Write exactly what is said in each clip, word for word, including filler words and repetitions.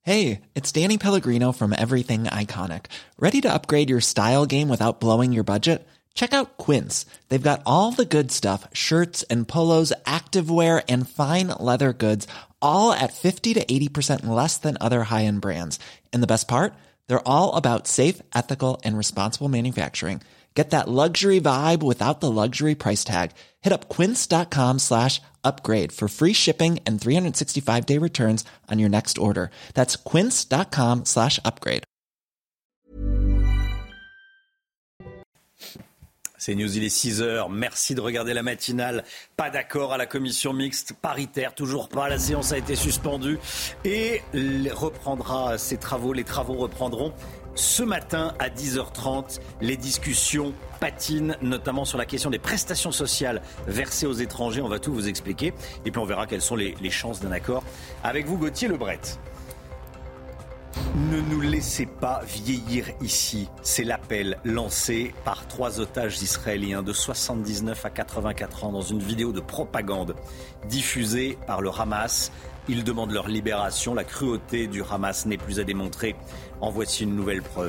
Hey, it's Danny Pellegrino from Everything Iconic. Ready to upgrade your style game without blowing your budget? Check out Quince. They've got all the good stuff, shirts and polos, activewear, and fine leather goods, all at fifty to eighty percent less than other high-end brands. And the best part? They're all about safe, ethical, and responsible manufacturing. Get that luxury vibe without the luxury price tag. Hit up quince.com slash upgrade for free shipping and three sixty-five day returns on your next order. That's quince.com slash upgrade. C'est News, il est six heures. Merci de regarder la matinale. Pas d'accord à la commission mixte paritaire, toujours pas. La séance a été suspendue et reprendra ses travaux. Les travaux reprendront ce matin à dix heures trente. Les discussions patinent, notamment sur la question des prestations sociales versées aux étrangers. On va tout vous expliquer. Et puis on verra quelles sont les, les chances d'un accord. Avec vous, Gauthier Lebret. Ne nous laissez pas vieillir ici. C'est l'appel lancé par trois otages israéliens de soixante-dix-neuf à quatre-vingt-quatre ans dans une vidéo de propagande diffusée par le Hamas. Ils demandent leur libération. La cruauté du Hamas n'est plus à démontrer. En voici une nouvelle preuve.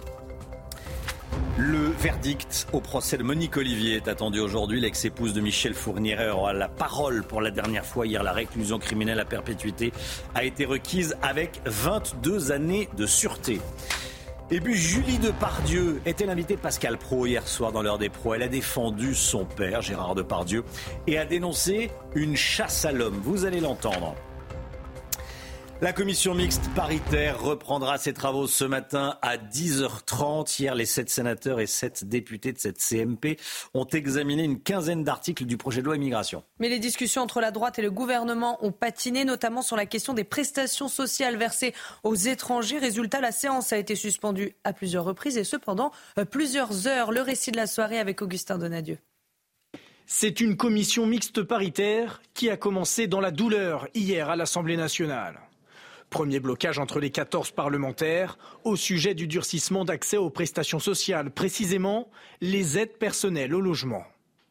Le verdict au procès de Monique Olivier est attendu aujourd'hui. L'ex-épouse de Michel Fourniret aura la parole pour la dernière fois. Hier, la réclusion criminelle à perpétuité a été requise avec vingt-deux années de sûreté. Et puis Julie Depardieu était l'invitée de Pascal Praud hier soir dans l'heure des pros. Elle a défendu son père, Gérard Depardieu, et a dénoncé une chasse à l'homme. Vous allez l'entendre. La commission mixte paritaire reprendra ses travaux ce matin à dix heures trente. Hier, les sept sénateurs et sept députés de cette C M P ont examiné une quinzaine d'articles du projet de loi immigration. Mais les discussions entre la droite et le gouvernement ont patiné, notamment sur la question des prestations sociales versées aux étrangers. Résultat, la séance a été suspendue à plusieurs reprises et cependant plusieurs heures. Le récit de la soirée avec Augustin Donadieu. C'est une commission mixte paritaire qui a commencé dans la douleur hier à l'Assemblée nationale. Premier blocage entre les quatorze parlementaires au sujet du durcissement d'accès aux prestations sociales, précisément les aides personnelles au logement.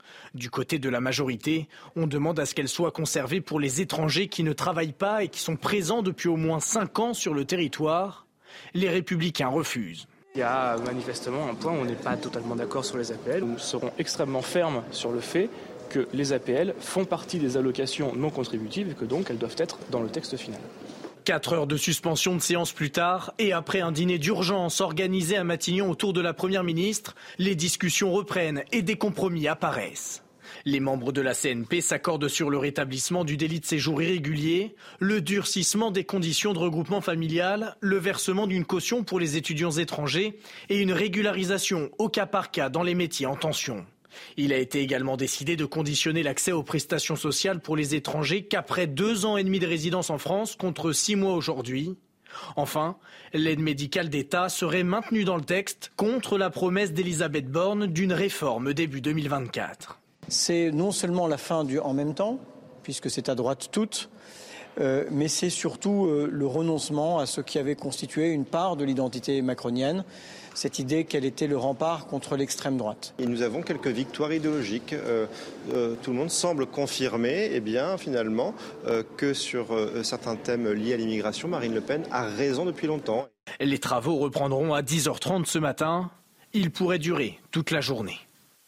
Du côté de la majorité, on demande à ce qu'elles soient conservées pour les étrangers qui ne travaillent pas et qui sont présents depuis au moins cinq ans sur le territoire. Les Républicains refusent. Il y a manifestement un point où on n'est pas totalement d'accord sur les A P L. Nous serons extrêmement fermes sur le fait que les A P L font partie des allocations non contributives et que donc elles doivent être dans le texte final. Quatre heures de suspension de séance plus tard et après un dîner d'urgence organisé à Matignon autour de la Première ministre, les discussions reprennent et des compromis apparaissent. Les membres de la C N P s'accordent sur le rétablissement du délit de séjour irrégulier, le durcissement des conditions de regroupement familial, le versement d'une caution pour les étudiants étrangers et une régularisation au cas par cas dans les métiers en tension. Il a été également décidé de conditionner l'accès aux prestations sociales pour les étrangers qu'après deux ans et demi de résidence en France contre six mois aujourd'hui. Enfin, l'aide médicale d'État serait maintenue dans le texte contre la promesse d'Elisabeth Borne d'une réforme début deux mille vingt-quatre. C'est non seulement la fin du en même temps, puisque c'est à droite toute, euh, mais c'est surtout euh, le renoncement à ce qui avait constitué une part de l'identité macronienne, cette idée qu'elle était le rempart contre l'extrême droite. Et nous avons quelques victoires idéologiques. Euh, euh, tout le monde semble confirmer, eh bien, finalement, euh, que sur euh, certains thèmes liés à l'immigration, Marine Le Pen a raison depuis longtemps. Les travaux reprendront à dix heures trente ce matin. Ils pourraient durer toute la journée.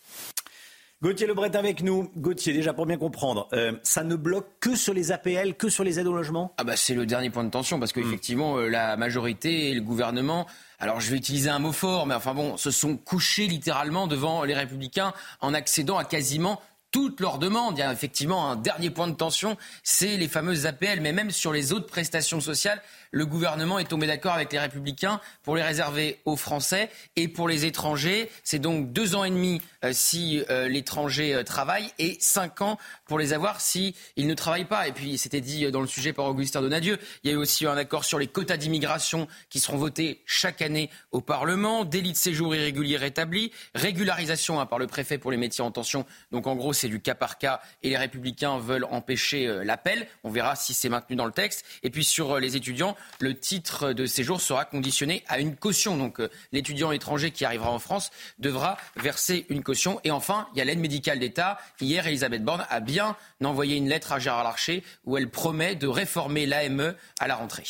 Gauthier Lebret avec nous. Gauthier, déjà pour bien comprendre, euh, ça ne bloque que sur les A P L, que sur les aides au logement ? Ah bah c'est le dernier point de tension parce qu'effectivement mmh. euh, la majorité et le gouvernement, alors je vais utiliser un mot fort, mais enfin bon, se sont couchés littéralement devant les Républicains en accédant à quasiment toutes leurs demandes. Il y a effectivement un dernier point de tension, c'est les fameuses A P L, mais même sur les autres prestations sociales, le gouvernement est tombé d'accord avec les Républicains pour les réserver aux Français et pour les étrangers. C'est donc deux ans et demi euh, si euh, l'étranger euh, travaille et cinq ans pour les avoir si il ne travaille pas. Et puis, c'était dit dans le sujet par Augustin Donadieu, il y a eu aussi un accord sur les quotas d'immigration qui seront votés chaque année au Parlement, délit de séjour irrégulier rétabli, régularisation hein, par le préfet pour les métiers en tension. Donc en gros, c'est du cas par cas et les Républicains veulent empêcher euh, l'appel. On verra si c'est maintenu dans le texte. Et puis sur euh, les étudiants, le titre de séjour sera conditionné à une caution. Donc euh, l'étudiant étranger qui arrivera en France devra verser une caution. Et enfin, il y a l'aide médicale d'État. Hier, Elisabeth Borne a bien envoyé une lettre à Gérard Larcher où elle promet de réformer l'A M E à la rentrée.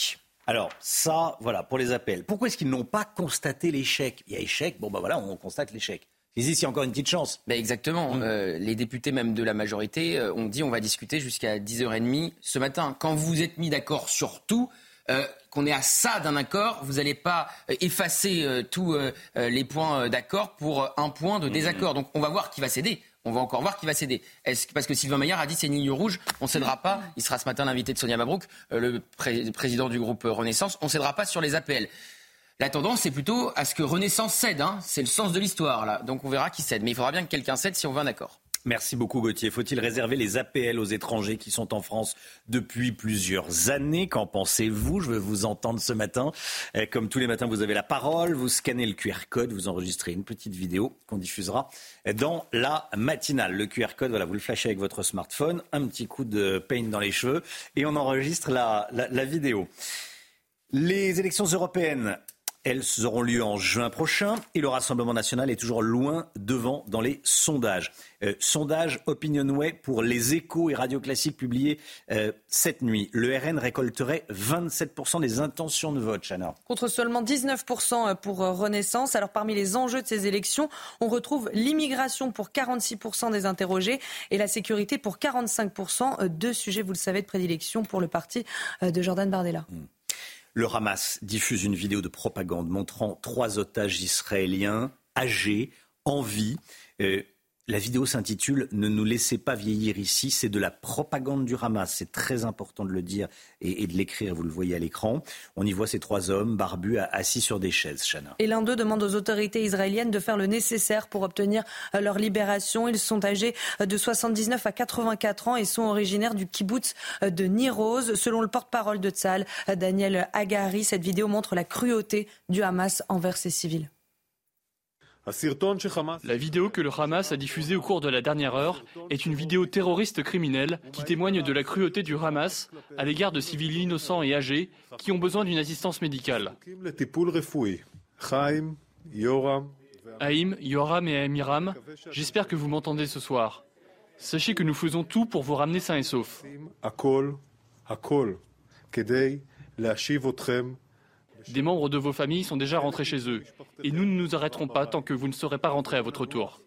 Alors ça, voilà, pour les A P L. Pourquoi est-ce qu'ils n'ont pas constaté l'échec ? Il y a échec, bon ben voilà, on constate l'échec. Ici, il y a encore une petite chance. Ben exactement. Mmh. Euh, les députés même de la majorité euh, ont dit on va discuter jusqu'à dix heures trente ce matin. Quand vous vous êtes mis d'accord sur tout, euh, qu'on est à ça d'un accord, vous n'allez pas euh, effacer euh, tous euh, les points euh, d'accord pour euh, un point de désaccord. Mmh. Donc on va voir qui va céder. On va encore voir qui va céder. Est-ce que, parce que Sylvain Maillard a dit c'est une ligne rouge, on ne cédera pas. Il sera ce matin l'invité de Sonia Mabrouk, euh, le pré- président du groupe Renaissance. On ne cédera pas sur les A P L. La tendance, c'est plutôt à ce que Renaissance cède. Hein. C'est le sens de l'histoire, là. Donc on verra qui cède. Mais il faudra bien que quelqu'un cède si on veut un accord. Merci beaucoup Gauthier. Faut-il réserver les A P L aux étrangers qui sont en France depuis plusieurs années ? Qu'en pensez-vous ? Je veux vous entendre ce matin. Comme tous les matins, vous avez la parole. Vous scannez le Q R code, vous enregistrez une petite vidéo qu'on diffusera dans la matinale. Le Q R code, voilà, vous le flashez avec votre smartphone, un petit coup de paint dans les cheveux et on enregistre la, la, la vidéo. Les élections européennes, elles auront lieu en juin prochain et le Rassemblement national est toujours loin devant dans les sondages. Euh, sondage Opinionway pour Les Échos et Radio Classique publié euh, cette nuit. Le R N récolterait vingt-sept pour cent des intentions de vote, Chana. Contre seulement dix-neuf pour cent pour Renaissance. Alors parmi les enjeux de ces élections, on retrouve l'immigration pour quarante-six pour cent des interrogés et la sécurité pour quarante-cinq pour cent. Deux sujets, vous le savez, de prédilection pour le parti de Jordan Bardella. Mmh. Le Hamas diffuse une vidéo de propagande montrant trois otages israéliens âgés, en vie. Euh, la vidéo s'intitule « Ne nous laissez pas vieillir ici ». C'est de la propagande du Hamas. C'est très important de le dire et, et de l'écrire. Vous le voyez à l'écran. On y voit ces trois hommes barbus assis sur des chaises. Chana. Et l'un d'eux demande aux autorités israéliennes de faire le nécessaire pour obtenir leur libération. Ils sont âgés de soixante-dix-neuf à quatre-vingt-quatre ans et sont originaires du kibboutz de Nir Oz. Selon le porte-parole de Tsahal, Daniel Hagari, cette vidéo montre la cruauté du Hamas envers ses civils. La vidéo que le Hamas a diffusée au cours de la dernière heure est une vidéo terroriste criminelle qui témoigne de la cruauté du Hamas à l'égard de civils innocents et âgés qui ont besoin d'une assistance médicale. Haïm, Yoram et Amiram, j'espère que vous m'entendez ce soir. Sachez que nous faisons tout pour vous ramener sains et saufs. Des membres de vos familles sont déjà rentrés chez eux. Et nous ne nous arrêterons pas tant que vous ne serez pas rentrés à votre tour.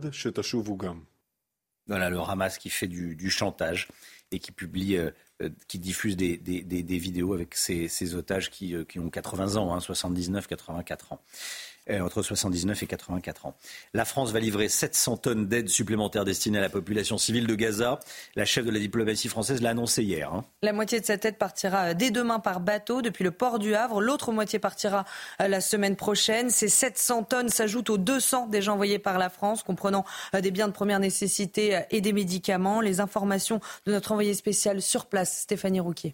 Voilà le Hamas qui fait du, du chantage et qui publie, euh, qui diffuse des, des, des, des vidéos avec ces, ces otages qui, euh, qui ont quatre-vingts ans, hein, soixante-dix-neuf, quatre-vingt-quatre ans. Euh, entre soixante-dix-neuf et quatre-vingt-quatre ans. La France va livrer sept cents tonnes d'aide supplémentaires destinées à la population civile de Gaza. La chef de la diplomatie française l'a annoncé hier. Hein. La moitié de cette aide partira dès demain par bateau depuis le port du Havre. L'autre moitié partira la semaine prochaine. Ces sept cents tonnes s'ajoutent aux deux cents déjà envoyées par la France, comprenant des biens de première nécessité et des médicaments. Les informations de notre envoyé spécial sur place, Stéphanie Rouquier.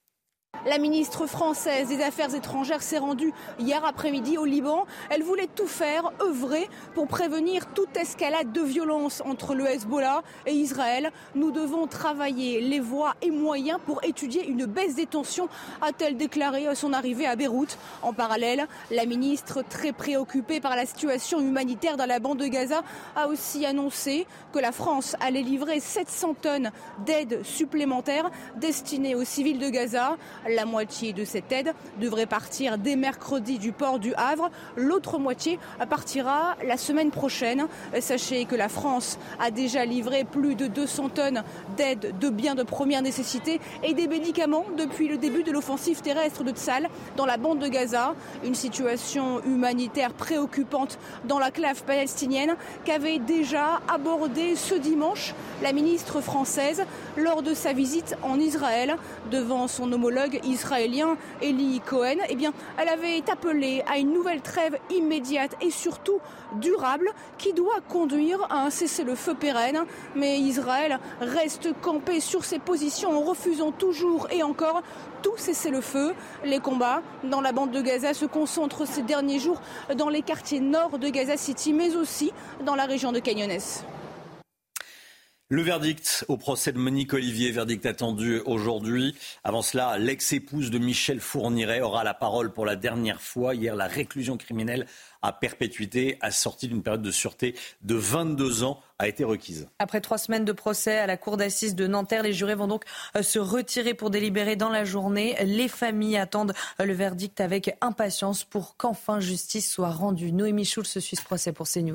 La ministre française des Affaires étrangères s'est rendue hier après-midi au Liban. Elle voulait tout faire, œuvrer pour prévenir toute escalade de violence entre le Hezbollah et Israël. Nous devons travailler les voies et moyens pour étudier une baisse des tensions, a-t-elle déclaré à son arrivée à Beyrouth. En parallèle, la ministre, très préoccupée par la situation humanitaire dans la bande de Gaza, a aussi annoncé que la France allait livrer sept cents tonnes d'aide supplémentaire destinée aux civils de Gaza. La moitié de cette aide devrait partir dès mercredi du port du Havre. L'autre moitié partira la semaine prochaine. Sachez que la France a déjà livré plus de deux cents tonnes d'aide de biens de première nécessité et des médicaments depuis le début de l'offensive terrestre de Tsahal dans la bande de Gaza. Une situation humanitaire préoccupante dans l'enclave palestinienne qu'avait déjà abordé ce dimanche la ministre française lors de sa visite en Israël devant son homologue israélien Eli Cohen. Eh bien, elle avait appelé à une nouvelle trêve immédiate et surtout durable qui doit conduire à un cessez-le-feu pérenne. Mais Israël reste campé sur ses positions en refusant toujours et encore tout cessez-le-feu. Les combats dans la bande de Gaza se concentrent ces derniers jours dans les quartiers nord de Gaza City, mais aussi dans la région de Canyones. Le verdict au procès de Monique Olivier, verdict attendu aujourd'hui. Avant cela, l'ex-épouse de Michel Fourniret aura la parole pour la dernière fois. Hier, la réclusion criminelle à perpétuité, assortie d'une période de sûreté de vingt-deux ans, a été requise. Après trois semaines de procès à la cour d'assises de Nanterre, les jurés vont donc se retirer pour délibérer dans la journée. Les familles attendent le verdict avec impatience pour qu'enfin justice soit rendue. Noémie Schulz suit ce procès pour CNews.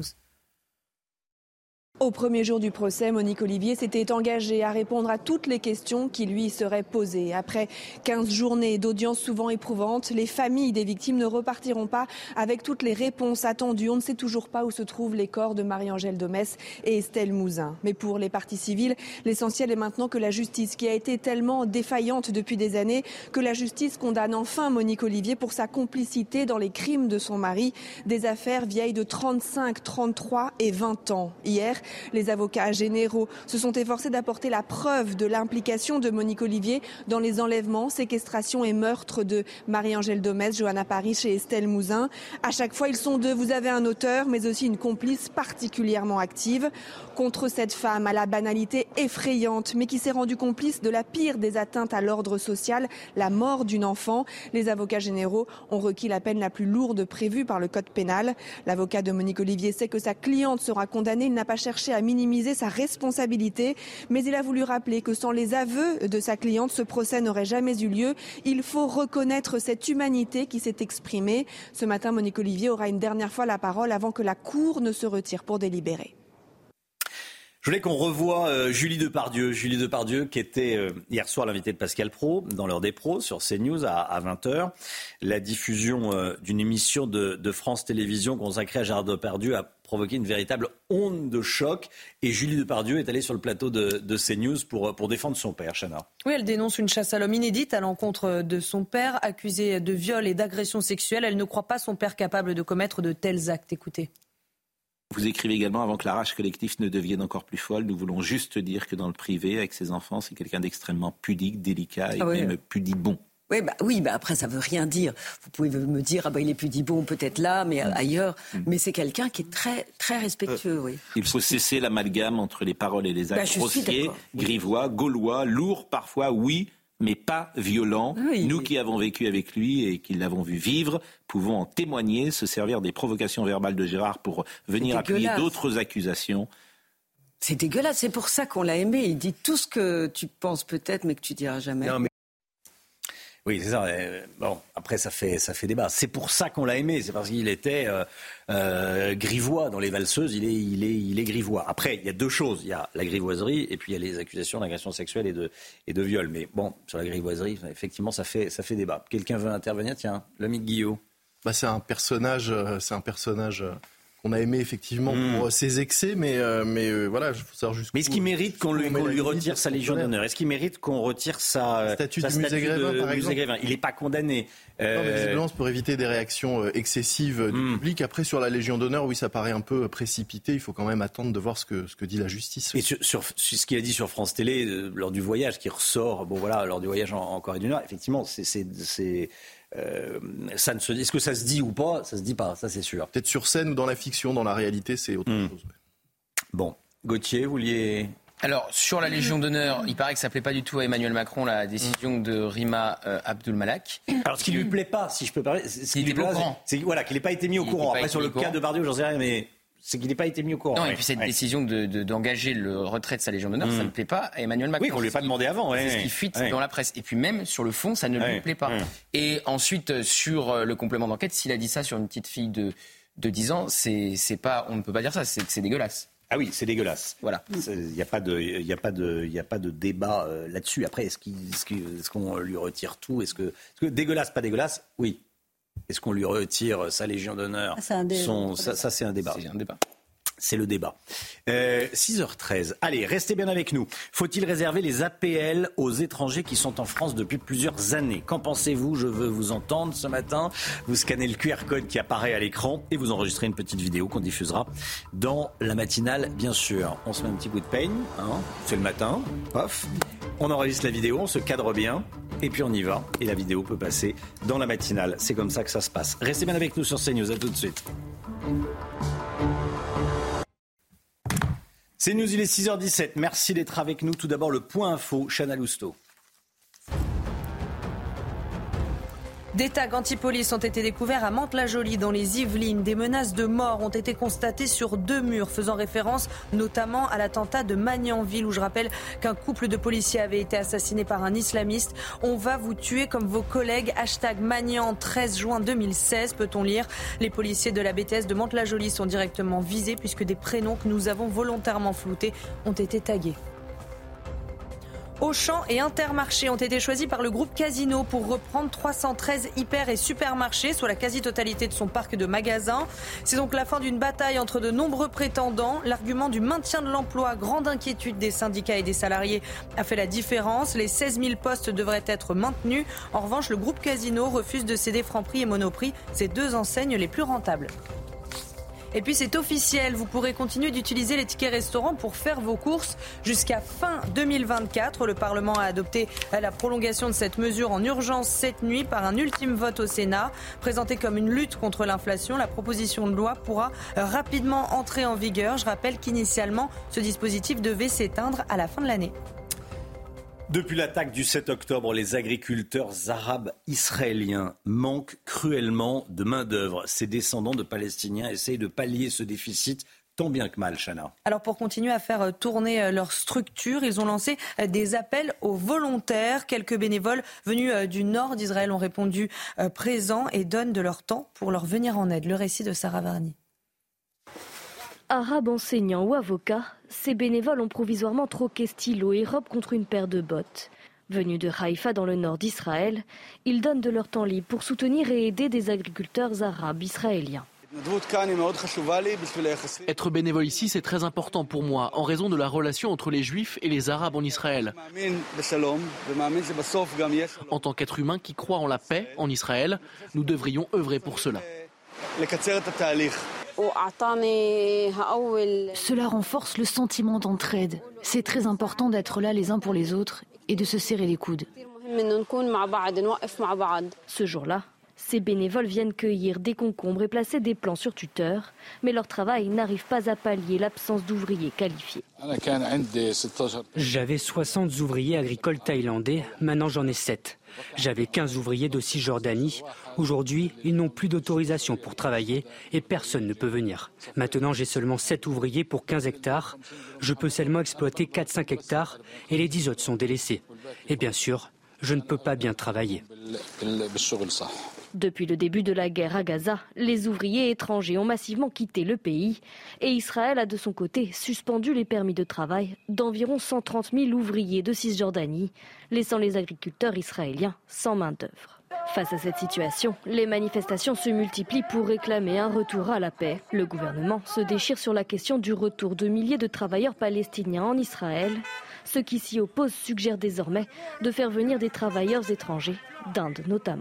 Au premier jour du procès, Monique Olivier s'était engagée à répondre à toutes les questions qui lui seraient posées. Après quinze journées d'audience souvent éprouvantes, les familles des victimes ne repartiront pas avec toutes les réponses attendues. On ne sait toujours pas où se trouvent les corps de Marie-Angèle Domès et Estelle Mouzin. Mais pour les parties civiles, l'essentiel est maintenant que la justice, qui a été tellement défaillante depuis des années, que la justice condamne enfin Monique Olivier pour sa complicité dans les crimes de son mari. Des affaires vieilles de trente-cinq, trente-trois et vingt ans. Hier, les avocats généraux se sont efforcés d'apporter la preuve de l'implication de Monique Olivier dans les enlèvements, séquestrations et meurtres de Marie-Angèle Domès, Johanna Paris et Estelle Mouzin. À chaque fois, ils sont deux. Vous avez un auteur, mais aussi une complice particulièrement active. Contre cette femme à la banalité effrayante, mais qui s'est rendue complice de la pire des atteintes à l'ordre social, la mort d'une enfant, les avocats généraux ont requis la peine la plus lourde prévue par le code pénal. L'avocat de Monique Olivier sait que sa cliente sera condamnée. Il n'a pas cherché à minimiser sa responsabilité, mais il a voulu rappeler que sans les aveux de sa cliente, ce procès n'aurait jamais eu lieu. Il faut reconnaître cette humanité qui s'est exprimée. Ce matin, Monique Olivier aura une dernière fois la parole avant que la Cour ne se retire pour délibérer. Je voulais qu'on revoie euh, Julie Depardieu. Julie Depardieu qui était euh, hier soir l'invitée de Pascal Praud dans l'heure des pros sur CNews à, à vingt heures. La diffusion euh, d'une émission de, de France Télévisions consacrée à Gérard Depardieu a provoqué une véritable onde de choc. Et Julie Depardieu est allée sur le plateau de, de CNews pour, pour défendre son père, Chana. Oui, elle dénonce une chasse à l'homme inédite à l'encontre de son père, accusé de viol et d'agression sexuelle. Elle ne croit pas son père capable de commettre de tels actes. Écoutez. Vous écrivez également, avant que la rage collective ne devienne encore plus folle, nous voulons juste dire que dans le privé, avec ses enfants, c'est quelqu'un d'extrêmement pudique, délicat et ah oui, même oui. pudibon. Oui, bah, oui bah après, ça ne veut rien dire. Vous pouvez me dire, ah bah, il est pudibon peut-être là, mais mmh. ailleurs. Mmh. Mais c'est quelqu'un qui est très, très respectueux, euh, oui. Il faut cesser l'amalgame entre les paroles et les actes bah, grossiers, grivois, gaulois, lourds parfois, oui, mais pas violent. Oui, Nous oui. qui avons vécu avec lui et qui l'avons vu vivre, pouvons en témoigner, se servir des provocations verbales de Gérard pour venir appuyer d'autres accusations. C'est dégueulasse, c'est pour ça qu'on l'a aimé. Il dit tout ce que tu penses peut-être, mais que tu diras jamais. Non, mais... Oui, c'est ça. Bon, après, ça fait, ça fait débat. C'est pour ça qu'on l'a aimé. C'est parce qu'il était euh, euh, grivois dans Les Valseuses. Il est, il est, il est grivois. Après, il y a deux choses. Il y a la grivoiserie et puis il y a les accusations d'agression sexuelle et de, et de viol. Mais bon, sur la grivoiserie, effectivement, ça fait, ça fait débat. Quelqu'un veut intervenir ? Tiens, l'ami de Guillaume. Bah, c'est un personnage, c'est un personnage qu'on a aimé effectivement mmh. pour ses excès, mais, euh, mais euh, voilà, il faut savoir jusqu'où. Mais est-ce qu'il mérite qu'on lui, qu'on lui retire sa Légion d'honneur ? Est-ce qu'il mérite qu'on retire sa statut sa de musée Grévin, par exemple ? Grévin. Il n'est pas condamné. Euh... Non, mais visiblement, c'est pour éviter des réactions excessives du mmh. public. Après, sur la Légion d'honneur, oui, ça paraît un peu précipité. Il faut quand même attendre de voir ce que, ce que dit la justice. Et sur, sur, sur ce qu'il a dit sur France Télé euh, lors du voyage, qui ressort, bon voilà, lors du voyage en, en Corée du Nord, effectivement, c'est, c'est, c'est Euh, ça ne se dit, est-ce que ça se dit ou pas ? Ça se dit pas, ça c'est sûr. Peut-être sur scène ou dans la fiction, dans la réalité, c'est autre mmh. chose. Ouais. Bon, Gauthier, vous vouliez... Alors, sur la Légion d'honneur, il paraît que ça ne plaît pas du tout à Emmanuel Macron, la décision de Rima euh, Abdul-Malak. Alors, ce qui ne lui plaît pas, si je peux parler, c'est, ce qui lui plaît, c'est, c'est voilà, qu'il n'ait pas été mis au il courant. Après, sur le cas de Depardieu, j'en sais rien, mais... c'est qu'il n'ait pas été mis au courant. Non, ouais. et puis cette ouais. décision de, de, d'engager le retrait de sa Légion d'honneur, mmh. ça ne plaît pas à Emmanuel Macron. Oui, qu'on ne lui ait pas demandé avant. Ouais, c'est ouais. ce qui fuite ouais. dans la presse. Et puis même, sur le fond, ça ne ouais. lui plaît pas. Ouais. Et ensuite, sur le complément d'enquête, s'il a dit ça sur une petite fille de, de dix ans, c'est, c'est pas, on ne peut pas dire ça, c'est, c'est dégueulasse. Ah oui, c'est dégueulasse. Voilà. Il n'y a pas de, il y a pas de, il y a pas de débat euh, là-dessus. Après, est-ce, qu'il, est-ce, qu'il, est-ce qu'on lui retire tout ? Est-ce que, est-ce que dégueulasse, pas dégueulasse ? Oui. Est-ce qu'on lui retire sa Légion d'honneur ? ah, c'est un dé- Son, ça, ça, c'est un débat. C'est un débat. C'est le débat. Euh, six heures treize. Allez, restez bien avec nous. Faut-il réserver les A P L aux étrangers qui sont en France depuis plusieurs années ? Qu'en pensez-vous ? Je veux vous entendre ce matin. Vous scannez le Q R code qui apparaît à l'écran et vous enregistrez une petite vidéo qu'on diffusera dans la matinale, bien sûr. On se met un petit coup de peigne, hein, c'est le matin, paf. On enregistre la vidéo, on se cadre bien et puis on y va. Et la vidéo peut passer dans la matinale. C'est comme ça que ça se passe. Restez bien avec nous sur CNews. À tout de suite. C'est News, il est six heures dix-sept. Merci d'être avec nous. Tout d'abord, le point info, Chana Lousteau. Des tags anti-police ont été découverts à Mantes-la-Jolie dans les Yvelines. Des menaces de mort ont été constatées sur deux murs, faisant référence notamment à l'attentat de Magnanville, où je rappelle qu'un couple de policiers avait été assassiné par un islamiste. On va vous tuer comme vos collègues. Hashtag Magnan, treize juin deux mille seize, peut-on lire. Les policiers de la B T S de Mantes-la-Jolie sont directement visés puisque des prénoms que nous avons volontairement floutés ont été tagués. Auchan et Intermarché ont été choisis par le groupe Casino pour reprendre trois cent treize hyper et supermarchés, soit la quasi-totalité de son parc de magasins. C'est donc la fin d'une bataille entre de nombreux prétendants. L'argument du maintien de l'emploi, grande inquiétude des syndicats et des salariés, a fait la différence. Les seize mille postes devraient être maintenus. En revanche, le groupe Casino refuse de céder Franprix et Monoprix, ces deux enseignes les plus rentables. Et puis c'est officiel, vous pourrez continuer d'utiliser les tickets restaurants pour faire vos courses jusqu'à fin deux mille vingt-quatre. Le Parlement a adopté la prolongation de cette mesure en urgence cette nuit par un ultime vote au Sénat. Présentée comme une lutte contre l'inflation, la proposition de loi pourra rapidement entrer en vigueur. Je rappelle qu'initialement, ce dispositif devait s'éteindre à la fin de l'année. Depuis l'attaque du sept octobre, les agriculteurs arabes israéliens manquent cruellement de main-d'œuvre. Ces descendants de Palestiniens essayent de pallier ce déficit tant bien que mal, Chana. Alors pour continuer à faire tourner leur structure, ils ont lancé des appels aux volontaires. Quelques bénévoles venus du nord d'Israël ont répondu présents et donnent de leur temps pour leur venir en aide. Le récit de Sarah Varni. Arabes, enseignants ou avocats, ces bénévoles ont provisoirement troqué stylo et robe contre une paire de bottes. Venus de Haïfa dans le nord d'Israël, ils donnent de leur temps libre pour soutenir et aider des agriculteurs arabes israéliens. Être bénévole ici, c'est très important pour moi, en raison de la relation entre les Juifs et les Arabes en Israël. En tant qu'être humain qui croit en la paix en Israël, nous devrions œuvrer pour cela. Cela renforce le sentiment d'entraide. C'est très important d'être là les uns pour les autres et de se serrer les coudes. Ce jour-là, ces bénévoles viennent cueillir des concombres et placer des plants sur tuteur, mais leur travail n'arrive pas à pallier l'absence d'ouvriers qualifiés. J'avais soixante ouvriers agricoles thaïlandais, maintenant j'en ai sept. J'avais quinze ouvriers de Cisjordanie. Aujourd'hui, ils n'ont plus d'autorisation pour travailler et personne ne peut venir. Maintenant, j'ai seulement sept ouvriers pour quinze hectares. Je peux seulement exploiter quatre à cinq hectares et les dix autres sont délaissés. Et bien sûr, je ne peux pas bien travailler. Depuis le début de la guerre à Gaza, les ouvriers étrangers ont massivement quitté le pays et Israël a de son côté suspendu les permis de travail d'environ cent trente mille ouvriers de Cisjordanie, laissant les agriculteurs israéliens sans main-d'œuvre. Face à cette situation, les manifestations se multiplient pour réclamer un retour à la paix. Le gouvernement se déchire sur la question du retour de milliers de travailleurs palestiniens en Israël. Ceux qui s'y opposent suggèrent désormais de faire venir des travailleurs étrangers, d'Inde notamment.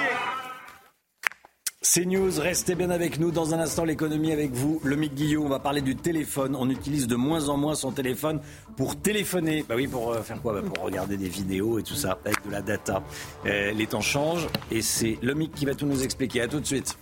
C'est News, restez bien avec nous. Dans un instant, l'économie avec vous. Lomique Guillot, on va parler du téléphone. On utilise de moins en moins son téléphone pour téléphoner. Bah oui, pour euh, faire quoi bah pour regarder des vidéos et tout ça, avec de la data. Euh, les temps changent et c'est Lomique qui va tout nous expliquer. À tout de suite.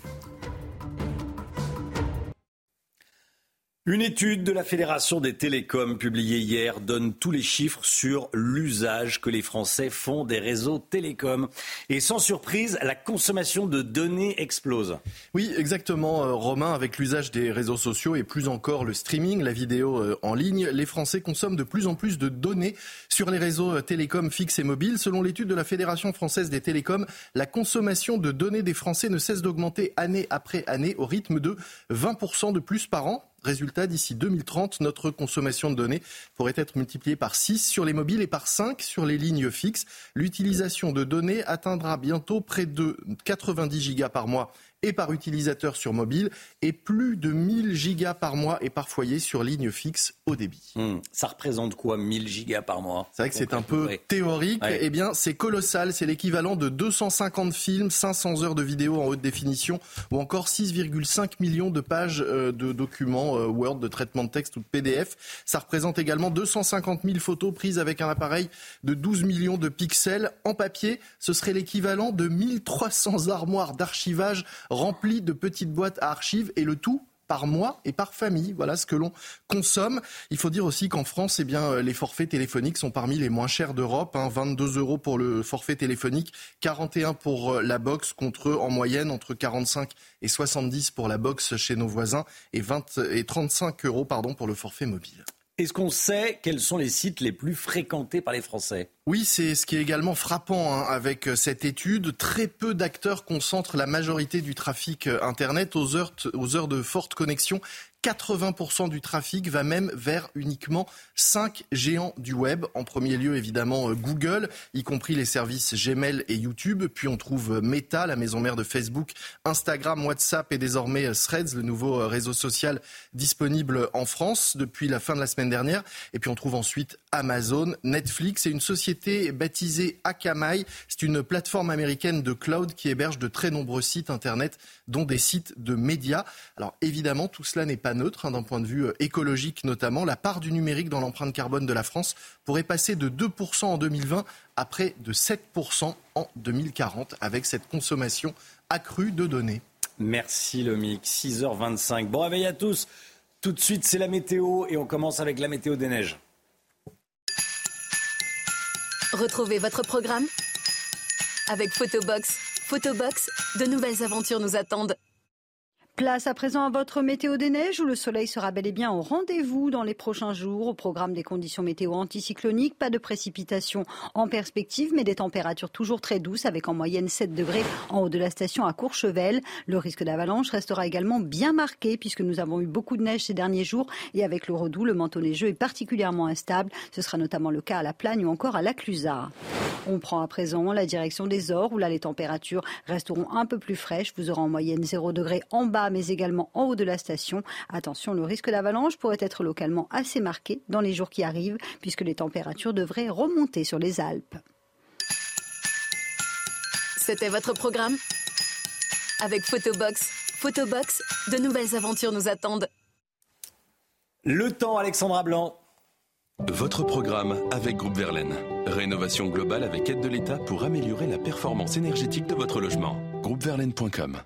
Une étude de la Fédération des télécoms publiée hier donne tous les chiffres sur l'usage que les Français font des réseaux télécoms. Et sans surprise, la consommation de données explose. Oui, exactement, Romain. Avec l'usage des réseaux sociaux et plus encore le streaming, la vidéo en ligne, les Français consomment de plus en plus de données sur les réseaux télécoms fixes et mobiles. Selon l'étude de la Fédération française des télécoms, la consommation de données des Français ne cesse d'augmenter année après année au rythme de vingt pour cent de plus par an. Résultat, d'ici deux mille trente, notre consommation de données pourrait être multipliée par six sur les mobiles et par cinq sur les lignes fixes. L'utilisation de données atteindra bientôt près de quatre-vingt-dix gigas par mois et par utilisateur sur mobile et plus de mille gigas par mois et par foyer sur ligne fixe haut débit. Mmh. Ça représente quoi, mille gigas par mois? C'est vrai que c'est un peu théorique. Ouais. Eh bien, c'est colossal. C'est l'équivalent de deux cent cinquante films, cinq cents heures de vidéos en haute définition ou encore six virgule cinq millions de pages de documents Word, de traitement de texte ou de P D F. Ça représente également deux cent cinquante mille photos prises avec un appareil de douze millions de pixels. En papier, ce serait l'équivalent de mille trois cents armoires d'archivage remplies de petites boîtes à archives et le tout par mois et par famille. Voilà ce que l'on consomme. Il faut dire aussi qu'en France, eh bien, les forfaits téléphoniques sont parmi les moins chers d'Europe. Hein. vingt-deux euros pour le forfait téléphonique, quarante et un pour la box, contre en moyenne entre quarante-cinq et soixante-dix pour la box chez nos voisins et, vingt et trente-cinq euros pardon, pour le forfait mobile. Est-ce qu'on sait quels sont les sites les plus fréquentés par les Français ? Oui, c'est ce qui est également frappant hein, avec cette étude. Très peu d'acteurs concentrent la majorité du trafic Internet aux heures, aux heures de forte connexion. quatre-vingts pour cent du trafic va même vers uniquement cinq géants du web. En premier lieu, évidemment, Google, y compris les services Gmail et YouTube. Puis on trouve Meta, la maison mère de Facebook, Instagram, WhatsApp et désormais Threads, le nouveau réseau social disponible en France depuis la fin de la semaine dernière. Et puis on trouve ensuite Amazon, Netflix et une société baptisée Akamai. C'est une plateforme américaine de cloud qui héberge de très nombreux sites Internet, dont des sites de médias. Alors évidemment, tout cela n'est pas neutre, hein, d'un point de vue écologique notamment. La part du numérique dans l'empreinte carbone de la France pourrait passer de deux pour cent en deux mille vingt à près de sept pour cent en deux mille quarante, avec cette consommation accrue de données. Merci Lomic, six heures vingt-cinq. Bon réveil à tous. Tout de suite, c'est la météo et on commence avec la météo des neiges. Retrouvez votre programme avec Photobox. Photobox, de nouvelles aventures nous attendent. Place à présent à votre météo des neiges où le soleil sera bel et bien au rendez-vous dans les prochains jours. Au programme des conditions météo anticycloniques, pas de précipitations en perspective, mais des températures toujours très douces avec en moyenne sept degrés en haut de la station à Courchevel. Le risque d'avalanche restera également bien marqué puisque nous avons eu beaucoup de neige ces derniers jours et avec le redoux, le manteau neigeux est particulièrement instable. Ce sera notamment le cas à La Plagne ou encore à La Clusaz. On prend à présent la direction des Ors où là les températures resteront un peu plus fraîches. Vous aurez en moyenne zéro degré en bas mais également en haut de la station. Attention, le risque d'avalanche pourrait être localement assez marqué dans les jours qui arrivent puisque les températures devraient remonter sur les Alpes. C'était votre programme avec Photobox. Photobox, de nouvelles aventures nous attendent. Le temps, Alexandra Blanc. Votre programme avec Groupe Verlaine. Rénovation globale avec aide de l'État pour améliorer la performance énergétique de votre logement. groupe verlaine point com.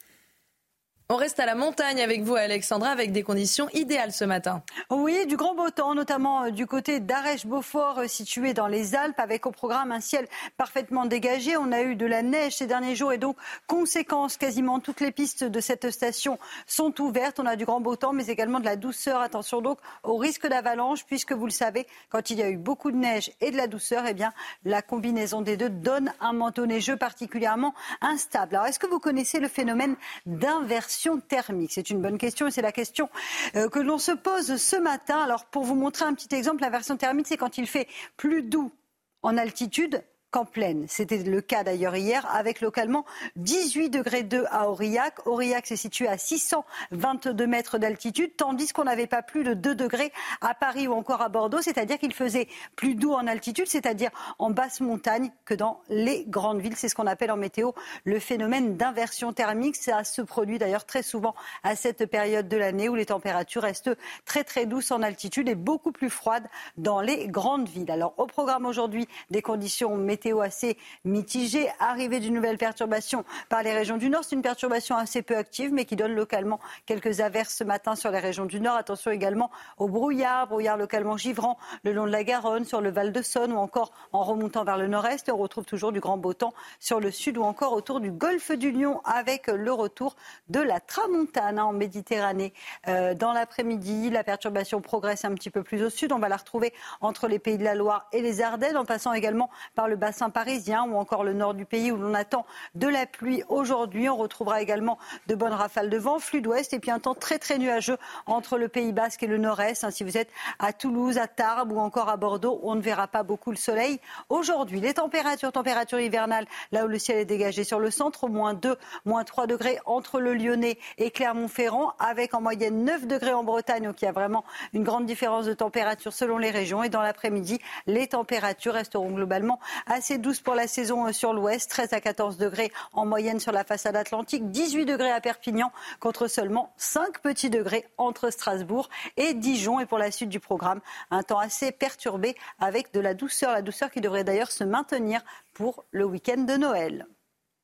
On reste à la montagne avec vous, Alexandra, avec des conditions idéales ce matin. Oui, du grand beau temps, notamment du côté d'Arèche-Beaufort, situé dans les Alpes, avec au programme un ciel parfaitement dégagé. On a eu de la neige ces derniers jours et donc, conséquence, quasiment toutes les pistes de cette station sont ouvertes. On a du grand beau temps, mais également de la douceur. Attention donc au risque d'avalanche, puisque vous le savez, quand il y a eu beaucoup de neige et de la douceur, eh bien, la combinaison des deux donne un manteau neigeux particulièrement instable. Alors, est-ce que vous connaissez le phénomène d'inversion thermique? C'est une bonne question et c'est la question euh, que l'on se pose ce matin. Alors pour vous montrer un petit exemple, l'inversion thermique, c'est quand il fait plus doux en altitude qu'en plaine. C'était le cas d'ailleurs hier avec localement dix-huit degrés deux à Aurillac. Aurillac s'est situé à six cent vingt-deux mètres d'altitude, tandis qu'on n'avait pas plus de deux degrés à Paris ou encore à Bordeaux, c'est-à-dire qu'il faisait plus doux en altitude, c'est-à-dire en basse montagne que dans les grandes villes. C'est ce qu'on appelle en météo le phénomène d'inversion thermique. Ça se produit d'ailleurs très souvent à cette période de l'année où les températures restent très très douces en altitude et beaucoup plus froides dans les grandes villes. Alors au programme aujourd'hui, des conditions météo Météo assez mitigée, arrivée d'une nouvelle perturbation par les régions du Nord. C'est une perturbation assez peu active, mais qui donne localement quelques averses ce matin sur les régions du Nord. Attention également au brouillard, brouillard localement givrant le long de la Garonne, sur le Val-de-Saône ou encore en remontant vers le nord-est. Et on retrouve toujours du grand beau temps sur le sud ou encore autour du golfe du Lion avec le retour de la tramontane en Méditerranée. Euh, dans l'après-midi, la perturbation progresse un petit peu plus au sud. On va la retrouver entre les Pays de la Loire et les Ardennes, en passant également par le bassin parisien ou encore le nord du pays où l'on attend de la pluie aujourd'hui. On retrouvera également de bonnes rafales de vent, flux d'ouest et puis un temps très très nuageux entre le Pays basque et le nord-est. Si vous êtes à Toulouse, à Tarbes ou encore à Bordeaux, on ne verra pas beaucoup le soleil aujourd'hui. Les températures, températures hivernales, là où le ciel est dégagé sur le centre, moins deux, moins trois degrés entre le Lyonnais et Clermont-Ferrand, avec en moyenne neuf degrés en Bretagne, donc il y a vraiment une grande différence de température selon les régions. Et dans l'après-midi, les températures resteront globalement assez douces pour la saison sur l'ouest, treize à quatorze degrés en moyenne sur la façade atlantique, dix-huit degrés à Perpignan contre seulement cinq petits degrés entre Strasbourg et Dijon. Et pour la suite du programme, un temps assez perturbé avec de la douceur, la douceur qui devrait d'ailleurs se maintenir pour le week-end de Noël.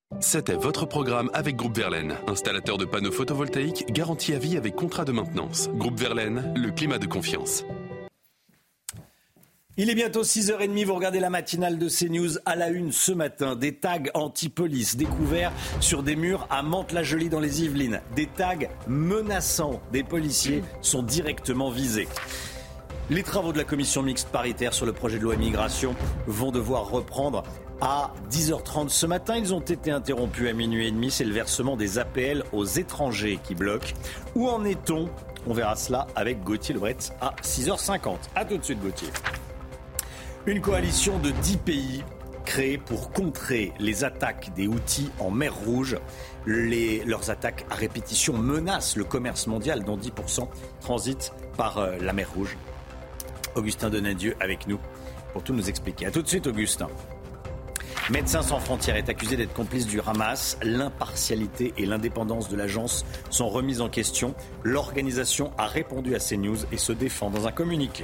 C'était votre programme avec Groupe Verlaine, installateur de panneaux photovoltaïques garantis à vie avec contrat de maintenance. Groupe Verlaine, le climat de confiance. Il est bientôt six heures trente, vous regardez la matinale de CNews. À la une ce matin, des tags anti-police découverts sur des murs à Mantes-la-Jolie dans les Yvelines. Des tags menaçants. Des policiers sont directement visés. Les travaux de la commission mixte paritaire sur le projet de loi immigration vont devoir reprendre à dix heures trente ce matin. Ils ont été interrompus à minuit et demi. C'est le versement des A P L aux étrangers qui bloque. Où en est-on ? On verra cela avec Gauthier Lebret à six heures cinquante. A tout de suite, Gauthier. Une coalition de dix pays créée pour contrer les attaques des Houthis en mer Rouge. Les, leurs attaques à répétition menacent le commerce mondial dont dix pour cent transitent par euh, la mer Rouge. Augustin Donadieu avec nous pour tout nous expliquer. A tout de suite, Augustin. Médecins sans frontières est accusé d'être complice du Hamas. L'impartialité et l'indépendance de l'agence sont remises en question. L'organisation a répondu à CNews et se défend dans un communiqué.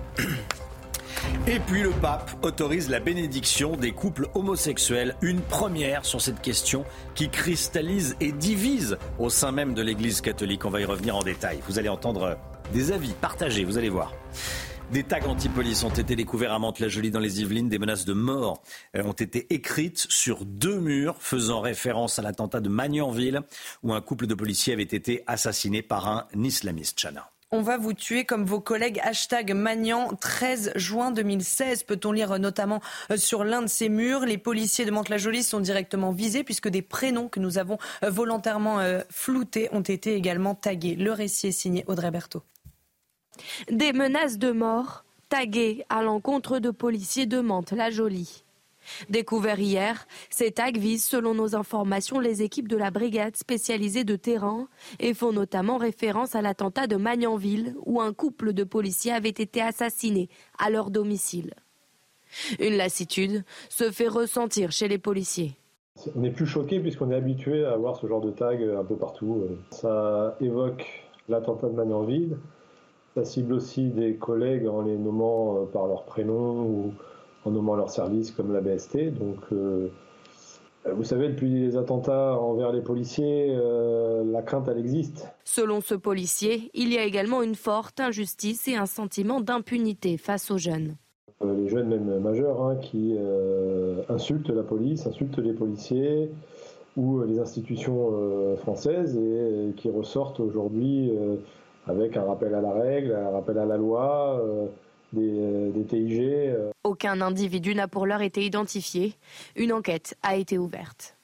Et puis le pape autorise la bénédiction des couples homosexuels. Une première sur cette question qui cristallise et divise au sein même de l'Église catholique. On va y revenir en détail. Vous allez entendre des avis partagés, vous allez voir. Des tags anti-police ont été découverts à Mantes-la-Jolie dans les Yvelines. Des menaces de mort ont été écrites sur deux murs faisant référence à l'attentat de Magnanville où un couple de policiers avait été assassiné par un islamiste. Chana. On va vous tuer comme vos collègues. Hashtag Magnan, treize juin deux mille seize. Peut-on lire notamment sur l'un de ces murs. Les policiers de Mantes-la-Jolie sont directement visés puisque des prénoms que nous avons volontairement floutés ont été également tagués. Le récit est signé Audrey Berthaud. Des menaces de mort taguées à l'encontre de policiers de Mantes-la-Jolie. Découvert hier, ces tags visent, selon nos informations, les équipes de la brigade spécialisée de terrain et font notamment référence à l'attentat de Magnanville où un couple de policiers avait été assassinés à leur domicile. Une lassitude se fait ressentir chez les policiers. On n'est plus choqués puisqu'on est habitué à voir ce genre de tag un peu partout. Ça évoque l'attentat de Magnanville, ça cible aussi des collègues en les nommant par leur prénom ou en nommant leur service comme la B S T. Donc, euh, vous savez, depuis les attentats envers les policiers, euh, la crainte, elle existe. Selon ce policier, il y a également une forte injustice et un sentiment d'impunité face aux jeunes. Euh, les jeunes, même majeurs, hein, qui euh, insultent la police, insultent les policiers ou les institutions euh, françaises et, et qui ressortent aujourd'hui euh, avec un rappel à la règle, un rappel à la loi, euh, Des, des T I G. Aucun individu n'a pour l'heure été identifié. Une enquête a été ouverte.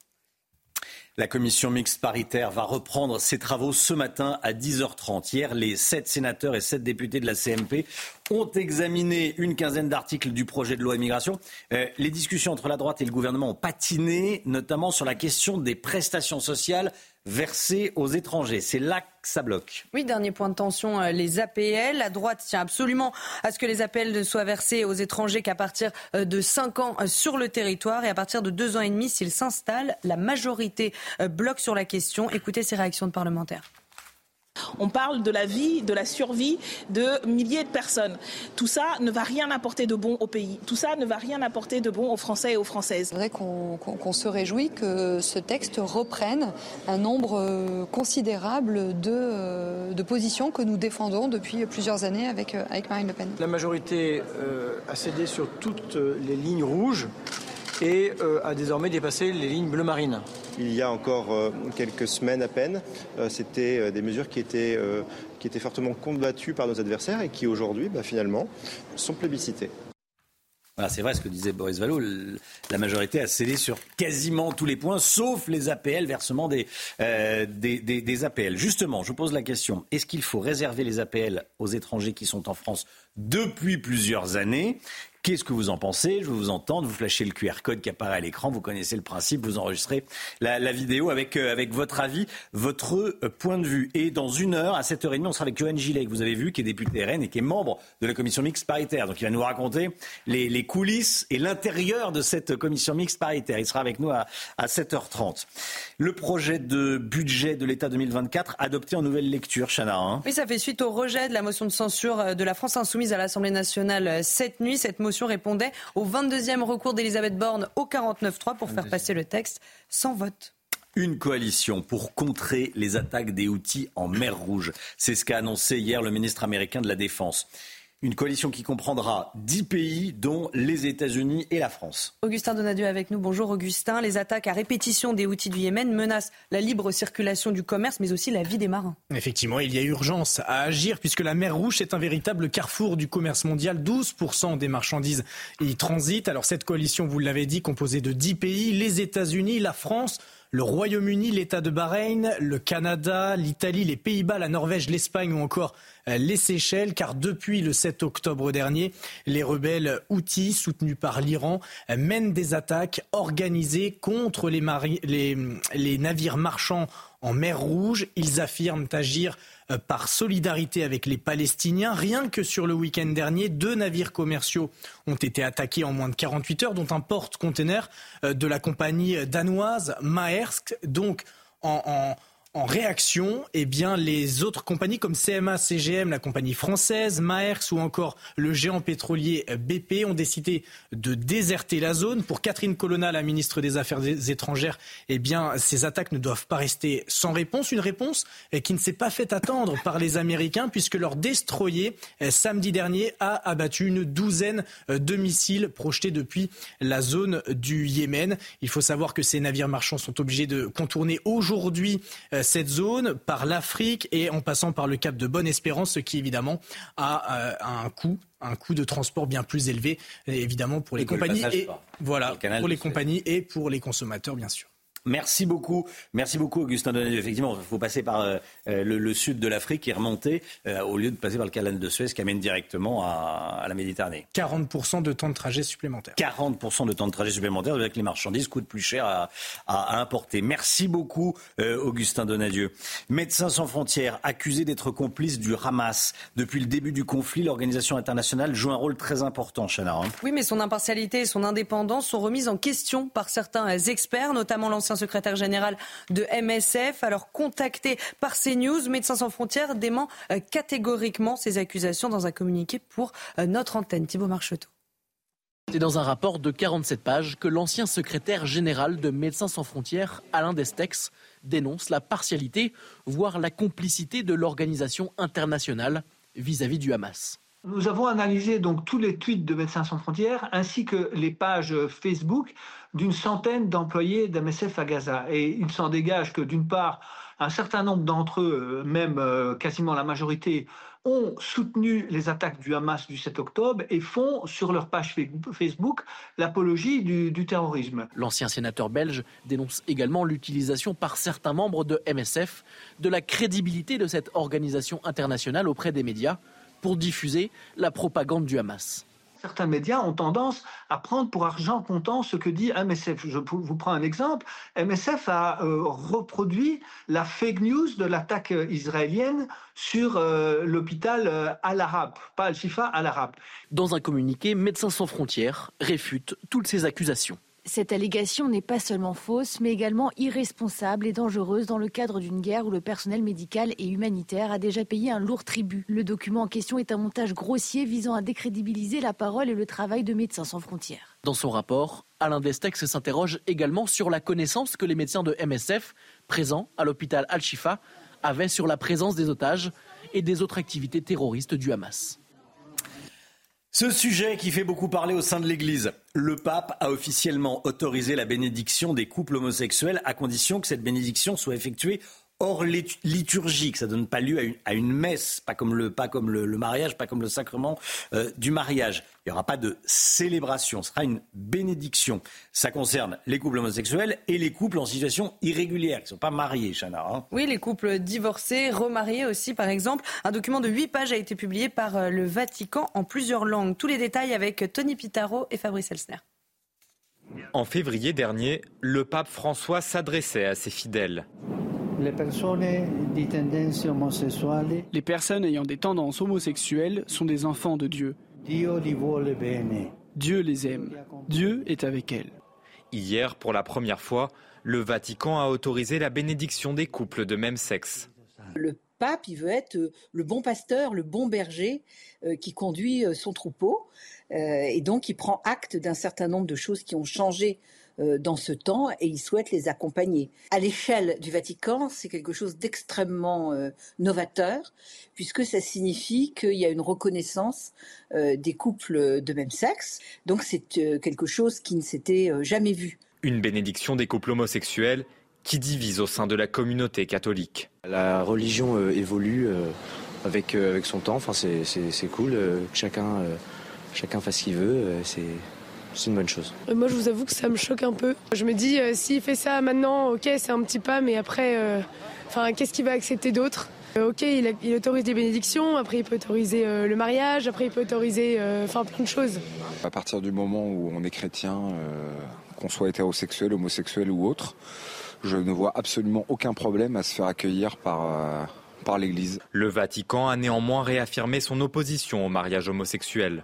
La commission mixte paritaire va reprendre ses travaux ce matin à dix heures trente. Hier, les sept sénateurs et sept députés de la C M P ont examiné une quinzaine d'articles du projet de loi immigration. Euh, les discussions entre la droite et le gouvernement ont patiné, notamment sur la question des prestations sociales versées aux étrangers. C'est là que ça bloque. Oui, dernier point de tension, les A P L. La droite tient absolument à ce que les A P L ne soient versés aux étrangers qu'à partir de cinq ans sur le territoire et à partir de deux ans et demi s'ils s'installent. La majorité bloque sur la question. Écoutez ces réactions de parlementaires. On parle de la vie, de la survie de milliers de personnes. Tout ça ne va rien apporter de bon au pays. Tout ça ne va rien apporter de bon aux Français et aux Françaises. C'est vrai qu'on, qu'on, qu'on se réjouit que ce texte reprenne un nombre considérable de, de positions que nous défendons depuis plusieurs années avec, avec Marine Le Pen. La majorité euh, a cédé sur toutes les lignes rouges et euh, a désormais dépassé les lignes bleu marine. Il y a encore euh, quelques semaines à peine, euh, c'était euh, des mesures qui étaient, euh, qui étaient fortement combattues par nos adversaires et qui aujourd'hui, bah, finalement, sont plébiscitées. Voilà, c'est vrai ce que disait Boris Vallaud, la majorité a cédé sur quasiment tous les points, sauf les A P L, versement des, euh, des, des, des A P L. Justement, je pose la question, est-ce qu'il faut réserver les A P L aux étrangers qui sont en France depuis plusieurs années ? Qu'est-ce que vous en pensez ? Je veux vous entendre, vous flashez le Q R code qui apparaît à l'écran, vous connaissez le principe, vous enregistrez la, la vidéo avec, euh, avec votre avis, votre euh, point de vue. Et dans une heure, à sept heures trente, on sera avec Johan Gillet, que vous avez vu, qui est député R N et qui est membre de la commission mixte paritaire. Donc il va nous raconter les, les coulisses et l'intérieur de cette commission mixte paritaire. Il sera avec nous à, à sept heures trente. Le projet de budget de l'État deux mille vingt-quatre adopté en nouvelle lecture, Chana. Hein. Oui, ça fait suite au rejet de la motion de censure de la France Insoumise soumise à l'Assemblée nationale cette nuit. Cette motion répondait au vingt-deuxième recours d'Elisabeth Borne au quarante-neuf trois pour faire passer le texte sans vote. Une coalition pour contrer les attaques des Houthis en mer Rouge. C'est ce qu'a annoncé hier le ministre américain de la Défense. Une coalition qui comprendra dix pays, dont les États-Unis et la France. Augustin Donadieu avec nous. Bonjour Augustin. Les attaques à répétition des Houthis du Yémen menacent la libre circulation du commerce, mais aussi la vie des marins. Effectivement, il y a urgence à agir puisque la mer Rouge est un véritable carrefour du commerce mondial. douze pour cent des marchandises y transitent. Alors cette coalition, vous l'avez dit, composée de dix pays, les États-Unis, la France, le Royaume-Uni, l'État de Bahreïn, le Canada, l'Italie, les Pays-Bas, la Norvège, l'Espagne ou encore les Seychelles, car depuis le sept octobre dernier, les rebelles Houthis, soutenus par l'Iran, mènent des attaques organisées contre les, mari- les, les navires marchands en mer Rouge. Ils affirment agir par solidarité avec les Palestiniens. Rien que sur le week-end dernier, deux navires commerciaux ont été attaqués en moins de quarante-huit heures, dont un porte-container de la compagnie danoise Maersk. Donc, en... en En réaction, eh bien, les autres compagnies comme C M A C G M, la compagnie française, Maersk ou encore le géant pétrolier B P ont décidé de déserter la zone. Pour Catherine Colonna, la ministre des Affaires étrangères, eh bien, ces attaques ne doivent pas rester sans réponse. Une réponse qui ne s'est pas fait attendre par les Américains puisque leur destroyer, samedi dernier, a abattu une douzaine de missiles projetés depuis la zone du Yémen. Il faut savoir que ces navires marchands sont obligés de contourner aujourd'hui cette zone par l'Afrique et en passant par le cap de Bonne-Espérance, ce qui évidemment a euh, un coût, un coût de transport bien plus élevé, évidemment pour les compagnies et voilà pour les compagnies et pour les consommateurs bien sûr. Merci beaucoup, merci beaucoup Augustin Donadieu. Effectivement, il faut passer par euh, le, le sud de l'Afrique et remonter euh, au lieu de passer par le canal de Suez qui amène directement à, à la Méditerranée. quarante pour cent de temps de trajet supplémentaire. quarante pour cent de temps de trajet supplémentaire avec les marchandises coûtent plus cher à, à, à importer. Merci beaucoup euh, Augustin Donadieu. Médecins sans frontières, accusés d'être complices du Hamas. Depuis le début du conflit, l'organisation internationale joue un rôle très important, Chana. Hein. Oui, mais son impartialité et son indépendance sont remises en question par certains experts, notamment l'ancien secrétaire général de M S F. Alors contacté par CNews, Médecins sans frontières dément euh, catégoriquement ces accusations dans un communiqué pour euh, notre antenne. Thibaut Marcheteau. C'est dans un rapport de quarante-sept pages que l'ancien secrétaire général de Médecins sans frontières, Alain Destex, dénonce la partialité, voire la complicité de l'organisation internationale vis-à-vis du Hamas. Nous avons analysé donc tous les tweets de Médecins sans frontières ainsi que les pages Facebook d'une centaine d'employés d'M S F à Gaza. Et il s'en dégage que d'une part, un certain nombre d'entre eux, même euh, quasiment la majorité, ont soutenu les attaques du Hamas du sept octobre et font sur leur page Facebook l'apologie du, du terrorisme. L'ancien sénateur belge dénonce également l'utilisation par certains membres de M S F de la crédibilité de cette organisation internationale auprès des médias pour diffuser la propagande du Hamas. Certains médias ont tendance à prendre pour argent comptant ce que dit M S F. Je vous prends un exemple. M S F a euh, reproduit la fake news de l'attaque israélienne sur euh, l'hôpital euh, Al-Arab, pas Al-Shifa, Al-Arab. Dans un communiqué, Médecins sans frontières réfute toutes ces accusations. Cette allégation n'est pas seulement fausse, mais également irresponsable et dangereuse dans le cadre d'une guerre où le personnel médical et humanitaire a déjà payé un lourd tribut. Le document en question est un montage grossier visant à décrédibiliser la parole et le travail de Médecins sans frontières. Dans son rapport, Alain Destex s'interroge également sur la connaissance que les médecins de M S F, présents à l'hôpital Al-Shifa, avaient sur la présence des otages et des autres activités terroristes du Hamas. Ce sujet qui fait beaucoup parler au sein de l'Église. Le pape a officiellement autorisé la bénédiction des couples homosexuels à condition que cette bénédiction soit effectuée hors liturgique. Ça ne donne pas lieu à une, à une messe, pas comme le, pas comme le, le mariage, pas comme le sacrement euh, du mariage. Il n'y aura pas de célébration, ce sera une bénédiction. Ça concerne les couples homosexuels et les couples en situation irrégulière, qui ne sont pas mariés, Chana. Hein. Oui, les couples divorcés, remariés aussi, par exemple. Un document de huit pages a été publié par le Vatican en plusieurs langues. Tous les détails avec Tony Pitaro et Fabrice Elsner. En février dernier, le pape François s'adressait à ses fidèles. Les personnes Les personnes ayant des tendances homosexuelles sont des enfants de Dieu. Dieu les aime. Dieu est avec elles. Hier, pour la première fois, le Vatican a autorisé la bénédiction des couples de même sexe. Le pape, il veut être euh, le bon pasteur, le bon berger euh, qui conduit euh, son troupeau. Euh, et donc, il prend acte d'un certain nombre de choses qui ont changé euh, dans ce temps et il souhaite les accompagner. À l'échelle du Vatican, c'est quelque chose d'extrêmement euh, novateur, puisque ça signifie qu'il y a une reconnaissance euh, des couples de même sexe. Donc, c'est euh, quelque chose qui ne s'était euh, jamais vu. Une bénédiction des couples homosexuels qui divise au sein de la communauté catholique. La religion euh, évolue euh, avec, euh, avec son temps, enfin, c'est, c'est, c'est cool, euh, chacun, euh, chacun fasse ce qu'il veut, euh, c'est, c'est une bonne chose. Moi je vous avoue que ça me choque un peu. Je me dis euh, s'il fait ça maintenant, ok c'est un petit pas, mais après, euh, enfin, qu'est-ce qu'il va accepter d'autre ? Euh, ok, il, a, il autorise des bénédictions, après il peut autoriser euh, le mariage, après il peut autoriser euh, enfin, plein de choses. À partir du moment où on est chrétien, euh, qu'on soit hétérosexuel, homosexuel ou autre, je ne vois absolument aucun problème à se faire accueillir par, euh, par l'Église. Le Vatican a néanmoins réaffirmé son opposition au mariage homosexuel.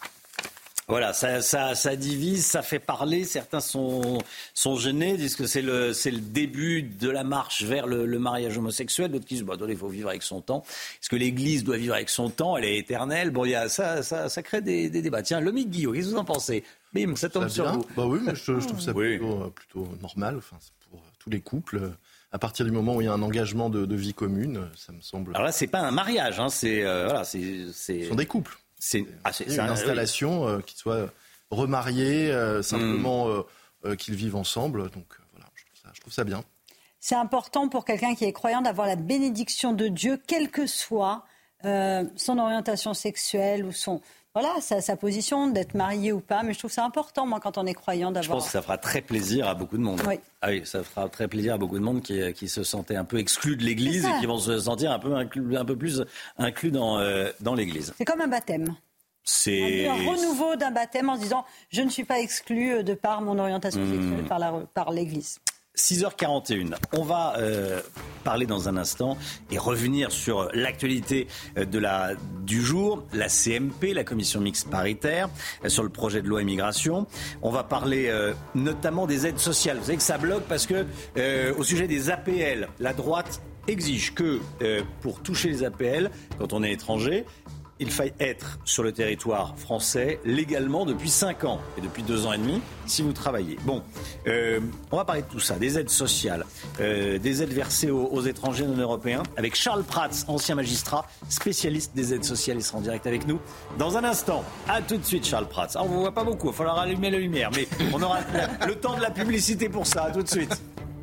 Voilà, ça, ça, ça divise, ça fait parler. Certains sont, sont gênés, disent que c'est le, c'est le début de la marche vers le, le mariage homosexuel. D'autres qui disent, bah, attendez, il faut vivre avec son temps. Est-ce que l'Église doit vivre avec son temps ? Elle est éternelle. Bon, il y a, ça, ça, ça crée des, des débats. Tiens, Lomique Guillot, qu'est-ce que vous en pensez ? Bim, ça tombe sur vous. Bah oui, mais je, je trouve ça oui. plutôt, plutôt normal. Enfin, c'est pour tous les couples. À partir du moment où il y a un engagement de, de vie commune, ça me semble. Alors là, c'est pas un mariage, hein, c'est euh, voilà, c'est, c'est. Ce sont des couples. C'est, ah, c'est, c'est c'est une un, installation oui. euh, qui soit remariés, euh, simplement mm. euh, euh, qu'ils vivent ensemble. Donc euh, voilà, je trouve ça, je trouve ça bien. C'est important pour quelqu'un qui est croyant d'avoir la bénédiction de Dieu, quelle que soit euh, son orientation sexuelle ou son voilà sa, sa position, d'être marié ou pas. Mais je trouve ça important, moi, quand on est croyant, d'avoir. Je pense que ça fera très plaisir à beaucoup de monde. Oui. Ah oui, ça fera très plaisir à beaucoup de monde qui, qui se sentaient un peu exclus de l'Église et qui vont se sentir un peu inclus, un peu plus inclus dans euh, dans l'Église. C'est comme un baptême. C'est un renouveau d'un baptême en se disant je ne suis pas exclu de par mon orientation mmh. sexuelle par, la, par l'Église. six heures quarante et une. On va euh, parler dans un instant et revenir sur l'actualité de la, du jour, la C M P, la commission mixte paritaire, sur le projet de loi immigration. On va parler euh, notamment des aides sociales. Vous savez que ça bloque parce que euh, au sujet des A P L, la droite exige que euh, pour toucher les A P L, quand on est étranger, il faille être sur le territoire français légalement depuis cinq ans et depuis deux ans et demi si vous travaillez. Bon, euh, on va parler de tout ça, des aides sociales, euh, des aides versées aux, aux étrangers non européens, avec Charles Prats, ancien magistrat, spécialiste des aides sociales. Il sera en direct avec nous dans un instant. À tout de suite, Charles Prats. Alors, on ne vous voit pas beaucoup, il va falloir allumer la lumière, mais on aura le temps de la publicité pour ça. À tout de suite.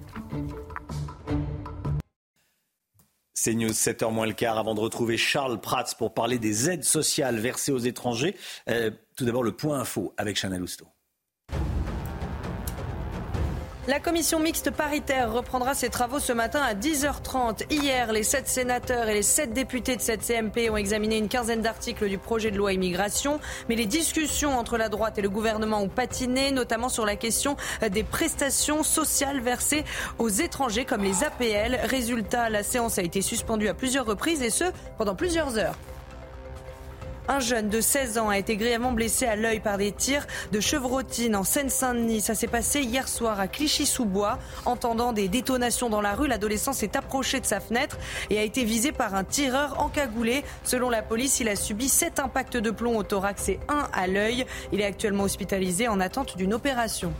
C'est News, sept heures moins le quart, avant de retrouver Charles Prats pour parler des aides sociales versées aux étrangers. Euh, tout d'abord, le point info avec Chana Lousteau. La commission mixte paritaire reprendra ses travaux ce matin à dix heures trente. Hier, les sept sénateurs et les sept députés de cette C M P ont examiné une quinzaine d'articles du projet de loi immigration. Mais les discussions entre la droite et le gouvernement ont patiné, notamment sur la question des prestations sociales versées aux étrangers comme les A P L. Résultat, la séance a été suspendue à plusieurs reprises et ce, pendant plusieurs heures. Un jeune de seize ans a été grièvement blessé à l'œil par des tirs de chevrotine en Seine-Saint-Denis. Ça s'est passé hier soir à Clichy-sous-Bois. Entendant des détonations dans la rue, l'adolescent s'est approché de sa fenêtre et a été visé par un tireur encagoulé. Selon la police, il a subi sept impacts de plomb au thorax et un à l'œil. Il est actuellement hospitalisé en attente d'une opération.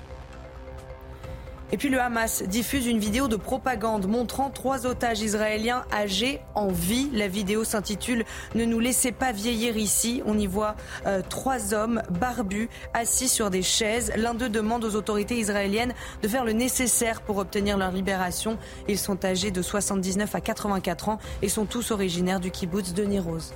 Et puis le Hamas diffuse une vidéo de propagande montrant trois otages israéliens âgés en vie. La vidéo s'intitule « Ne nous laissez pas vieillir ici ». On y voit euh, trois hommes barbus assis sur des chaises. L'un d'eux demande aux autorités israéliennes de faire le nécessaire pour obtenir leur libération. Ils sont âgés de soixante-dix-neuf à quatre-vingt-quatre ans et sont tous originaires du kibboutz de Nir Oz.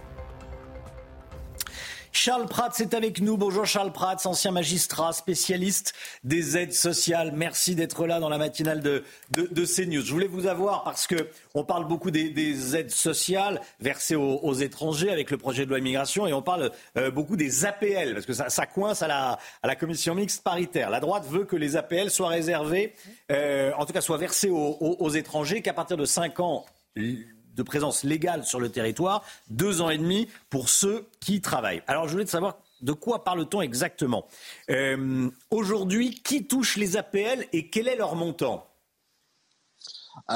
Charles Prats est avec nous. Bonjour Charles Prats, ancien magistrat, spécialiste des aides sociales. Merci d'être là dans la matinale de, de, de CNews. Je voulais vous avoir parce que on parle beaucoup des, des aides sociales versées aux, aux étrangers avec le projet de loi immigration et on parle euh, beaucoup des A P L parce que ça, ça coince à la, à la commission mixte paritaire. La droite veut que les A P L soient réservés, euh, en tout cas soient versés aux, aux, aux étrangers qu'à partir de cinq ans de présence légale sur le territoire, deux ans et demi pour ceux qui travaillent. Alors je voulais savoir de quoi parle-t-on exactement. Euh, aujourd'hui, qui touche les A P L et quel est leur montant ? Alors,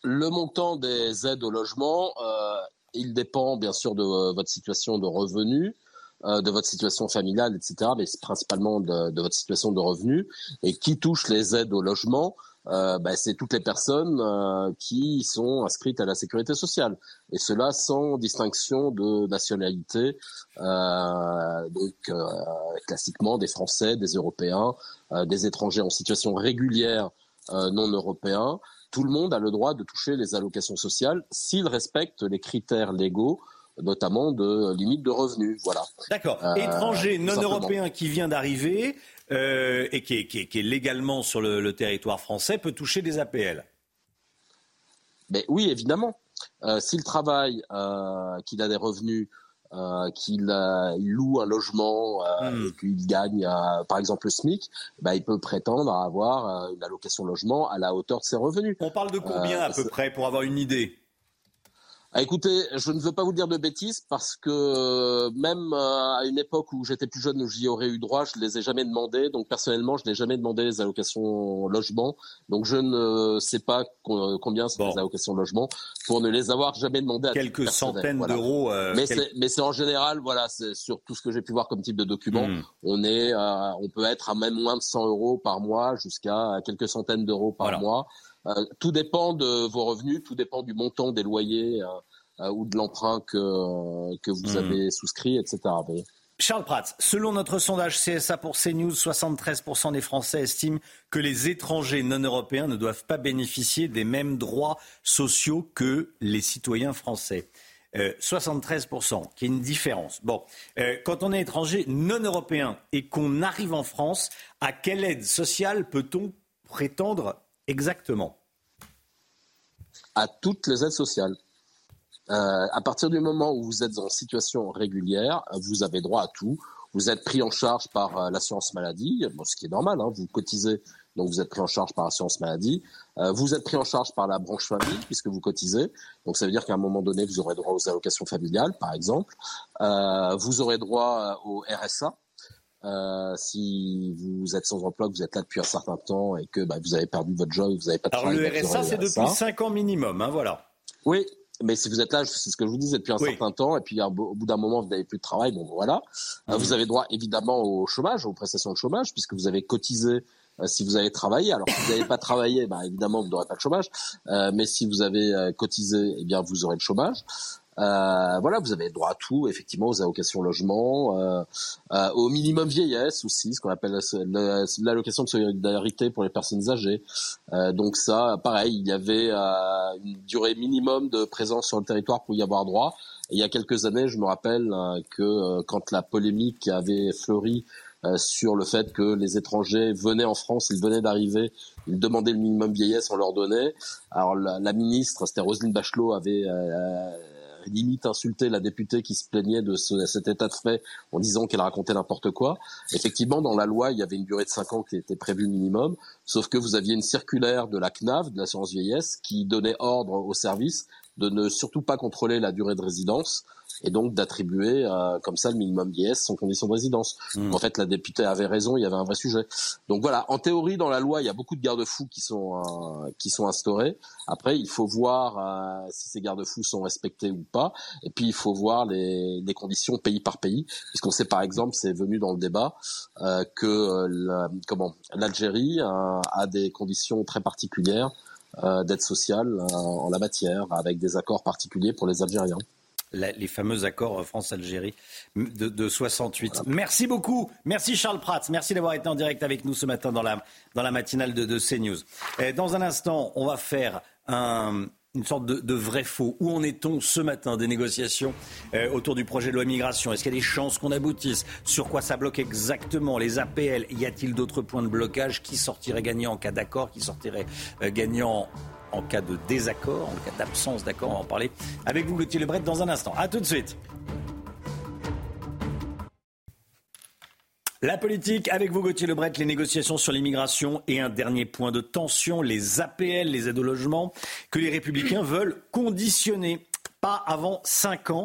Le montant des aides au logement, euh, il dépend bien sûr de euh, votre situation de revenus, euh, de votre situation familiale, et cetera, mais c'est principalement de, de votre situation de revenus. Et qui touche les aides au logement, euh, bah, c'est toutes les personnes euh, qui sont inscrites à la sécurité sociale. Et cela sans distinction de nationalité, euh, donc euh, classiquement des Français, des Européens, euh, des étrangers en situation régulière euh, non européens. Tout le monde a le droit de toucher les allocations sociales s'il respecte les critères légaux, notamment de limite de revenus. Voilà. D'accord. Euh, Étranger non européen qui vient d'arriver euh, et qui est, qui, est, qui est légalement sur le, le territoire français peut toucher des A P L. Mais oui, évidemment. Euh, s'il travaille, euh, qu'il a des revenus, euh, qu'il euh, il loue un logement euh, mmh. et qu'il gagne, euh, par exemple, le SMIC, bah, il peut prétendre à avoir euh, une allocation logement à la hauteur de ses revenus. On parle de combien euh, à peu c'est... près pour avoir une idée ? Ah, écoutez, je ne veux pas vous dire de bêtises parce que même à une époque où j'étais plus jeune, où j'y aurais eu droit, je ne les ai jamais demandés. Donc personnellement, je n'ai jamais demandé les allocations logement. Donc je ne sais pas combien sont bon. les allocations logement pour ne les avoir jamais demandées à quelques centaines voilà. d'euros. Euh, mais, quel... c'est, mais c'est en général, voilà, c'est sur tout ce que j'ai pu voir comme type de document, mmh. on est, euh, on peut être à même moins de cent euros par mois jusqu'à quelques centaines d'euros par voilà. mois. Euh, tout dépend de vos revenus, tout dépend du montant des loyers euh, euh, ou de l'emprunt que, euh, que vous mmh. avez souscrit, et cetera. Mais... Charles Prats, selon notre sondage C S A pour CNews, soixante-treize pour cent des Français estiment que les étrangers non européens ne doivent pas bénéficier des mêmes droits sociaux que les citoyens français. Euh, soixante-treize pour cent, qui est une différence. Bon, euh, quand on est étranger non européen et qu'on arrive en France, à quelle aide sociale peut-on prétendre exactement? À toutes les aides sociales. Euh, à partir du moment où vous êtes en situation régulière, vous avez droit à tout. Vous êtes pris en charge par euh, l'assurance maladie, bon, ce qui est normal, hein, vous cotisez, donc vous êtes pris en charge par l'assurance maladie. Euh, vous êtes pris en charge par la branche famille, puisque vous cotisez. Donc ça veut dire qu'à un moment donné, vous aurez droit aux allocations familiales, par exemple. Euh, vous aurez droit au R S A. Euh, si vous êtes sans emploi, que vous êtes là depuis un certain temps et que bah, vous avez perdu votre job, vous n'avez pas de travail. Alors le R S A, c'est depuis cinq ans minimum, hein, voilà. Oui, mais si vous êtes là, c'est ce que je vous dis, depuis un oui. certain temps, et puis au bout d'un moment, vous n'avez plus de travail, bon voilà. Mmh. Euh, vous avez droit évidemment au chômage, aux prestations de chômage, puisque vous avez cotisé euh, si vous avez travaillé. Alors si vous n'avez pas travaillé, bah, évidemment, vous n'aurez pas de chômage. Euh, mais si vous avez euh, cotisé, eh bien, vous aurez le chômage. Euh, voilà, vous avez droit à tout, effectivement, aux allocations logement, euh, euh, au minimum vieillesse aussi, ce qu'on appelle la, l'allocation de solidarité pour les personnes âgées. Euh, donc ça, pareil, il y avait euh, une durée minimum de présence sur le territoire pour y avoir droit. Et il y a quelques années, je me rappelle euh, que euh, quand la polémique avait fleuri euh, sur le fait que les étrangers venaient en France, ils venaient d'arriver, ils demandaient le minimum vieillesse, on leur donnait. Alors la, la ministre, c'était Roselyne Bachelot, avait euh, limite insulter la députée qui se plaignait de ce, cet état de fait en disant qu'elle racontait n'importe quoi. Effectivement, dans la loi, il y avait une durée de cinq ans qui était prévue minimum, sauf que vous aviez une circulaire de la C N A V, de l'assurance vieillesse, qui donnait ordre au service de ne surtout pas contrôler la durée de résidence et donc d'attribuer euh, comme ça le minimum vieillesse sans condition de résidence. Mmh. Donc, en fait, la députée avait raison, il y avait un vrai sujet. Donc voilà, en théorie, dans la loi, il y a beaucoup de garde-fous qui sont euh, qui sont instaurés. Après, il faut voir euh, si ces garde-fous sont respectés ou pas. Et puis, il faut voir les, les conditions pays par pays, puisqu'on sait par exemple, c'est venu dans le débat, euh, que la, comment l'Algérie euh, a des conditions très particulières euh, d'aide sociale euh, en la matière, avec des accords particuliers pour les Algériens. La, les fameux accords France-Algérie de, de soixante-huit. Voilà. Merci beaucoup. Merci Charles Prats. Merci d'avoir été en direct avec nous ce matin dans la, dans la matinale de, de CNews. Et dans un instant, on va faire un, une sorte de, de vrai faux. Où en est-on ce matin des négociations euh, autour du projet de loi immigration? Est-ce qu'il y a des chances qu'on aboutisse? Sur quoi ça bloque exactement? Les A P L, y a-t-il d'autres points de blocage? Qui sortirait gagnant en cas d'accord? Qui sortirait euh, gagnant en cas de désaccord, en cas d'absence d'accord? On va en parler avec vous, Gauthier Lebret, dans un instant. A tout de suite. La politique, avec vous, Gauthier Lebret, les négociations sur l'immigration et un dernier point de tension, les A P L, les aides au logement, que les Républicains veulent conditionner, pas avant cinq ans,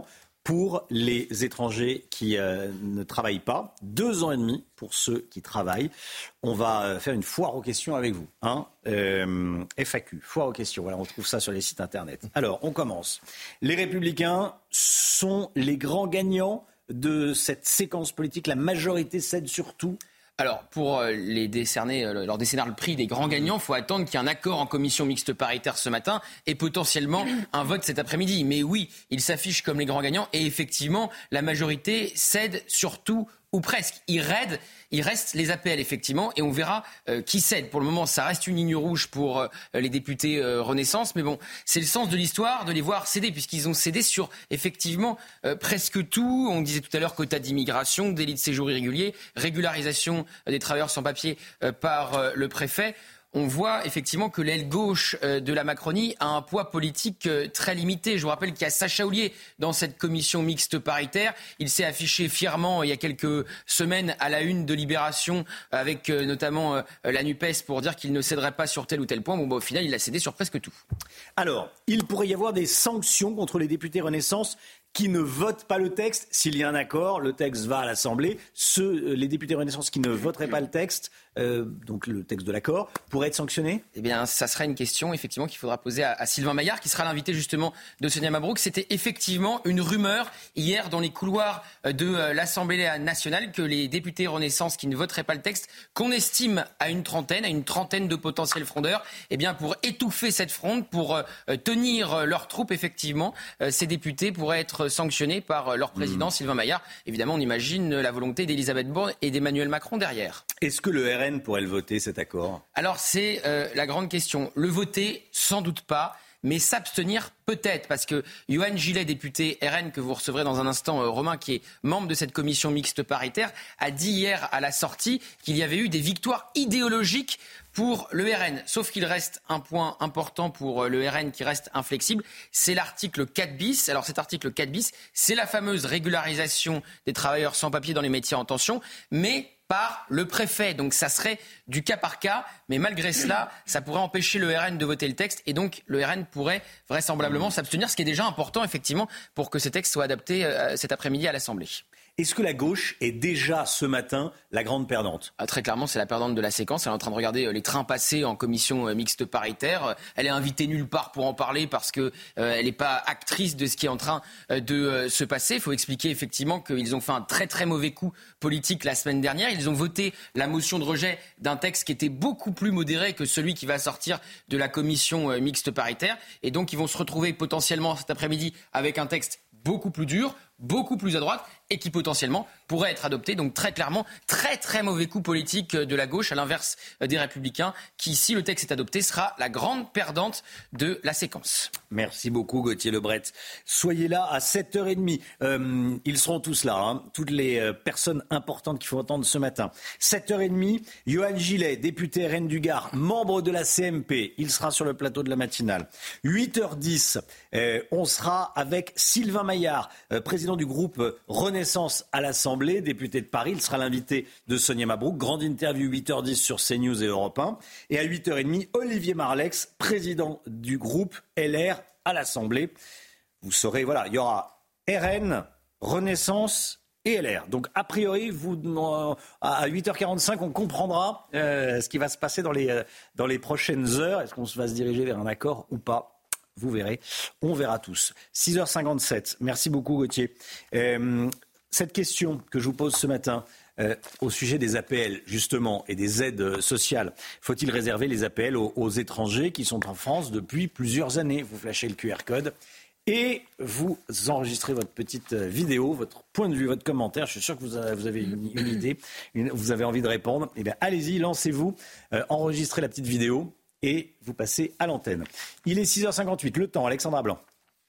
pour les étrangers qui euh, ne travaillent pas. Deux ans et demi pour ceux qui travaillent. On va faire une foire aux questions avec vous. Hein euh, F A Q, foire aux questions. Voilà, on trouve ça sur les sites internet. Alors, on commence. Les Républicains sont les grands gagnants de cette séquence politique. La majorité cède surtout. Alors, pour les décerner, leur décerner le prix des grands gagnants, il faut attendre qu'il y ait un accord en commission mixte paritaire ce matin et potentiellement un vote cet après-midi. Mais oui, ils s'affichent comme les grands gagnants et effectivement, la majorité cède surtout ou presque. Il reste, il reste les A P L, effectivement, et on verra euh, qui cède. Pour le moment, ça reste une ligne rouge pour euh, les députés euh, Renaissance, mais bon, c'est le sens de l'histoire de les voir céder, puisqu'ils ont cédé sur, effectivement, euh, presque tout. On disait tout à l'heure quota d'immigration, délit de séjour irrégulier, régularisation des travailleurs sans papier euh, par euh, le préfet. On voit effectivement que l'aile gauche de la Macronie a un poids politique très limité. Je vous rappelle qu'il y a Sacha Houlié dans cette commission mixte paritaire. Il s'est affiché fièrement il y a quelques semaines à la une de Libération avec notamment la NUPES pour dire qu'il ne céderait pas sur tel ou tel point. Bon, bah, au final, il a cédé sur presque tout. Alors, il pourrait y avoir des sanctions contre les députés Renaissance qui ne votent pas le texte. S'il y a un accord, le texte va à l'Assemblée. Ceux, les députés Renaissance qui ne voteraient pas le texte, euh, donc le texte de l'accord, pourraient être sanctionnés ? Eh bien, ça sera une question effectivement qu'il faudra poser à, à Sylvain Maillard, qui sera l'invité justement de Sonia Mabrouk. C'était effectivement une rumeur hier dans les couloirs de l'Assemblée nationale que les députés Renaissance qui ne voteraient pas le texte, qu'on estime à une trentaine, à une trentaine de potentiels frondeurs, eh bien pour étouffer cette fronde, pour euh, tenir leurs troupes, effectivement, euh, ces députés pourraient être sanctionnés par leur président, mmh. Sylvain Maillard. Évidemment, on imagine la volonté d'Elisabeth Borne et d'Emmanuel Macron derrière. Est-ce que le R N pourrait le voter, cet accord ? Alors, c'est euh, la grande question. Le voter, sans doute pas. Mais s'abstenir peut-être, parce que Yohann Gillet, député R N, que vous recevrez dans un instant, euh, Romain, qui est membre de cette commission mixte paritaire, a dit hier à la sortie qu'il y avait eu des victoires idéologiques pour le R N. Sauf qu'il reste un point important pour le R N qui reste inflexible, c'est l'article quatre bis. Alors cet article quatre bis, c'est la fameuse régularisation des travailleurs sans papier dans les métiers en tension, mais par le préfet. Donc ça serait du cas par cas, mais malgré cela, ça pourrait empêcher le R N de voter le texte et donc le R N pourrait vraisemblablement s'abstenir, ce qui est déjà important effectivement pour que ce texte soit adopté euh, cet après-midi à l'Assemblée. Est-ce que la gauche est déjà ce matin la grande perdante ? Ah, très clairement, c'est la perdante de la séquence. Elle est en train de regarder les trains passés en commission mixte paritaire. Elle est invitée nulle part pour en parler parce qu'elle euh, n'est pas actrice de ce qui est en train de euh, se passer. Il faut expliquer effectivement qu'ils ont fait un très très mauvais coup politique la semaine dernière. Ils ont voté la motion de rejet d'un texte qui était beaucoup plus modéré que celui qui va sortir de la commission euh, mixte paritaire. Et donc ils vont se retrouver potentiellement cet après-midi avec un texte beaucoup plus dur, beaucoup plus à droite et qui potentiellement pourrait être adopté. Donc très clairement, très très mauvais coup politique de la gauche, à l'inverse des Républicains, qui, si le texte est adopté, sera la grande perdante de la séquence. Merci beaucoup Gauthier Lebret. Soyez là à sept heures trente. Euh, ils seront tous là, hein, toutes les euh, personnes importantes qu'il faut entendre ce matin. sept heures trente, Yohann Gillet, député R N du Gard, membre de la C M P. Il sera sur le plateau de la matinale. huit heures dix, euh, on sera avec Sylvain Maillard, euh, président du groupe Renaissance à l'Assemblée, député de Paris. Il sera l'invité de Sonia Mabrouk. Grande interview huit heures dix sur CNews et Europe un. Et à huit heures trente, Olivier Marleix, président du groupe L R à l'Assemblée. Vous saurez, voilà, il y aura R N, Renaissance et L R. Donc, a priori, vous, euh, à huit heures quarante-cinq, on comprendra euh, ce qui va se passer dans les, euh, dans les prochaines heures. Est-ce qu'on va se diriger vers un accord ou pas ? Vous verrez, on verra tous. six heures cinquante-sept, merci beaucoup Gauthier. Euh, cette question que je vous pose ce matin euh, au sujet des A P L justement et des aides sociales, faut-il réserver les A P L aux, aux étrangers qui sont en France depuis plusieurs années ? Vous flashez le Q R code et vous enregistrez votre petite vidéo, votre point de vue, votre commentaire. Je suis sûr que vous avez, vous avez une, une idée, une, vous avez envie de répondre. Eh bien, allez-y, lancez-vous, euh, enregistrez la petite vidéo. Et vous passez à l'antenne. Il est six heures cinquante-huit, le temps, Alexandra Blanc.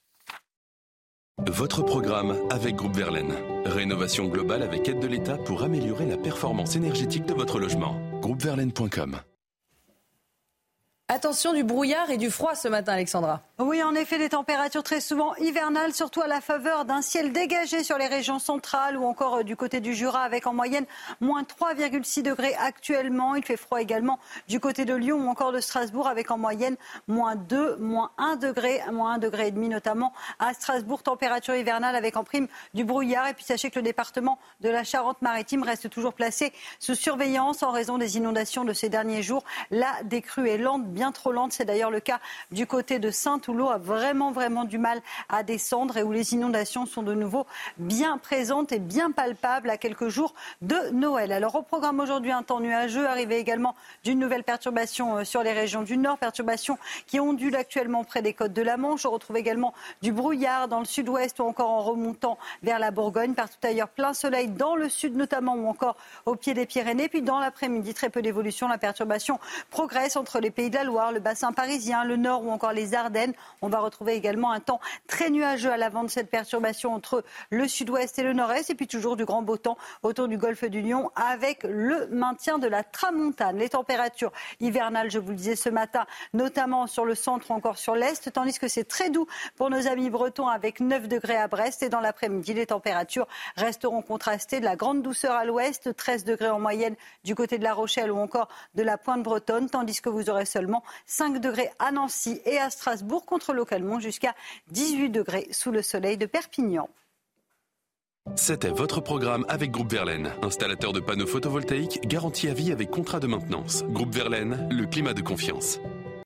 Votre programme avec Groupe Verlaine. Rénovation globale avec aide de l'État pour améliorer la performance énergétique de votre logement. groupe verlaine point com. Attention du brouillard et du froid ce matin, Alexandra. Oui, en effet, des températures très souvent hivernales, surtout à la faveur d'un ciel dégagé sur les régions centrales ou encore du côté du Jura, avec en moyenne moins trois virgule six degrés actuellement. Il fait froid également du côté de Lyon ou encore de Strasbourg, avec en moyenne moins deux, moins un degré, moins un degré et demi notamment à Strasbourg. Température hivernale avec en prime du brouillard. Et puis sachez que le département de la Charente-Maritime reste toujours placé sous surveillance en raison des inondations de ces derniers jours. La décrue est lente, bien trop lente. C'est d'ailleurs le cas du côté de Saintes où l'eau a vraiment, vraiment du mal à descendre et où les inondations sont de nouveau bien présentes et bien palpables à quelques jours de Noël. Alors au programme aujourd'hui, un temps nuageux, arrivé également d'une nouvelle perturbation sur les régions du Nord, perturbation qui ondule actuellement près des côtes de la Manche. On retrouve également du brouillard dans le sud-ouest ou encore en remontant vers la Bourgogne. Partout ailleurs, plein soleil dans le sud notamment ou encore au pied des Pyrénées. Puis dans l'après-midi, très peu d'évolution. La perturbation progresse entre les Pays de la Loire, le bassin parisien, le nord ou encore les Ardennes. On va retrouver également un temps très nuageux à l'avant de cette perturbation entre le sud-ouest et le nord-est. Et puis toujours du grand beau temps autour du golfe du Lion avec le maintien de la tramontane. Les températures hivernales, je vous le disais ce matin, notamment sur le centre ou encore sur l'est, tandis que c'est très doux pour nos amis bretons avec neuf degrés à Brest. Et dans l'après-midi, les températures resteront contrastées. De la grande douceur à l'ouest, treize degrés en moyenne du côté de La Rochelle ou encore de la Pointe bretonne, tandis que vous aurez seulement cinq degrés à Nancy et à Strasbourg, contre localement jusqu'à dix-huit degrés sous le soleil de Perpignan. C'était votre programme avec Groupe Verlaine, installateur de panneaux photovoltaïques garantis à vie avec contrat de maintenance. Groupe Verlaine, le climat de confiance.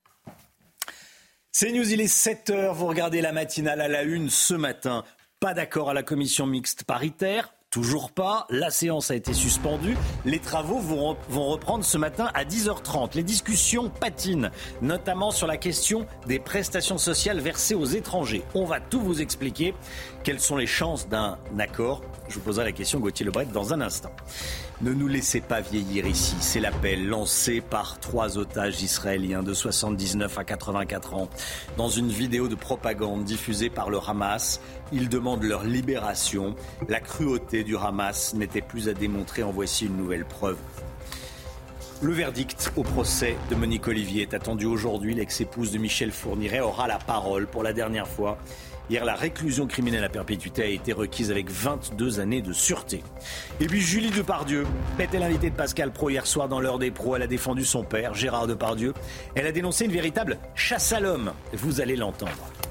C'est News, il est sept heures, vous regardez la matinale à la une ce matin. Pas d'accord à la commission mixte paritaire. Toujours pas. La séance a été suspendue. Les travaux vont, re- vont reprendre ce matin à dix heures trente. Les discussions patinent, notamment sur la question des prestations sociales versées aux étrangers. On va tout vous expliquer. Quelles sont les chances d'un accord ? Je vous poserai la question, Gauthier Lebret, dans un instant. Ne nous laissez pas vieillir ici. C'est l'appel lancé par trois otages israéliens de soixante-dix-neuf à quatre-vingt-quatre ans. Dans une vidéo de propagande diffusée par le Hamas, ils demandent leur libération. La cruauté du Hamas n'était plus à démontrer. En voici une nouvelle preuve. Le verdict au procès de Monique Olivier est attendu aujourd'hui. L'ex-épouse de Michel Fourniret aura la parole pour la dernière fois. Hier, la réclusion criminelle à perpétuité a été requise avec vingt-deux années de sûreté. Et puis Julie Depardieu était l'invitée de Pascal Praud hier soir dans l'heure des pros. Elle a défendu son père, Gérard Depardieu. Elle a dénoncé une véritable chasse à l'homme. Vous allez l'entendre.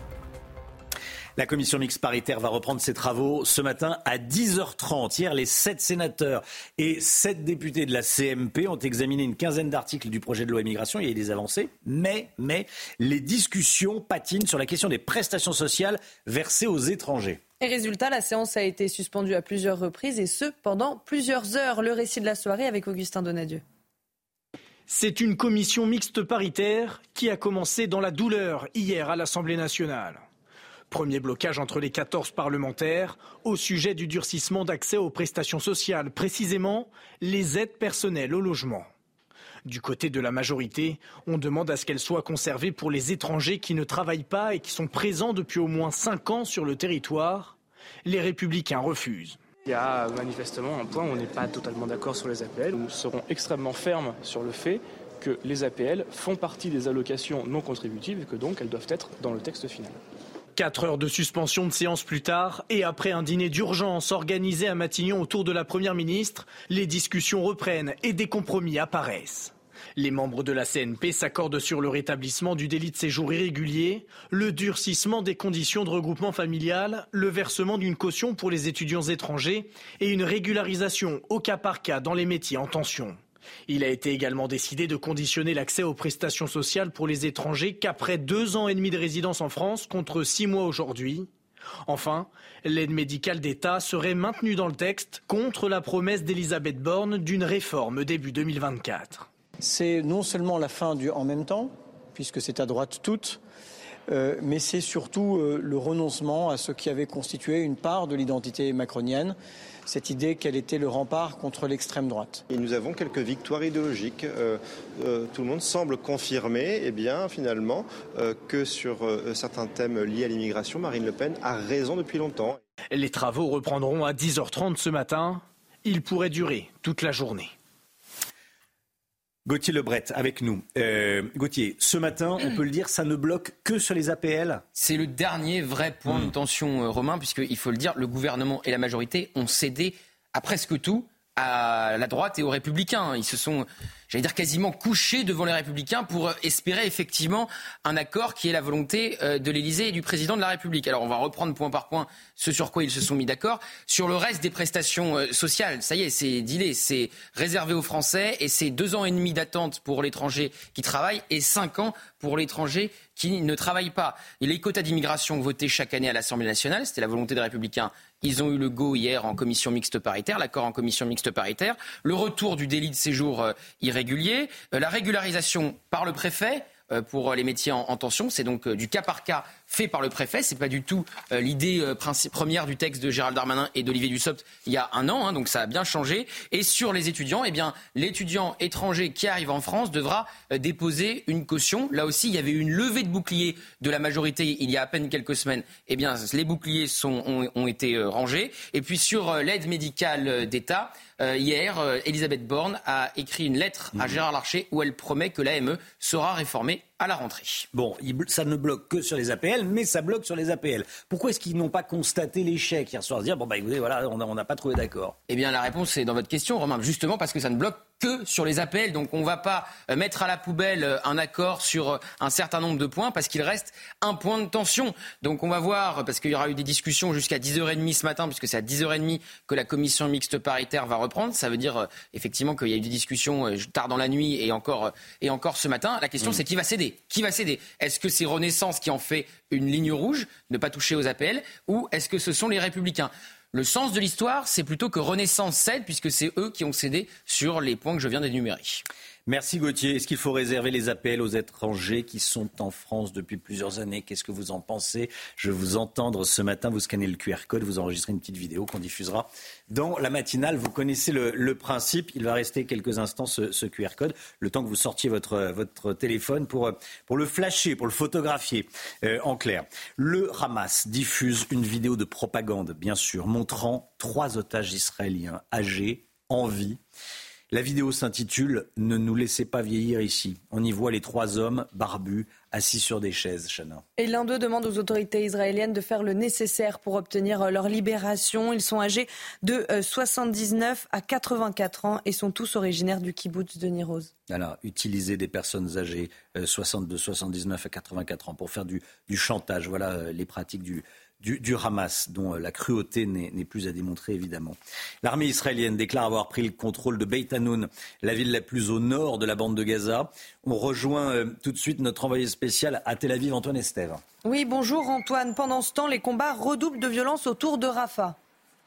La commission mixte paritaire va reprendre ses travaux ce matin à dix heures trente. Hier, les sept sénateurs et sept députés de la C M P ont examiné une quinzaine d'articles du projet de loi immigration. Il y a eu des avancées, mais, mais les discussions patinent sur la question des prestations sociales versées aux étrangers. Et résultat, la séance a été suspendue à plusieurs reprises et ce, pendant plusieurs heures. Le récit de la soirée avec Augustin Donadieu. C'est une commission mixte paritaire qui a commencé dans la douleur hier à l'Assemblée nationale. Premier blocage entre les quatorze parlementaires au sujet du durcissement d'accès aux prestations sociales, précisément les aides personnelles au logement. Du côté de la majorité, on demande à ce qu'elles soient conservées pour les étrangers qui ne travaillent pas et qui sont présents depuis au moins cinq ans sur le territoire. Les Républicains refusent. Il y a manifestement un point où on n'est pas totalement d'accord sur les A P L. Nous serons extrêmement fermes sur le fait que les A P L font partie des allocations non contributives et que donc elles doivent être dans le texte final. Quatre heures de suspension de séance plus tard et après un dîner d'urgence organisé à Matignon autour de la Première ministre, les discussions reprennent et des compromis apparaissent. Les membres de la C N P s'accordent sur le rétablissement du délit de séjour irrégulier, le durcissement des conditions de regroupement familial, le versement d'une caution pour les étudiants étrangers et une régularisation au cas par cas dans les métiers en tension. Il a été également décidé de conditionner l'accès aux prestations sociales pour les étrangers qu'après deux ans et demi de résidence en France, contre six mois aujourd'hui. Enfin, l'aide médicale d'État serait maintenue dans le texte contre la promesse d'Elisabeth Borne d'une réforme début deux mille vingt-quatre. C'est non seulement la fin du « en même temps », puisque c'est à droite toute, euh, mais c'est surtout euh, le renoncement à ce qui avait constitué une part de l'identité macronienne, cette idée qu'elle était le rempart contre l'extrême droite. Et nous avons quelques victoires idéologiques. Euh, euh, tout le monde semble confirmer, eh bien, finalement, euh, que sur euh, certains thèmes liés à l'immigration, Marine Le Pen a raison depuis longtemps. Les travaux reprendront à dix heures trente ce matin. Ils pourraient durer toute la journée. Gauthier Lebret avec nous. Euh, Gauthier, ce matin, on peut le dire, ça ne bloque que sur les A P L. C'est le dernier vrai point mmh. de tension, euh, Romain, puisqu'il faut le dire, le gouvernement et la majorité ont cédé à presque tout à la droite et aux Républicains. Ils se sont, j'allais dire, quasiment couchés devant les Républicains pour espérer effectivement un accord qui est la volonté de l'Élysée et du président de la République. Alors on va reprendre point par point ce sur quoi ils se sont mis d'accord. Sur le reste des prestations sociales, ça y est, c'est dealé, c'est réservé aux Français et c'est deux ans et demi d'attente pour l'étranger qui travaille et cinq ans pour l'étranger qui ne travaille pas. Et les quotas d'immigration votés chaque année à l'Assemblée nationale, c'était la volonté des Républicains. Ils ont eu le go hier en commission mixte paritaire, l'accord en commission mixte paritaire, le retour du délit de séjour euh, irrégulier, euh, la régularisation par le préfet euh, pour les métiers en, en tension, c'est donc euh, du cas par cas fait par le préfet, c'est pas du tout euh, l'idée euh, princi- première du texte de Gérald Darmanin et d'Olivier Dussopt il y a un an, hein, donc ça a bien changé. Et sur les étudiants, eh bien l'étudiant étranger qui arrive en France devra euh, déposer une caution. Là aussi, il y avait une levée de boucliers de la majorité il y a à peine quelques semaines. Eh bien, les boucliers sont, ont, ont été euh, rangés. Et puis sur euh, l'aide médicale d'État, euh, hier, euh, Elisabeth Borne a écrit une lettre mmh. à Gérard Larcher où elle promet que l'A M E sera réformée à la rentrée. Bon, ça ne bloque que sur les A P L, mais ça bloque sur les A P L. Pourquoi est-ce qu'ils n'ont pas constaté l'échec hier soir, se dire bon bah écoutez voilà, on n'a pas trouvé d'accord. Eh bien la réponse est dans votre question, Romain, justement parce que ça ne bloque que sur les A P L. Donc on ne va pas mettre à la poubelle un accord sur un certain nombre de points parce qu'il reste un point de tension. Donc on va voir, parce qu'il y aura eu des discussions jusqu'à dix heures trente ce matin, puisque c'est à dix heures trente que la commission mixte paritaire va reprendre. Ça veut dire effectivement qu'il y a eu des discussions tard dans la nuit et encore, et encore ce matin. La question mmh. c'est qui va céder ? Qui va céder ? Est-ce que c'est Renaissance qui en fait une ligne rouge, ne pas toucher aux A P L, ou est-ce que ce sont les Républicains ? Le sens de l'histoire, c'est plutôt que Renaissance cède, puisque c'est eux qui ont cédé sur les points que je viens d'énumérer. Merci Gauthier. Est-ce qu'il faut réserver les A P L aux étrangers qui sont en France depuis plusieurs années ? Qu'est-ce que vous en pensez ? Je vais vous entendre ce matin, vous scannez le Q R code, vous enregistrez une petite vidéo qu'on diffusera dans la matinale. Vous connaissez le, le principe, il va rester quelques instants ce, ce Q R code, le temps que vous sortiez votre, votre téléphone pour, pour le flasher, pour le photographier euh, en clair. Le Hamas diffuse une vidéo de propagande, bien sûr, montrant trois otages israéliens âgés, en vie. La vidéo s'intitule « Ne nous laissez pas vieillir ici ». On y voit les trois hommes barbus assis sur des chaises, Chana. Et l'un d'eux demande aux autorités israéliennes de faire le nécessaire pour obtenir leur libération. Ils sont âgés de soixante-dix-neuf à quatre-vingt-quatre ans et sont tous originaires du kibboutz de Nir Oz. Voilà, utiliser des personnes âgées euh, soixante-deux, soixante-dix-neuf à quatre-vingt-quatre ans pour faire du, du chantage. Voilà euh, les pratiques du... Du, du Hamas, dont la cruauté n'est, n'est plus à démontrer, évidemment. L'armée israélienne déclare avoir pris le contrôle de Beit Hanoun, la ville la plus au nord de la bande de Gaza. On rejoint euh, tout de suite notre envoyé spécial à Tel Aviv, Antoine Estève. Oui, bonjour Antoine. Pendant ce temps, les combats redoublent de violence autour de Rafah.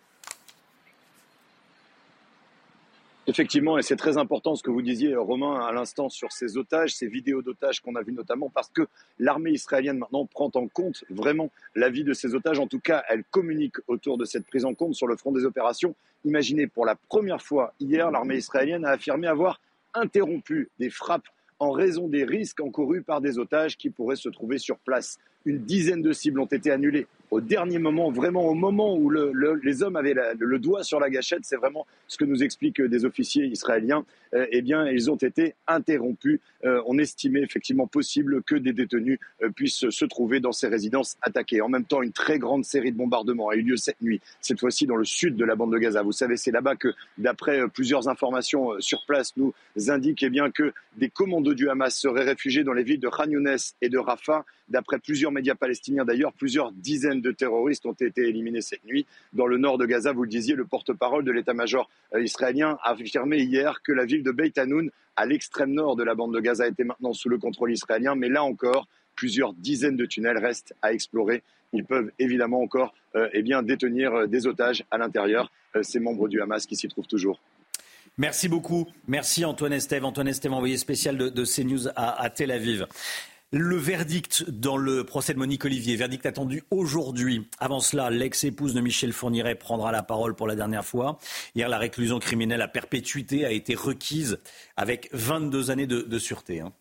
Effectivement, et c'est très important ce que vous disiez, Romain, à l'instant sur ces otages, ces vidéos d'otages qu'on a vues notamment, parce que l'armée israélienne maintenant prend en compte vraiment la vie de ces otages. En tout cas, elle communique autour de cette prise en compte sur le front des opérations. Imaginez, pour la première fois hier, l'armée israélienne a affirmé avoir interrompu des frappes en raison des risques encourus par des otages qui pourraient se trouver sur place. Une dizaine de cibles ont été annulées au dernier moment, vraiment au moment où le, le, les hommes avaient la, le doigt sur la gâchette. C'est vraiment ce que nous expliquent des officiers israéliens. Euh, eh bien, ils ont été interrompus. Euh, on estimait effectivement possible que des détenus euh, puissent se trouver dans ces résidences attaquées. En même temps, une très grande série de bombardements a eu lieu cette nuit, cette fois-ci dans le sud de la bande de Gaza. Vous savez, c'est là-bas que, d'après euh, plusieurs informations euh, sur place, nous indiquent eh bien, que des commandos du Hamas seraient réfugiés dans les villes de Khan Younes et de Rafah. D'après plusieurs médias palestiniens d'ailleurs, plusieurs dizaines de terroristes ont été éliminés cette nuit. Dans le nord de Gaza, vous le disiez, le porte-parole de l'état-major israélien a affirmé hier que la ville de Beit Hanoun, à l'extrême nord de la bande de Gaza, était maintenant sous le contrôle israélien. Mais là encore, plusieurs dizaines de tunnels restent à explorer. Ils peuvent évidemment encore euh, eh bien, détenir des otages à l'intérieur, euh, ces membres du Hamas qui s'y trouvent toujours. Merci beaucoup. Merci Antoine Estève. Antoine Estève, envoyé spécial de, de CNews à, à Tel Aviv. Le verdict dans le procès de Monique Olivier, verdict attendu aujourd'hui. Avant cela, l'ex-épouse de Michel Fourniret prendra la parole pour la dernière fois. Hier, la réclusion criminelle à perpétuité a été requise avec vingt-deux années de, de sûreté. Hein.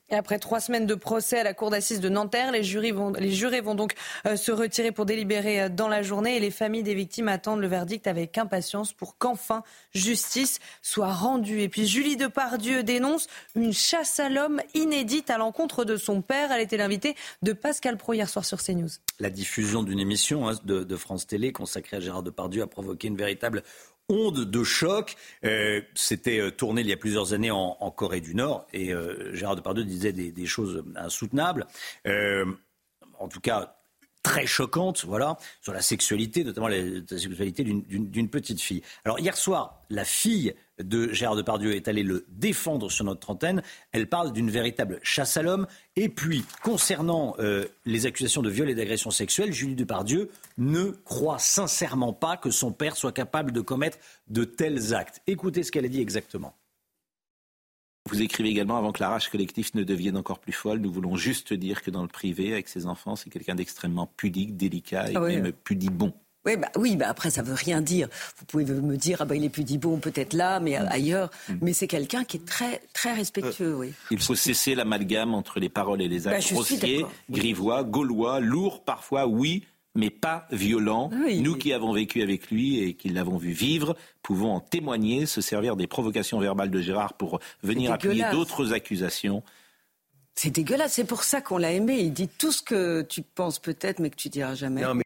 Et après trois semaines de procès à la cour d'assises de Nanterre, les, jurys vont, les jurés vont donc euh, se retirer pour délibérer euh, dans la journée et les familles des victimes attendent le verdict avec impatience pour qu'enfin justice soit rendue. Et puis Julie Depardieu dénonce une chasse à l'homme inédite à l'encontre de son père. Elle était l'invitée de Pascal Praud hier soir sur CNews. La diffusion d'une émission hein, de, de France Télé consacrée à Gérard Depardieu a provoqué une véritable onde de choc. Euh, c'était euh, tourné il y a plusieurs années en, en Corée du Nord et euh, Gérard Depardieu disait des, des choses insoutenables, euh, en tout cas très choquantes, voilà, sur la sexualité, notamment la, la sexualité d'une, d'une, d'une petite fille. Alors hier soir, la fille de Gérard Depardieu est allée le défendre sur notre antenne. Elle parle d'une véritable chasse à l'homme. Et puis, concernant euh, les accusations de viol et d'agression sexuelle, Julie Depardieu ne croit sincèrement pas que son père soit capable de commettre de tels actes. Écoutez ce qu'elle a dit exactement. Vous écrivez également, avant que la rage collective ne devienne encore plus folle, nous voulons juste dire que dans le privé, avec ses enfants, c'est quelqu'un d'extrêmement pudique, délicat et ah oui. même pudibon. Oui, bah, oui bah après, ça ne veut rien dire. Vous pouvez me dire, ah bah, il est pudibon peut-être là, mais mmh. ailleurs. Mmh. Mais c'est quelqu'un qui est très, très respectueux, euh, oui. Il faut cesser l'amalgame entre les paroles et les actes bah, grossiers, grivois, gaulois, lourds parfois, oui, mais pas violents. Oui, Nous oui. qui avons vécu avec lui et qui l'avons vu vivre, pouvons en témoigner, se servir des provocations verbales de Gérard pour venir appuyer d'autres accusations. C'est dégueulasse, c'est pour ça qu'on l'a aimé. Il dit tout ce que tu penses peut-être, mais que tu diras jamais. Non, mais...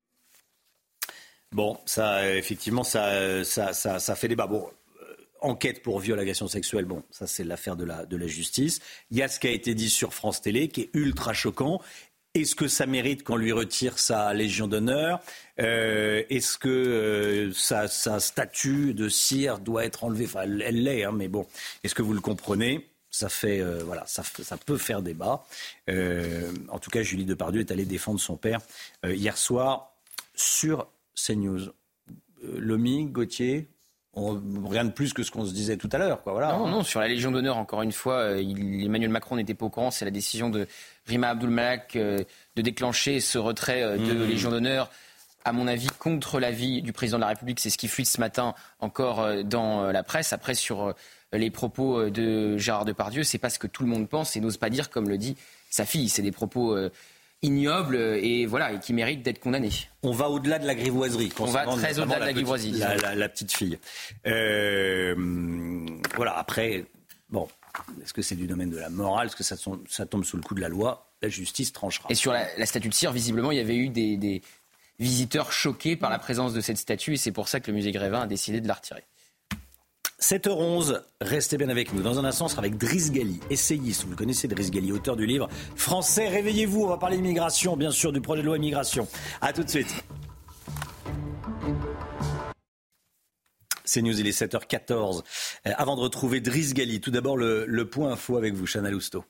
Bon, ça, effectivement, ça, ça, ça, ça fait débat. Bon, euh, enquête pour viol, agression sexuelle, bon, ça c'est l'affaire de la, de la justice. Il y a ce qui a été dit sur France Télé, qui est ultra choquant. Est-ce que ça mérite qu'on lui retire sa Légion d'honneur ? euh, Est-ce que euh, sa, sa statue de cire doit être enlevée ? Enfin, elle, elle l'est, hein, mais bon, est-ce que vous le comprenez ? Ça fait, euh, voilà, ça, ça peut faire débat. Euh, en tout cas, Julie Depardieu est allée défendre son père euh, hier soir sur CNews. Euh, Lomi, Gauthier, on, rien de plus que ce qu'on se disait tout à l'heure, quoi. Voilà. Non, non, sur la Légion d'honneur, encore une fois, euh, il, Emmanuel Macron n'était pas au courant. C'est la décision de Rima Abdul-Malak euh, de déclencher ce retrait euh, de mmh. Légion d'honneur. À mon avis, contre l'avis du président de la République, c'est ce qui fuite ce matin encore euh, dans euh, la presse. Après, sur euh, les propos de Gérard Depardieu, c'est pas ce que tout le monde pense et n'ose pas dire, comme le dit sa fille. C'est des propos euh, ignobles et voilà, et qui méritent d'être condamnés. On va au-delà de la grivoiserie. On va très au-delà de la grivoisie. La, la, la petite fille. Euh, voilà, après, bon, est-ce que c'est du domaine de la morale ? Est-ce que ça, ça tombe sous le coup de la loi ? La justice tranchera. Et sur la, la statue de cire, visiblement, il y avait eu des, des visiteurs choqués par la présence de cette statue et c'est pour ça que le musée Grévin a décidé de la retirer. sept heures onze, restez bien avec nous. Dans un instant, on sera avec Driss Ghali, essayiste. Vous le connaissez, Driss Ghali, auteur du livre Français, réveillez-vous. On va parler d'immigration, bien sûr, du projet de loi immigration. A tout de suite. CNews, il est sept heures quatorze. Euh, avant de retrouver Driss Ghali, tout d'abord le, le point info avec vous, Chana Lousteau.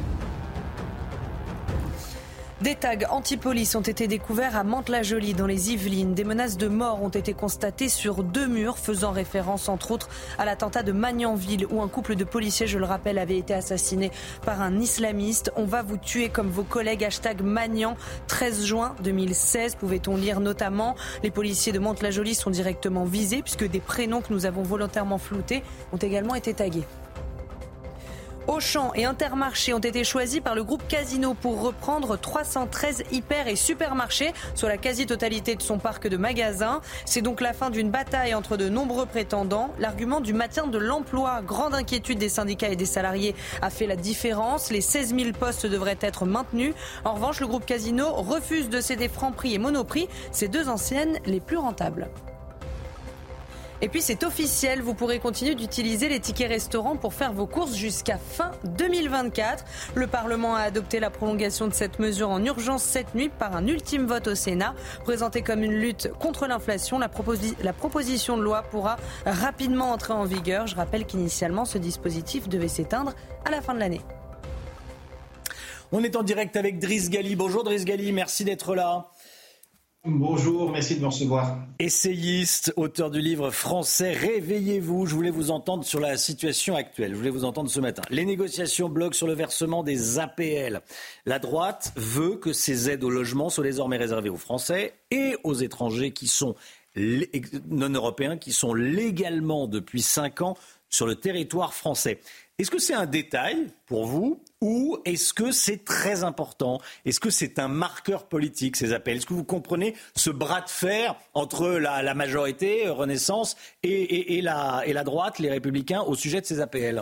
Des tags anti-police ont été découverts à Mantes-la-Jolie, dans les Yvelines. Des menaces de mort ont été constatées sur deux murs, faisant référence entre autres à l'attentat de Magnanville, où un couple de policiers, je le rappelle, avait été assassiné par un islamiste. On va vous tuer comme vos collègues. Hashtag Magnan, treize juin deux mille seize, pouvait-on lire notamment. Les policiers de Mantes-la-Jolie sont directement visés, puisque des prénoms que nous avons volontairement floutés ont également été tagués. Auchan et Intermarché ont été choisis par le groupe Casino pour reprendre trois cent treize hyper et supermarchés, soit la quasi-totalité de son parc de magasins. C'est donc la fin d'une bataille entre de nombreux prétendants. L'argument du maintien de l'emploi, grande inquiétude des syndicats et des salariés, a fait la différence. Les seize mille postes devraient être maintenus. En revanche, le groupe Casino refuse de céder Franprix et Monoprix, ces deux enseignes les plus rentables. Et puis c'est officiel, vous pourrez continuer d'utiliser les tickets restaurants pour faire vos courses jusqu'à fin deux mille vingt-quatre. Le Parlement a adopté la prolongation de cette mesure en urgence cette nuit par un ultime vote au Sénat. Présentée comme une lutte contre l'inflation, la, proposi- la proposition de loi pourra rapidement entrer en vigueur. Je rappelle qu'initialement, ce dispositif devait s'éteindre à la fin de l'année. On est en direct avec Driss Ghali. Bonjour Driss Ghali, merci d'être là. Bonjour, merci de me recevoir. Essayiste, auteur du livre Français, réveillez-vous. Je voulais vous entendre sur la situation actuelle. Je voulais vous entendre ce matin. Les négociations bloquent sur le versement des A P L. La droite veut que ces aides au logement soient désormais réservées aux Français et aux étrangers qui sont non européens, qui sont légalement depuis cinq ans sur le territoire français. Est-ce que c'est un détail pour vous ou est-ce que c'est très important? Est-ce que c'est un marqueur politique, ces appels? Est-ce que vous comprenez ce bras de fer entre la, la majorité, Renaissance, et, et, et, la, et la droite, les Républicains, au sujet de ces A P L?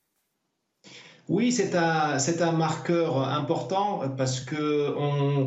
Oui, c'est un, c'est un marqueur important parce que on,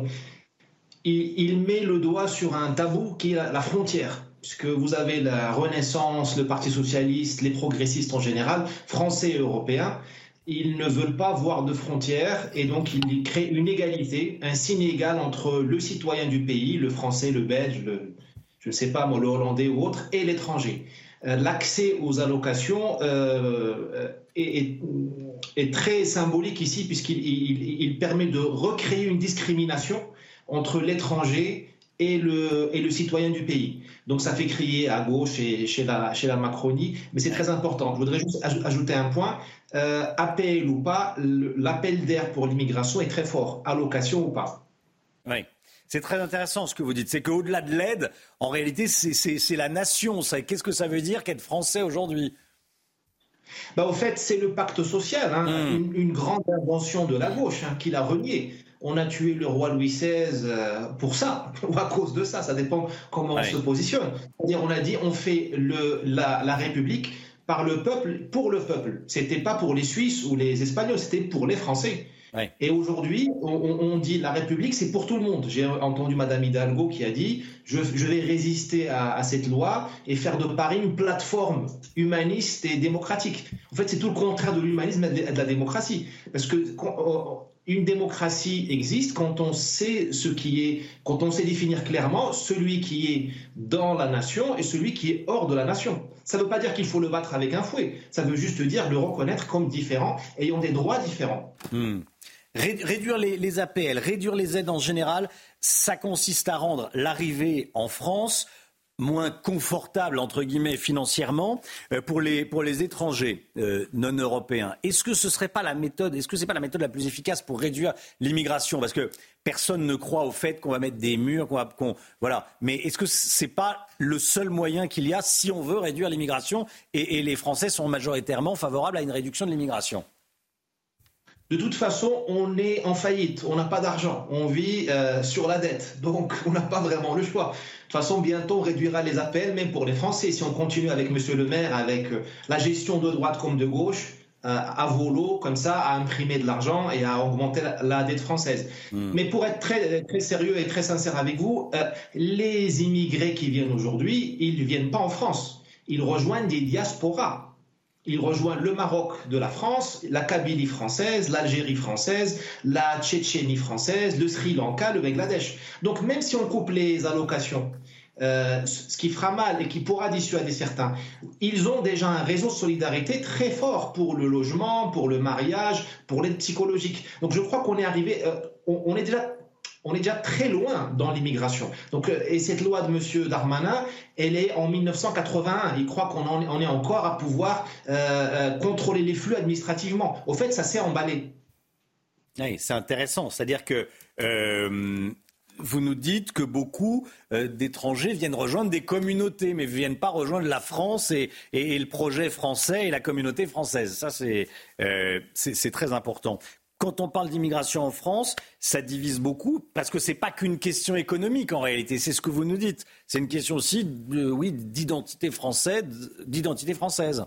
il, il met le doigt sur un tabou qui est la, la frontière. Puisque vous avez la Renaissance, le Parti socialiste, les progressistes en général, français et européens, ils ne veulent pas voir de frontières et donc ils créent une égalité, un signe égal entre le citoyen du pays, le français, le belge, le, je ne sais pas moi, le hollandais ou autre, et l'étranger. L'accès aux allocations euh, est, est, est très symbolique ici puisqu'il il, il permet de recréer une discrimination entre l'étranger et le, et le citoyen du pays. Donc ça fait crier à gauche et chez la, chez la Macronie, mais c'est très important. Je voudrais juste ajouter un point. Euh, A P L ou pas, l'appel d'air pour l'immigration est très fort, allocation ou pas. Oui. C'est très intéressant ce que vous dites. C'est qu'au-delà de l'aide, en réalité, c'est, c'est, c'est la nation. Ça. Qu'est-ce que ça veut dire qu'être français aujourd'hui? Bah, au fait, c'est le pacte social, hein, mmh. une, une grande invention de la gauche hein, qui l'a renié. On a tué le roi Louis seize pour ça, ou à cause de ça, ça dépend comment ouais. on se positionne. C'est-à-dire, on a dit, on fait le, la, la République par le peuple, pour le peuple. C'était pas pour les Suisses ou les Espagnols, c'était pour les Français. Ouais. Et aujourd'hui, on, on dit la République, c'est pour tout le monde. J'ai entendu Madame Hidalgo qui a dit je, je vais résister à, à cette loi et faire de Paris une plateforme humaniste et démocratique. En fait, c'est tout le contraire de l'humanisme et de la démocratie. Parce que une démocratie existe quand on sait ce qui est, quand on sait définir clairement celui qui est dans la nation et celui qui est hors de la nation. Ça ne veut pas dire qu'il faut le battre avec un fouet. Ça veut juste dire le reconnaître comme différent, ayant des droits différents. Mmh. Réduire les, les A P L, réduire les aides en général, ça consiste à rendre l'arrivée en France moins confortable, entre guillemets, financièrement, euh, pour, les, pour les étrangers euh, non européens. Est-ce que ce serait pas la méthode, est-ce que c'est pas la méthode la plus efficace pour réduire l'immigration? Parce que personne ne croit au fait qu'on va mettre des murs, qu'on va, qu'on, voilà. Mais est-ce que c'est pas le seul moyen qu'il y a si on veut réduire l'immigration et, et les Français sont majoritairement favorables à une réduction de l'immigration? De toute façon, on est en faillite, on n'a pas d'argent, on vit euh, sur la dette, donc on n'a pas vraiment le choix. De toute façon, bientôt on réduira les A P L, même pour les Français. Si on continue avec Monsieur le maire, avec euh, la gestion de droite comme de gauche, euh, à volo, comme ça, à imprimer de l'argent et à augmenter la, la dette française. Mmh. Mais pour être très, très sérieux et très sincère avec vous, euh, les immigrés qui viennent aujourd'hui, ils ne viennent pas en France, ils rejoignent des diasporas. Il rejoint le Maroc de la France, la Kabylie française, l'Algérie française, la Tchétchénie française, le Sri Lanka, le Bangladesh. Donc même si on coupe les allocations, euh, ce qui fera mal et qui pourra dissuader certains, ils ont déjà un réseau de solidarité très fort pour le logement, pour le mariage, pour l'aide psychologique. Donc je crois qu'on est arrivé, euh, on, on est déjà... On est déjà très loin dans l'immigration. Donc, et cette loi de M. Darmanin, elle est en mille neuf cent quatre-vingt-un. Il croit qu'on en, on est encore à pouvoir euh, euh, contrôler les flux administrativement. Au fait, ça s'est emballé. Oui, c'est intéressant. C'est-à-dire que euh, vous nous dites que beaucoup euh, d'étrangers viennent rejoindre des communautés, mais ne viennent pas rejoindre la France et, et, et le projet français et la communauté française. Ça, c'est, euh, c'est, c'est très important. Quand on parle d'immigration en France, ça divise beaucoup parce que c'est pas qu'une question économique en réalité. C'est ce que vous nous dites. C'est une question aussi, de, oui, d'identité française, d'identité française.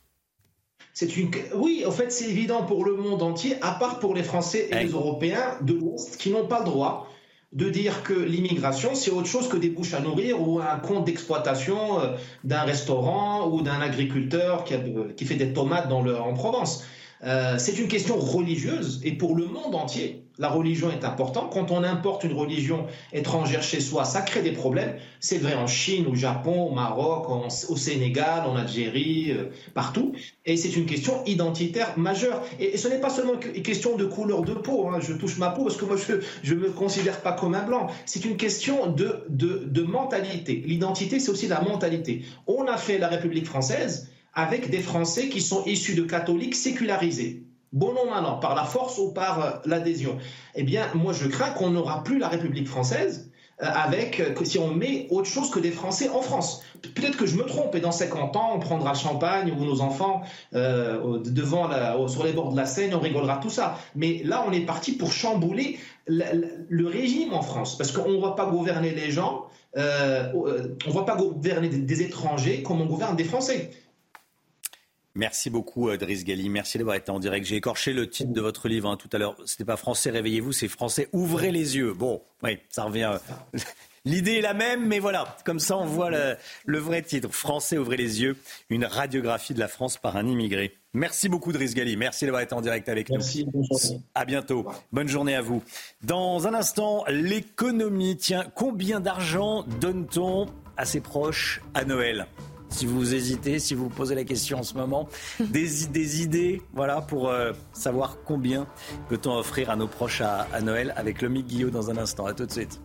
C'est une... Oui, en fait, c'est évident pour le monde entier, à part pour les Français et ouais. les Européens de l'Ouest qui n'ont pas le droit de dire que l'immigration, c'est autre chose que des bouches à nourrir ou un compte d'exploitation d'un restaurant ou d'un agriculteur qui, a, qui fait des tomates dans le, en Provence. Euh, c'est une question religieuse et pour le monde entier, la religion est importante. Quand on importe une religion étrangère chez soi, ça crée des problèmes. C'est vrai en Chine, au Japon, au Maroc, en, au Sénégal, en Algérie, euh, partout. Et c'est une question identitaire majeure. Et, et ce n'est pas seulement une question de couleur de peau. Hein. Je touche ma peau parce que moi, je ne me considère pas comme un blanc. C'est une question de, de, de mentalité. L'identité, c'est aussi la mentalité. On a fait la République française avec des Français qui sont issus de catholiques sécularisés. Bon an, mal an, par la force ou par euh, l'adhésion. Eh bien, moi, je crains qu'on n'aura plus la République française avec, si on met autre chose que des Français en France. Peut-être que je me trompe et dans cinquante ans, on prendra Champagne ou nos enfants euh, devant la, sur les bords de la Seine, on rigolera tout ça. Mais là, on est parti pour chambouler la, la, le régime en France parce qu'on ne va pas gouverner les gens, euh, on ne va pas gouverner des, des étrangers comme on gouverne des Français. Merci beaucoup, Driss Ghali. Merci d'avoir été en direct. J'ai écorché le titre de votre livre hein, tout à l'heure. C'était pas Français, réveillez-vous, c'est Français, ouvrez les yeux. Bon, oui, ça revient. L'idée est la même, mais voilà, comme ça on voit le, le vrai titre. Français, ouvrez les yeux, une radiographie de la France par un immigré. Merci beaucoup, Driss Ghali. Merci d'avoir été en direct avec Merci, nous. Merci. À bientôt. Bonne journée à vous. Dans un instant, l'économie. Tiens, combien d'argent donne-t-on à ses proches à Noël ? Si vous hésitez, si vous vous posez la question en ce moment, des, des idées voilà, pour euh, savoir combien peut-on offrir à nos proches à, à Noël avec Lomique Guillot dans un instant. À tout de suite.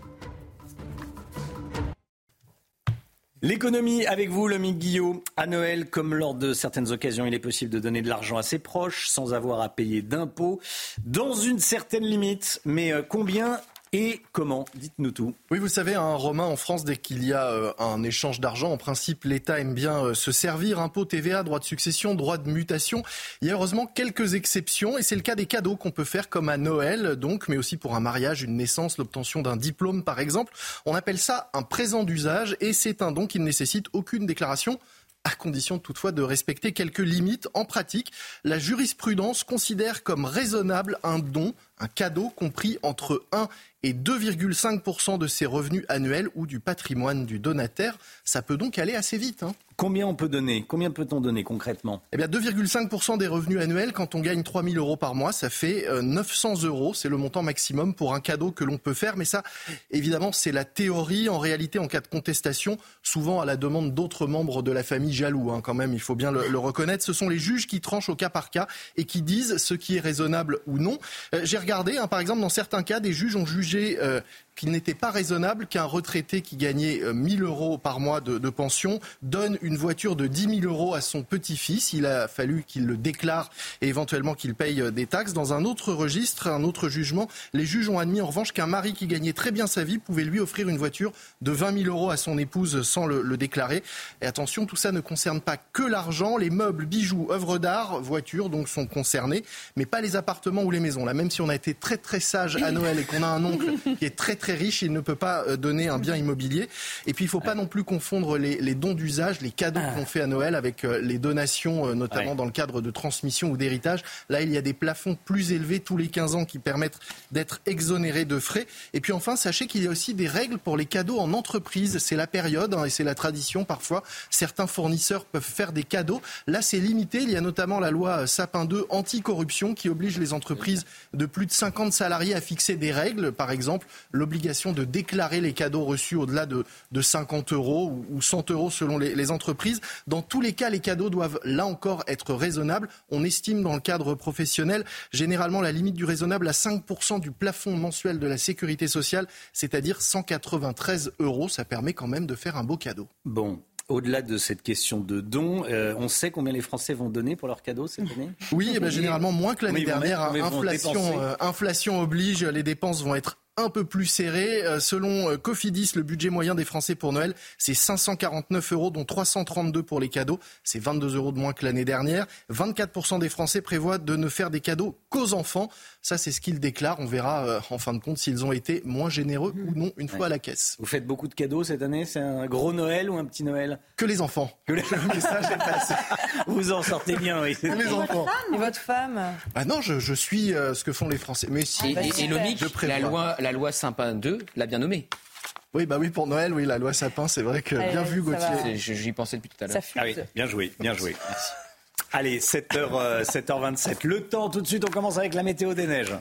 L'économie avec vous, Lomique Guillot. À Noël, comme lors de certaines occasions, il est possible de donner de l'argent à ses proches sans avoir à payer d'impôts, dans une certaine limite. Mais euh, combien et comment ? Dites-nous tout. Oui, vous savez, un Romain, en France, dès qu'il y a euh, un échange d'argent, en principe, l'État aime bien euh, se servir. Impôts, T V A, droit de succession, droit de mutation. Il y a heureusement quelques exceptions et c'est le cas des cadeaux qu'on peut faire comme à Noël, donc, mais aussi pour un mariage, une naissance, l'obtention d'un diplôme, par exemple. On appelle ça un présent d'usage et c'est un don qui ne nécessite aucune déclaration, à condition toutefois de respecter quelques limites. En pratique, la jurisprudence considère comme raisonnable un don, un cadeau compris entre un et deux virgule cinq pour cent de ses revenus annuels ou du patrimoine du donataire. Ça peut donc aller assez vite. Hein. Combien on peut donner ? Combien peut-on donner concrètement ? Eh bien, deux virgule cinq pour cent des revenus annuels, quand on gagne trois mille euros par mois, ça fait euh, neuf cents euros. C'est le montant maximum pour un cadeau que l'on peut faire. Mais ça, évidemment, c'est la théorie. En réalité, en cas de contestation, souvent à la demande d'autres membres de la famille jaloux, hein, quand même, il faut bien le, le reconnaître. Ce sont les juges qui tranchent au cas par cas et qui disent ce qui est raisonnable ou non. Euh, j'ai regardé, hein, par exemple, dans certains cas, des juges ont jugé Euh, qu'il n'était pas raisonnable qu'un retraité qui gagnait euh, mille euros par mois de, de pension donne une voiture de dix mille euros à son petit-fils. Il a fallu qu'il le déclare et éventuellement qu'il paye euh, des taxes. Dans un autre registre, un autre jugement, les juges ont admis en revanche qu'un mari qui gagnait très bien sa vie pouvait lui offrir une voiture de vingt mille euros à son épouse sans le, le déclarer. Et attention, tout ça ne concerne pas que l'argent. Les meubles, bijoux, œuvres d'art, voitures donc sont concernés, mais pas les appartements ou les maisons. Là, même si on a été très très sage à Noël et qu'on a un oncle qui est très très riche, il ne peut pas donner un bien immobilier. Et puis il ne faut pas non plus confondre les, les dons d'usage, les cadeaux qu'on fait à Noël avec les donations, notamment ouais. dans le cadre de transmission ou d'héritage. Là, il y a des plafonds plus élevés tous les quinze ans qui permettent d'être exonérés de frais. Et puis enfin, sachez qu'il y a aussi des règles pour les cadeaux en entreprise. C'est la période hein, et c'est la tradition parfois. Certains fournisseurs peuvent faire des cadeaux. Là, c'est limité. Il y a notamment la loi Sapin deux anti-corruption qui oblige les entreprises de plus de cinquante salariés à fixer des règles. Par exemple, l'obligation de déclarer les cadeaux reçus au-delà de, de cinquante euros ou cent euros selon les, les entreprises. Dans tous les cas, les cadeaux doivent là encore être raisonnables. On estime dans le cadre professionnel généralement la limite du raisonnable à cinq pour cent du plafond mensuel de la sécurité sociale, c'est-à-dire cent quatre-vingt-treize euros. Ça permet quand même de faire un beau cadeau. Bon. Au-delà de cette question de dons, euh, on sait combien les Français vont donner pour leurs cadeaux cette année ? Oui, eh bien, généralement moins que l'année oui, dernière. Mettre, inflation, euh, inflation oblige, les dépenses vont être un peu plus serré. Euh, selon euh, Cofidis, le budget moyen des Français pour Noël, c'est cinq cent quarante-neuf euros, dont trois cent trente-deux pour les cadeaux. C'est vingt-deux euros de moins que l'année dernière. vingt-quatre pour cent des Français prévoient de ne faire des cadeaux qu'aux enfants. Ça, c'est ce qu'ils déclarent. On verra euh, en fin de compte s'ils ont été moins généreux ou non une fois ouais. à la caisse. Vous faites beaucoup de cadeaux cette année ? C'est un gros Noël ou un petit Noël ? Que les enfants. Que les... Le message est passé. Vous en sortez bien, oui. Que les enfants. Et votre femme ? Bah non, je, je suis euh, ce que font les Français. Mais si, et, et, et Lomique, la loi, la loi Sapin deux l'a bien nommé. Oui, bah oui, pour Noël, oui, la loi Sapin, c'est vrai que Allez, bien vu, Gauthier. J'y pensais depuis tout à l'heure. Ah oui, bien joué, bien joué. Merci. Allez, sept heures, sept heures vingt-sept. Le temps, tout de suite, on commence avec la météo des neiges.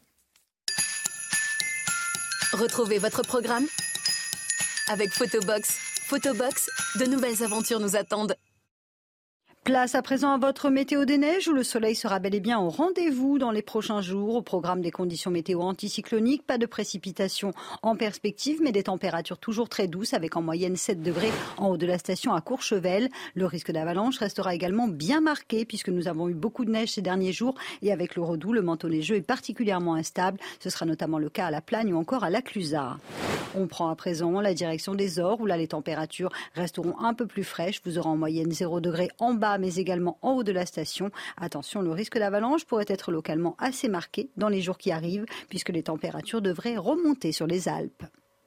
Retrouvez votre programme avec Photobox. Photobox, de nouvelles aventures nous attendent. Place à présent à votre météo des neiges où le soleil sera bel et bien au rendez-vous dans les prochains jours. Au programme des conditions météo anticycloniques, pas de précipitations en perspective, mais des températures toujours très douces avec en moyenne sept degrés en haut de la station à Courchevel. Le risque d'avalanche restera également bien marqué puisque nous avons eu beaucoup de neige ces derniers jours et avec le redoux, le manteau neigeux est particulièrement instable. Ce sera notamment le cas à La Plagne ou encore à La Clusaz. On prend à présent la direction des Ors où là les températures resteront un peu plus fraîches. Vous aurez en moyenne zéro degré en bas mais également en haut de la station. Attention, le risque d'avalanche pourrait être localement assez marqué dans les jours qui arrivent, puisque les températures devraient remonter sur les Alpes.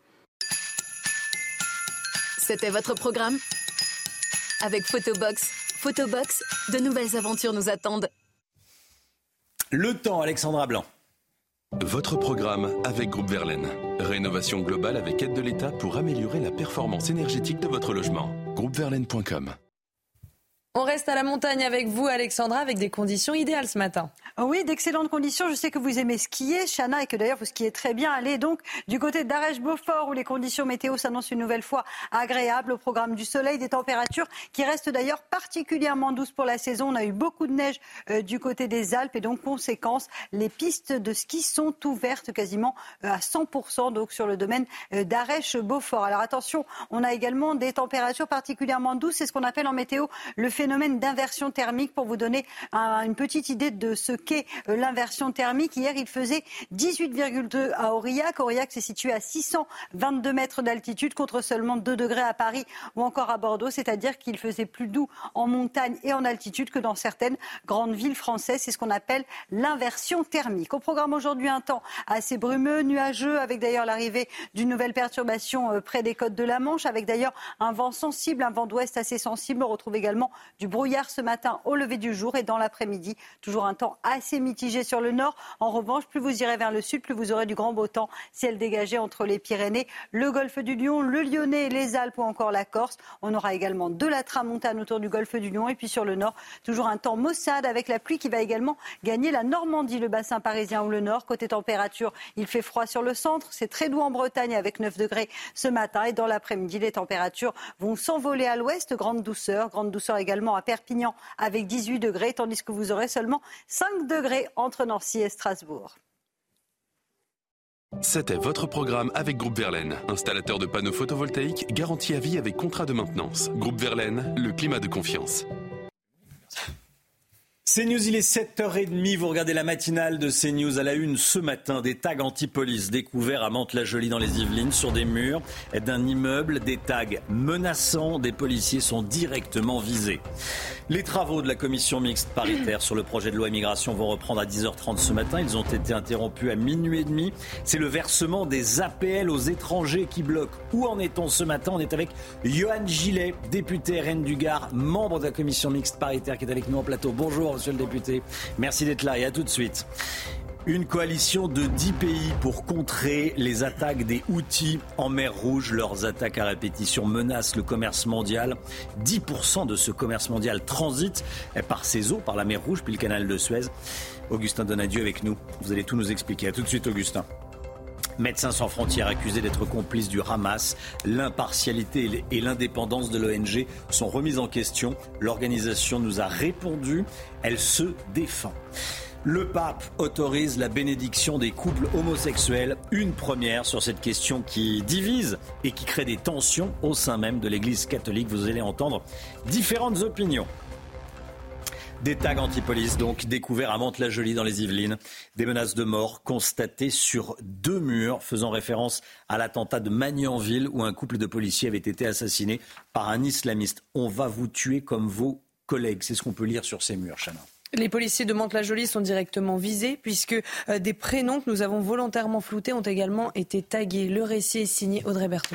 C'était votre programme avec Photobox. Photobox, de nouvelles aventures nous attendent. Le temps, Alexandra Blanc. Votre programme avec Groupe Verlaine. Rénovation globale avec aide de l'État pour améliorer la performance énergétique de votre logement. groupe verlaine point com. On reste à la montagne avec vous, Alexandra, avec des conditions idéales ce matin. Oui, d'excellentes conditions. Je sais que vous aimez skier, Chana, et que d'ailleurs vous skiez très bien. Allez donc du côté d'Arèche-Beaufort où les conditions météo s'annoncent une nouvelle fois agréables. Au programme du soleil, des températures qui restent d'ailleurs particulièrement douces pour la saison. On a eu beaucoup de neige euh, du côté des Alpes et donc conséquence, les pistes de ski sont ouvertes quasiment euh, à cent pour cent donc sur le domaine euh, d'Arèche-Beaufort. Alors attention, on a également des températures particulièrement douces. C'est ce qu'on appelle en météo le phénomène d'inversion thermique. Pour vous donner un, une petite idée de ce qu'est euh, l'inversion thermique, hier il faisait dix-huit virgule deux à Aurillac. Aurillac s'est situé à six cent vingt-deux mètres d'altitude contre seulement deux degrés à Paris ou encore à Bordeaux, c'est-à-dire qu'il faisait plus doux en montagne et en altitude que dans certaines grandes villes françaises. C'est ce qu'on appelle l'inversion thermique. Au programme aujourd'hui, un temps assez brumeux, nuageux, avec d'ailleurs l'arrivée d'une nouvelle perturbation euh, près des côtes de la Manche, avec d'ailleurs un vent sensible, un vent d'ouest assez sensible. On retrouve également du brouillard ce matin au lever du jour et dans l'après-midi. Toujours un temps assez mitigé sur le nord. En revanche, plus vous irez vers le sud, plus vous aurez du grand beau temps. Ciel dégagé entre les Pyrénées, le golfe du Lion, le Lyonnais, les Alpes ou encore la Corse. On aura également de la tramontane autour du golfe du Lion. Et puis sur le nord, toujours un temps maussade avec la pluie qui va également gagner la Normandie, le bassin parisien ou le nord. Côté température, il fait froid sur le centre. C'est très doux en Bretagne avec neuf degrés ce matin. Et dans l'après-midi, les températures vont s'envoler à l'ouest. Grande douceur, grande douceur également à Perpignan avec dix-huit degrés, tandis que vous aurez seulement cinq degrés entre Nancy et Strasbourg. C'était votre programme avec Groupe Verlaine, installateur de panneaux photovoltaïques garantie à vie avec contrat de maintenance. Groupe Verlaine, le climat de confiance. CNews, il est sept heures trente, vous regardez la matinale de CNews. À la une ce matin, des tags anti-police découverts à Mantes-la-Jolie dans les Yvelines sur des murs d'un immeuble, des tags menaçants, des policiers sont directement visés. Les travaux de la commission mixte paritaire sur le projet de loi immigration vont reprendre à dix heures trente ce matin. Ils ont été interrompus à minuit et demi. C'est le versement des A P L aux étrangers qui bloque. Où en est-on ce matin? On est avec Johan Gillet, député R N du Gard, membre de la commission mixte paritaire qui est avec nous en plateau. Bonjour monsieur le député, merci d'être là et à tout de suite. Une coalition de dix pays pour contrer les attaques des Houthis en mer Rouge. Leurs attaques à répétition menacent le commerce mondial. dix pour cent de ce commerce mondial transite par ces eaux, par la mer Rouge, puis le canal de Suez. Augustin Donadieu avec nous. Vous allez tout nous expliquer. À tout de suite, Augustin. Médecins sans frontières accusés d'être complices du Hamas. L'impartialité et l'indépendance de l'O N G sont remises en question. L'organisation nous a répondu. Elle se défend. Le pape autorise la bénédiction des couples homosexuels. Une première sur cette question qui divise et qui crée des tensions au sein même de l'Église catholique. Vous allez entendre différentes opinions. Des tags anti-police donc découverts à Mantes-la-Jolie dans les Yvelines. Des menaces de mort constatées sur deux murs faisant référence à l'attentat de Magnanville où un couple de policiers avait été assassiné par un islamiste. On va vous tuer comme vos collègues. C'est ce qu'on peut lire sur ces murs, Chana. Les policiers de Mantes-la-Jolie sont directement visés puisque euh, des prénoms que nous avons volontairement floutés ont également été tagués. Le récit est signé Audrey Berthaud.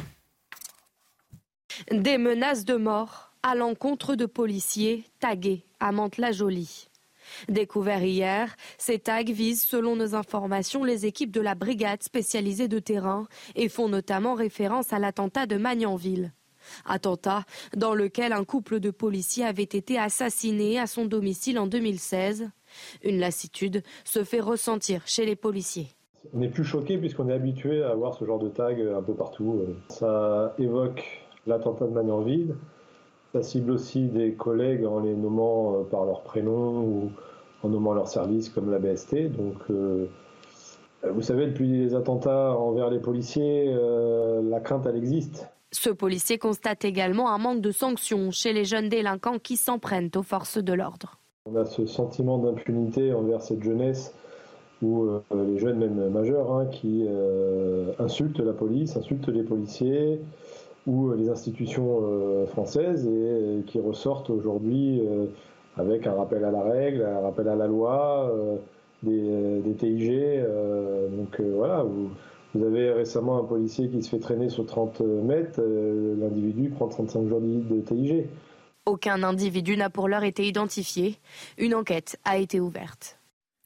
Des menaces de mort à l'encontre de policiers tagués à Mantes-la-Jolie. Découverts hier, ces tags visent, selon nos informations, les équipes de la brigade spécialisée de terrain et font notamment référence à l'attentat de Magnanville. Attentat dans lequel un couple de policiers avait été assassiné à son domicile en deux mille seize. Une lassitude se fait ressentir chez les policiers. On n'est plus choqués puisqu'on est habitué à voir ce genre de tag un peu partout. Ça évoque l'attentat de Magnanville Ça cible aussi des collègues en les nommant par leur prénom ou en nommant leur service comme la B S T. Donc, euh, vous savez, depuis les attentats envers les policiers, euh, la crainte, elle existe. Ce policier constate également un manque de sanctions chez les jeunes délinquants qui s'en prennent aux forces de l'ordre. On a ce sentiment d'impunité envers cette jeunesse ou euh, les jeunes, même majeurs, hein, qui euh, insultent la police, insultent les policiers ou les institutions euh, françaises et euh, qui ressortent aujourd'hui euh, avec un rappel à la règle, un rappel à la loi, euh, des, des T I G. Euh, donc euh, voilà, vous, vous avez récemment un policier qui se fait traîner sur trente mètres, euh, l'individu prend trente-cinq jours de T I G. Aucun individu n'a pour l'heure été identifié. Une enquête a été ouverte.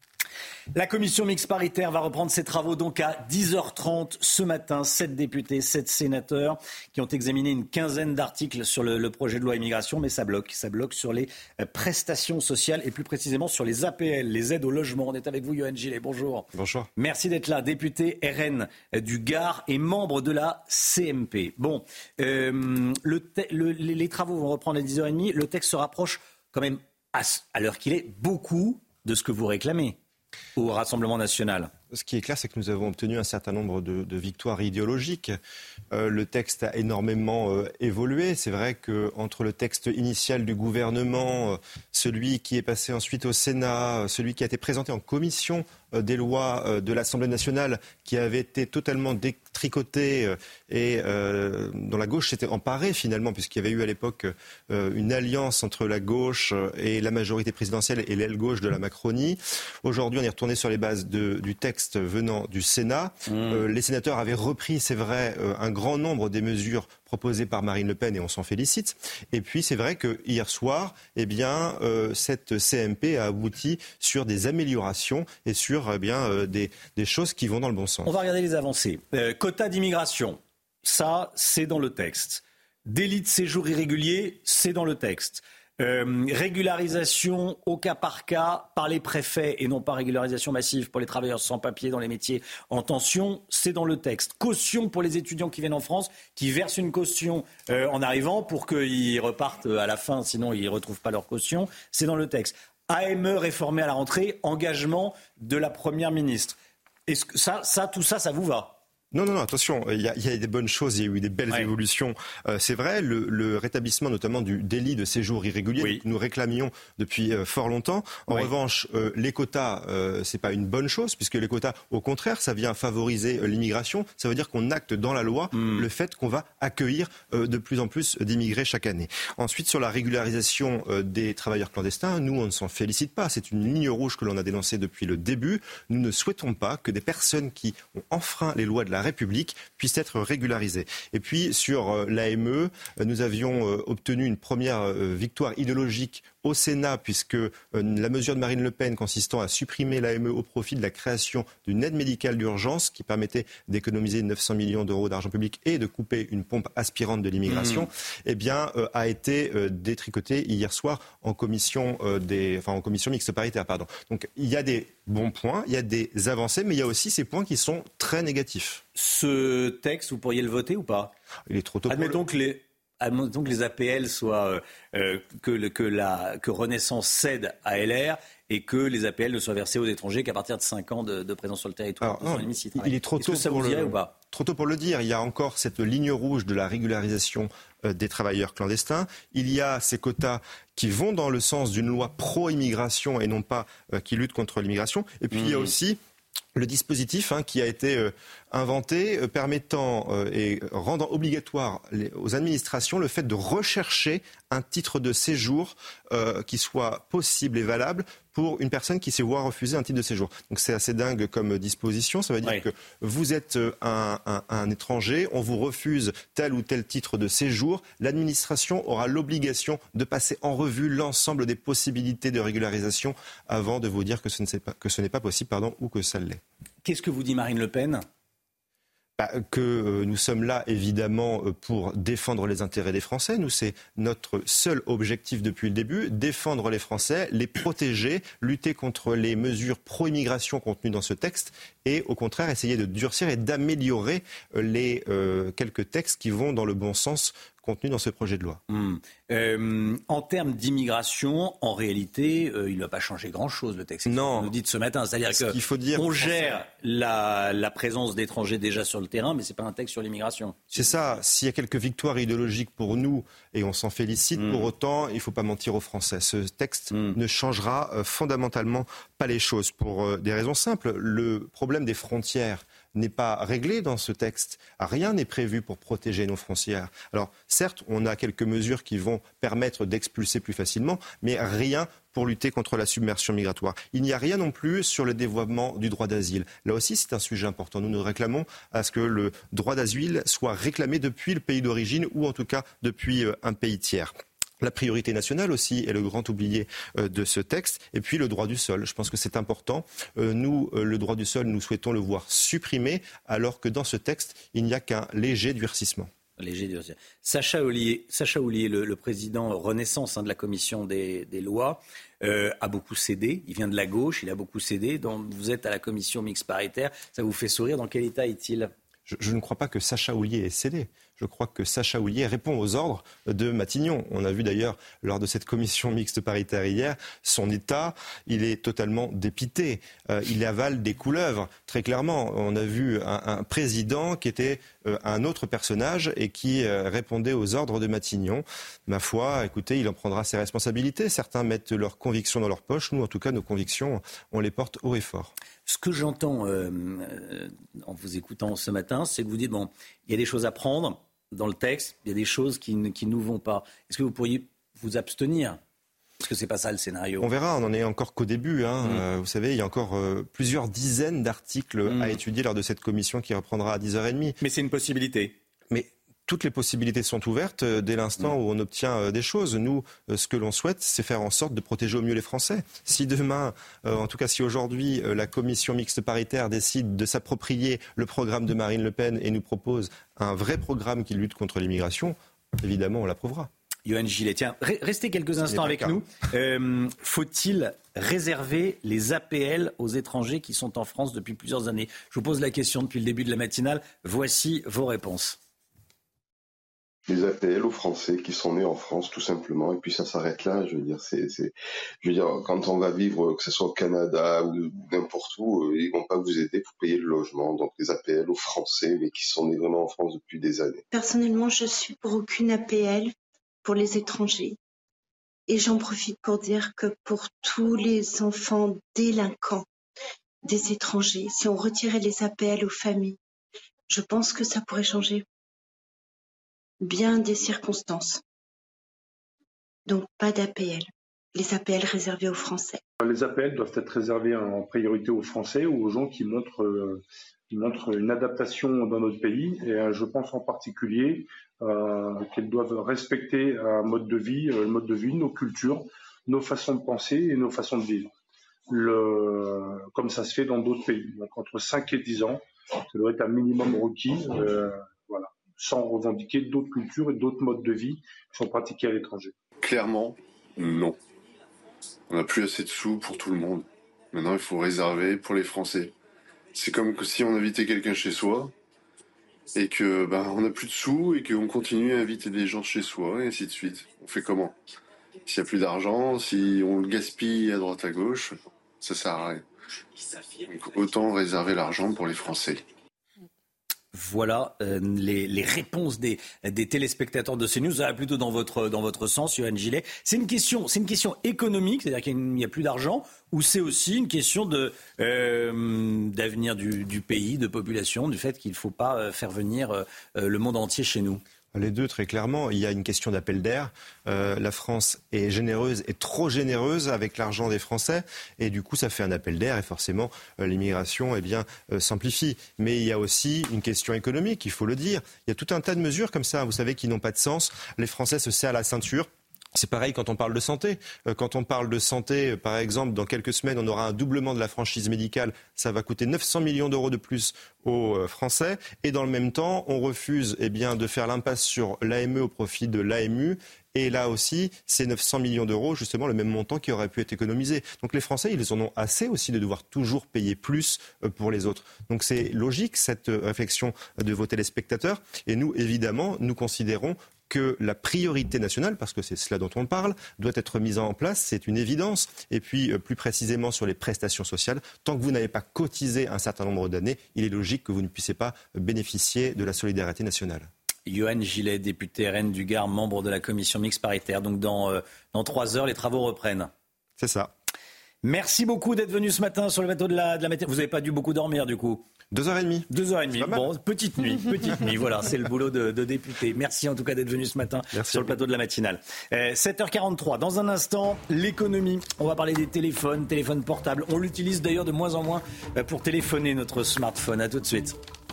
La commission mixte paritaire va reprendre ses travaux donc à dix heures trente ce matin. Sept députés, sept sénateurs qui ont examiné une quinzaine d'articles sur le, le projet de loi immigration, mais ça bloque. Ça bloque sur les prestations sociales et plus précisément sur les A P L, les aides au logement. On est avec vous, Yohann Gillet. Bonjour. Bonjour. Merci d'être là. Député R N du Gard et membre de la C M P. Bon, euh, le te- le, les travaux vont reprendre à dix heures trente. Le texte se rapproche quand même, à, à l'heure qu'il est, beaucoup de ce que vous réclamez au Rassemblement national. Ce qui est clair, c'est que nous avons obtenu un certain nombre de, de victoires idéologiques. Euh, le texte a énormément euh, évolué. C'est vrai qu'entre le texte initial du gouvernement, euh, celui qui est passé ensuite au Sénat, euh, celui qui a été présenté en commission euh, des lois euh, de l'Assemblée nationale, qui avait été totalement détricoté euh, et euh, dont la gauche s'était emparée finalement, puisqu'il y avait eu à l'époque euh, une alliance entre la gauche et la majorité présidentielle et l'aile gauche de la Macronie. Aujourd'hui, on est retourné sur les bases de, du texte venant du Sénat. Mmh. Euh, les sénateurs avaient repris, c'est vrai, euh, un grand nombre des mesures proposées par Marine Le Pen et on s'en félicite. Et puis c'est vrai que hier soir, eh bien, euh, cette C M P a abouti sur des améliorations et sur eh bien, euh, des, des choses qui vont dans le bon sens. On va regarder les avancées. Euh, quota d'immigration, ça c'est dans le texte. Délit de séjour irrégulier, c'est dans le texte. Euh, régularisation au cas par cas par les préfets et non pas régularisation massive pour les travailleurs sans papier dans les métiers en tension, c'est dans le texte. Caution pour les étudiants qui viennent en France, qui versent une caution euh, en arrivant pour qu'ils repartent à la fin, sinon ils ne retrouvent pas leur caution, c'est dans le texte. A M E réformé à la rentrée, engagement de la Première ministre. Est-ce que ça, ça, tout ça, ça vous va ? Non, non, non, attention, il y, a, il y a des bonnes choses, il y a eu des belles ouais. évolutions. Euh, c'est vrai, le, le rétablissement notamment du délit de séjour irrégulier, oui. que nous réclamions depuis euh, fort longtemps. En oui. revanche, euh, les quotas, euh, c'est pas une bonne chose, puisque les quotas, au contraire, ça vient favoriser euh, l'immigration. Ça veut dire qu'on acte dans la loi mm. le fait qu'on va accueillir euh, de plus en plus d'immigrés chaque année. Ensuite, sur la régularisation euh, des travailleurs clandestins, nous, on ne s'en félicite pas. C'est une ligne rouge que l'on a dénoncée depuis le début. Nous ne souhaitons pas que des personnes qui ont enfreint les lois de la République puisse être régularisée. Et puis sur euh, l'A M E, euh, nous avions euh, obtenu une première euh, victoire idéologique au Sénat, puisque euh, la mesure de Marine Le Pen consistant à supprimer l'A M E au profit de la création d'une aide médicale d'urgence qui permettait d'économiser neuf cents millions d'euros d'argent public et de couper une pompe aspirante de l'immigration, mmh. eh bien, euh, a été euh, détricotée hier soir en commission, euh, des, enfin, en commission mixte paritaire. Pardon. Donc il y a des bons points, il y a des avancées, mais il y a aussi ces points qui sont très négatifs. Ce texte, vous pourriez le voter ou pas ? Il est trop tôt. Admettons que les... Admettons que les A P L soient, euh, que, le, que, la, que Renaissance cède à L R et que les A P L ne soient versés aux étrangers qu'à partir de cinq ans de, de présence sur le territoire. Alors, non, il est trop tôt ça vous pour dirait le, ou pas ? Trop tôt pour le dire. Il y a encore cette ligne rouge de la régularisation euh, des travailleurs clandestins. Il y a ces quotas qui vont dans le sens d'une loi pro-immigration et non pas euh, qui lutte contre l'immigration. Et puis mmh. il y a aussi le dispositif hein, qui a été euh, inventé euh, permettant euh, et rendant obligatoire les, aux administrations le fait de rechercher un titre de séjour euh, qui soit possible et valable pour une personne qui s'est voir refuser un titre de séjour. Donc c'est assez dingue comme disposition. Ça veut dire oui. que vous êtes un, un, un étranger, on vous refuse tel ou tel titre de séjour. L'administration aura l'obligation de passer en revue l'ensemble des possibilités de régularisation avant de vous dire que ce n'est pas, que ce n'est pas possible pardon, ou que ça l'est. Qu'est-ce que vous dit Marine Le Pen ? Bah, que euh, nous sommes là, évidemment, euh, pour défendre les intérêts des Français. Nous, c'est notre seul objectif depuis le début, défendre les Français, les protéger, lutter contre les mesures pro-immigration contenues dans ce texte et, au contraire, essayer de durcir et d'améliorer euh, les euh, quelques textes qui vont dans le bon sens contenues dans ce projet de loi. Mmh. Euh, en termes d'immigration, en réalité, euh, il ne va pas changer grand-chose, le texte. Non. Vous nous dites ce matin, c'est-à-dire Ce qu'il faut dire, qu'on gère la, la présence d'étrangers déjà sur le terrain, mais ce n'est pas un texte sur l'immigration. C'est ça. S'il y a quelques victoires idéologiques pour nous, et on s'en félicite, mmh. pour autant, il ne faut pas mentir aux Français. Ce texte mmh. ne changera euh, fondamentalement pas les choses, pour euh, des raisons simples. Le problème des frontières n'est pas réglé dans ce texte. Rien n'est prévu pour protéger nos frontières. Alors, certes, on a quelques mesures qui vont permettre d'expulser plus facilement, mais rien pour lutter contre la submersion migratoire. Il n'y a rien non plus sur le développement du droit d'asile. Là aussi, c'est un sujet important. Nous nous réclamons à ce que le droit d'asile soit réclamé depuis le pays d'origine ou en tout cas depuis un pays tiers. La priorité nationale aussi est le grand oublié euh, de ce texte. Et puis le droit du sol. Je pense que c'est important. Euh, nous, euh, le droit du sol, nous souhaitons le voir supprimé, alors que dans ce texte, il n'y a qu'un léger durcissement. Léger durcissement. Sacha Houlié, Sacha Houlié le, le président Renaissance hein, de la commission des, des lois, euh, a beaucoup cédé. Il vient de la gauche, il a beaucoup cédé. Donc, vous êtes à la commission mixte paritaire. Ça vous fait sourire. Dans quel état est-il ? Je, je ne crois pas que Sacha Houlié ait cédé. Je crois que Sacha Houlié répond aux ordres de Matignon. On a vu d'ailleurs, lors de cette commission mixte paritaire hier, son état, il est totalement dépité. Euh, il avale des couleuvres, très clairement. On a vu un, un président qui était euh, un autre personnage et qui euh, répondait aux ordres de Matignon. Ma foi, écoutez, il en prendra ses responsabilités. Certains mettent leurs convictions dans leur poche. Nous, en tout cas, nos convictions, on les porte haut et fort. Ce que j'entends euh, euh, en vous écoutant ce matin, c'est que vous dites, bon, il y a des choses à prendre dans le texte, il y a des choses qui ne qui nous vont pas. Est-ce que vous pourriez vous abstenir ? Parce que c'est pas ça le scénario. On verra, on n'en est encore qu'au début. Hein. Mmh. Euh, vous savez, il y a encore euh, plusieurs dizaines d'articles mmh. à étudier lors de cette commission qui reprendra à dix heures trente. Mais c'est une possibilité. Mais toutes les possibilités sont ouvertes dès l'instant mmh. où on obtient des choses. Nous, ce que l'on souhaite, c'est faire en sorte de protéger au mieux les Français. Si demain, euh, en tout cas si aujourd'hui, euh, la commission mixte paritaire décide de s'approprier le programme de Marine Le Pen et nous propose un vrai programme qui lutte contre l'immigration, évidemment, on l'approuvera. Yohann Gillet, tiens, restez quelques instants avec nous. Euh, faut-il réserver les A P L aux étrangers qui sont en France depuis plusieurs années ? Je vous pose la question depuis le début de la matinale. Voici vos réponses. Les A P L aux Français qui sont nés en France, tout simplement, et puis ça s'arrête là. Je veux dire, c'est, c'est, je veux dire, quand on va vivre, que ce soit au Canada ou n'importe où, ils vont pas vous aider pour payer le logement. Donc, les A P L aux Français, mais qui sont nés vraiment en France depuis des années. Personnellement, je suis pour aucune A P L pour les étrangers. Et j'en profite pour dire que pour tous les enfants délinquants des étrangers, si on retirait les A P L aux familles, je pense que ça pourrait changer bien des circonstances. Donc pas d'A P L. Les A P L réservés aux Français. Les A P L doivent être réservés en priorité aux Français ou aux gens qui montrent, euh, qui montrent une adaptation dans notre pays. Et euh, je pense en particulier euh, qu'elles doivent respecter un mode de vie, euh, le mode de vie, nos cultures, nos façons de penser et nos façons de vivre. Le, comme ça se fait dans d'autres pays. Donc entre cinq et dix ans, ça doit être un minimum requis. Euh, voilà. Sans revendiquer d'autres cultures et d'autres modes de vie qui sont pratiqués à l'étranger. Clairement, non. On n'a plus assez de sous pour tout le monde. Maintenant, il faut réserver pour les Français. C'est comme que si on invitait quelqu'un chez soi et que ben, on n'a plus de sous et qu'on continue à inviter des gens chez soi et ainsi de suite. On fait comment ? S'il n'y a plus d'argent, si on le gaspille à droite à gauche, ça sert à rien. Donc, autant réserver l'argent pour les Français. Voilà euh, les, les réponses des, des téléspectateurs de CNews. Ça va plutôt dans votre, dans votre sens, Yohann Gillet. C'est une question, c'est une question économique, c'est-à-dire qu'il n'y a plus d'argent, ou c'est aussi une question de, euh, d'avenir du, du pays, de population, du fait qu'il ne faut pas faire venir euh, le monde entier chez nous ? Les deux, très clairement. Il y a une question d'appel d'air. Euh, la France est généreuse et trop généreuse avec l'argent des Français. Et du coup, ça fait un appel d'air et forcément, euh, l'immigration eh bien, euh, s'amplifie. Mais il y a aussi une question économique, il faut le dire. Il y a tout un tas de mesures comme ça, vous savez, qui n'ont pas de sens. Les Français se serrent la ceinture. C'est pareil quand on parle de santé. Quand on parle de santé, par exemple, dans quelques semaines, on aura un doublement de la franchise médicale. Ça va coûter neuf cents millions d'euros de plus aux Français. Et dans le même temps, on refuse eh bien, de faire l'impasse sur l'A M E au profit de l'A M U. Et là aussi, c'est neuf cents millions d'euros, justement le même montant qui aurait pu être économisé. Donc les Français, ils en ont assez aussi de devoir toujours payer plus pour les autres. Donc c'est logique, cette réflexion de vos téléspectateurs. Et nous, évidemment, nous considérons que la priorité nationale, parce que c'est cela dont on parle, doit être mise en place, c'est une évidence. Et puis, plus précisément sur les prestations sociales, tant que vous n'avez pas cotisé un certain nombre d'années, il est logique que vous ne puissiez pas bénéficier de la solidarité nationale. Yohann Gillet, député R N du Gard, membre de la commission mixte paritaire. Donc dans, euh, dans trois heures, les travaux reprennent. C'est ça. Merci beaucoup d'être venu ce matin sur le bateau de la, de la matinale. Vous n'avez pas dû beaucoup dormir du coup? Deux heures et demie. Deux heures et demie. Bon, petite nuit, petite nuit. Voilà, c'est le boulot de, de député. Merci en tout cas d'être venu ce matin Merci sur le plateau de la matinale. Euh, sept heures quarante-trois. Dans un instant, l'économie. On va parler des téléphones, téléphones portables. On l'utilise d'ailleurs de moins en moins pour téléphoner notre smartphone. À tout de suite.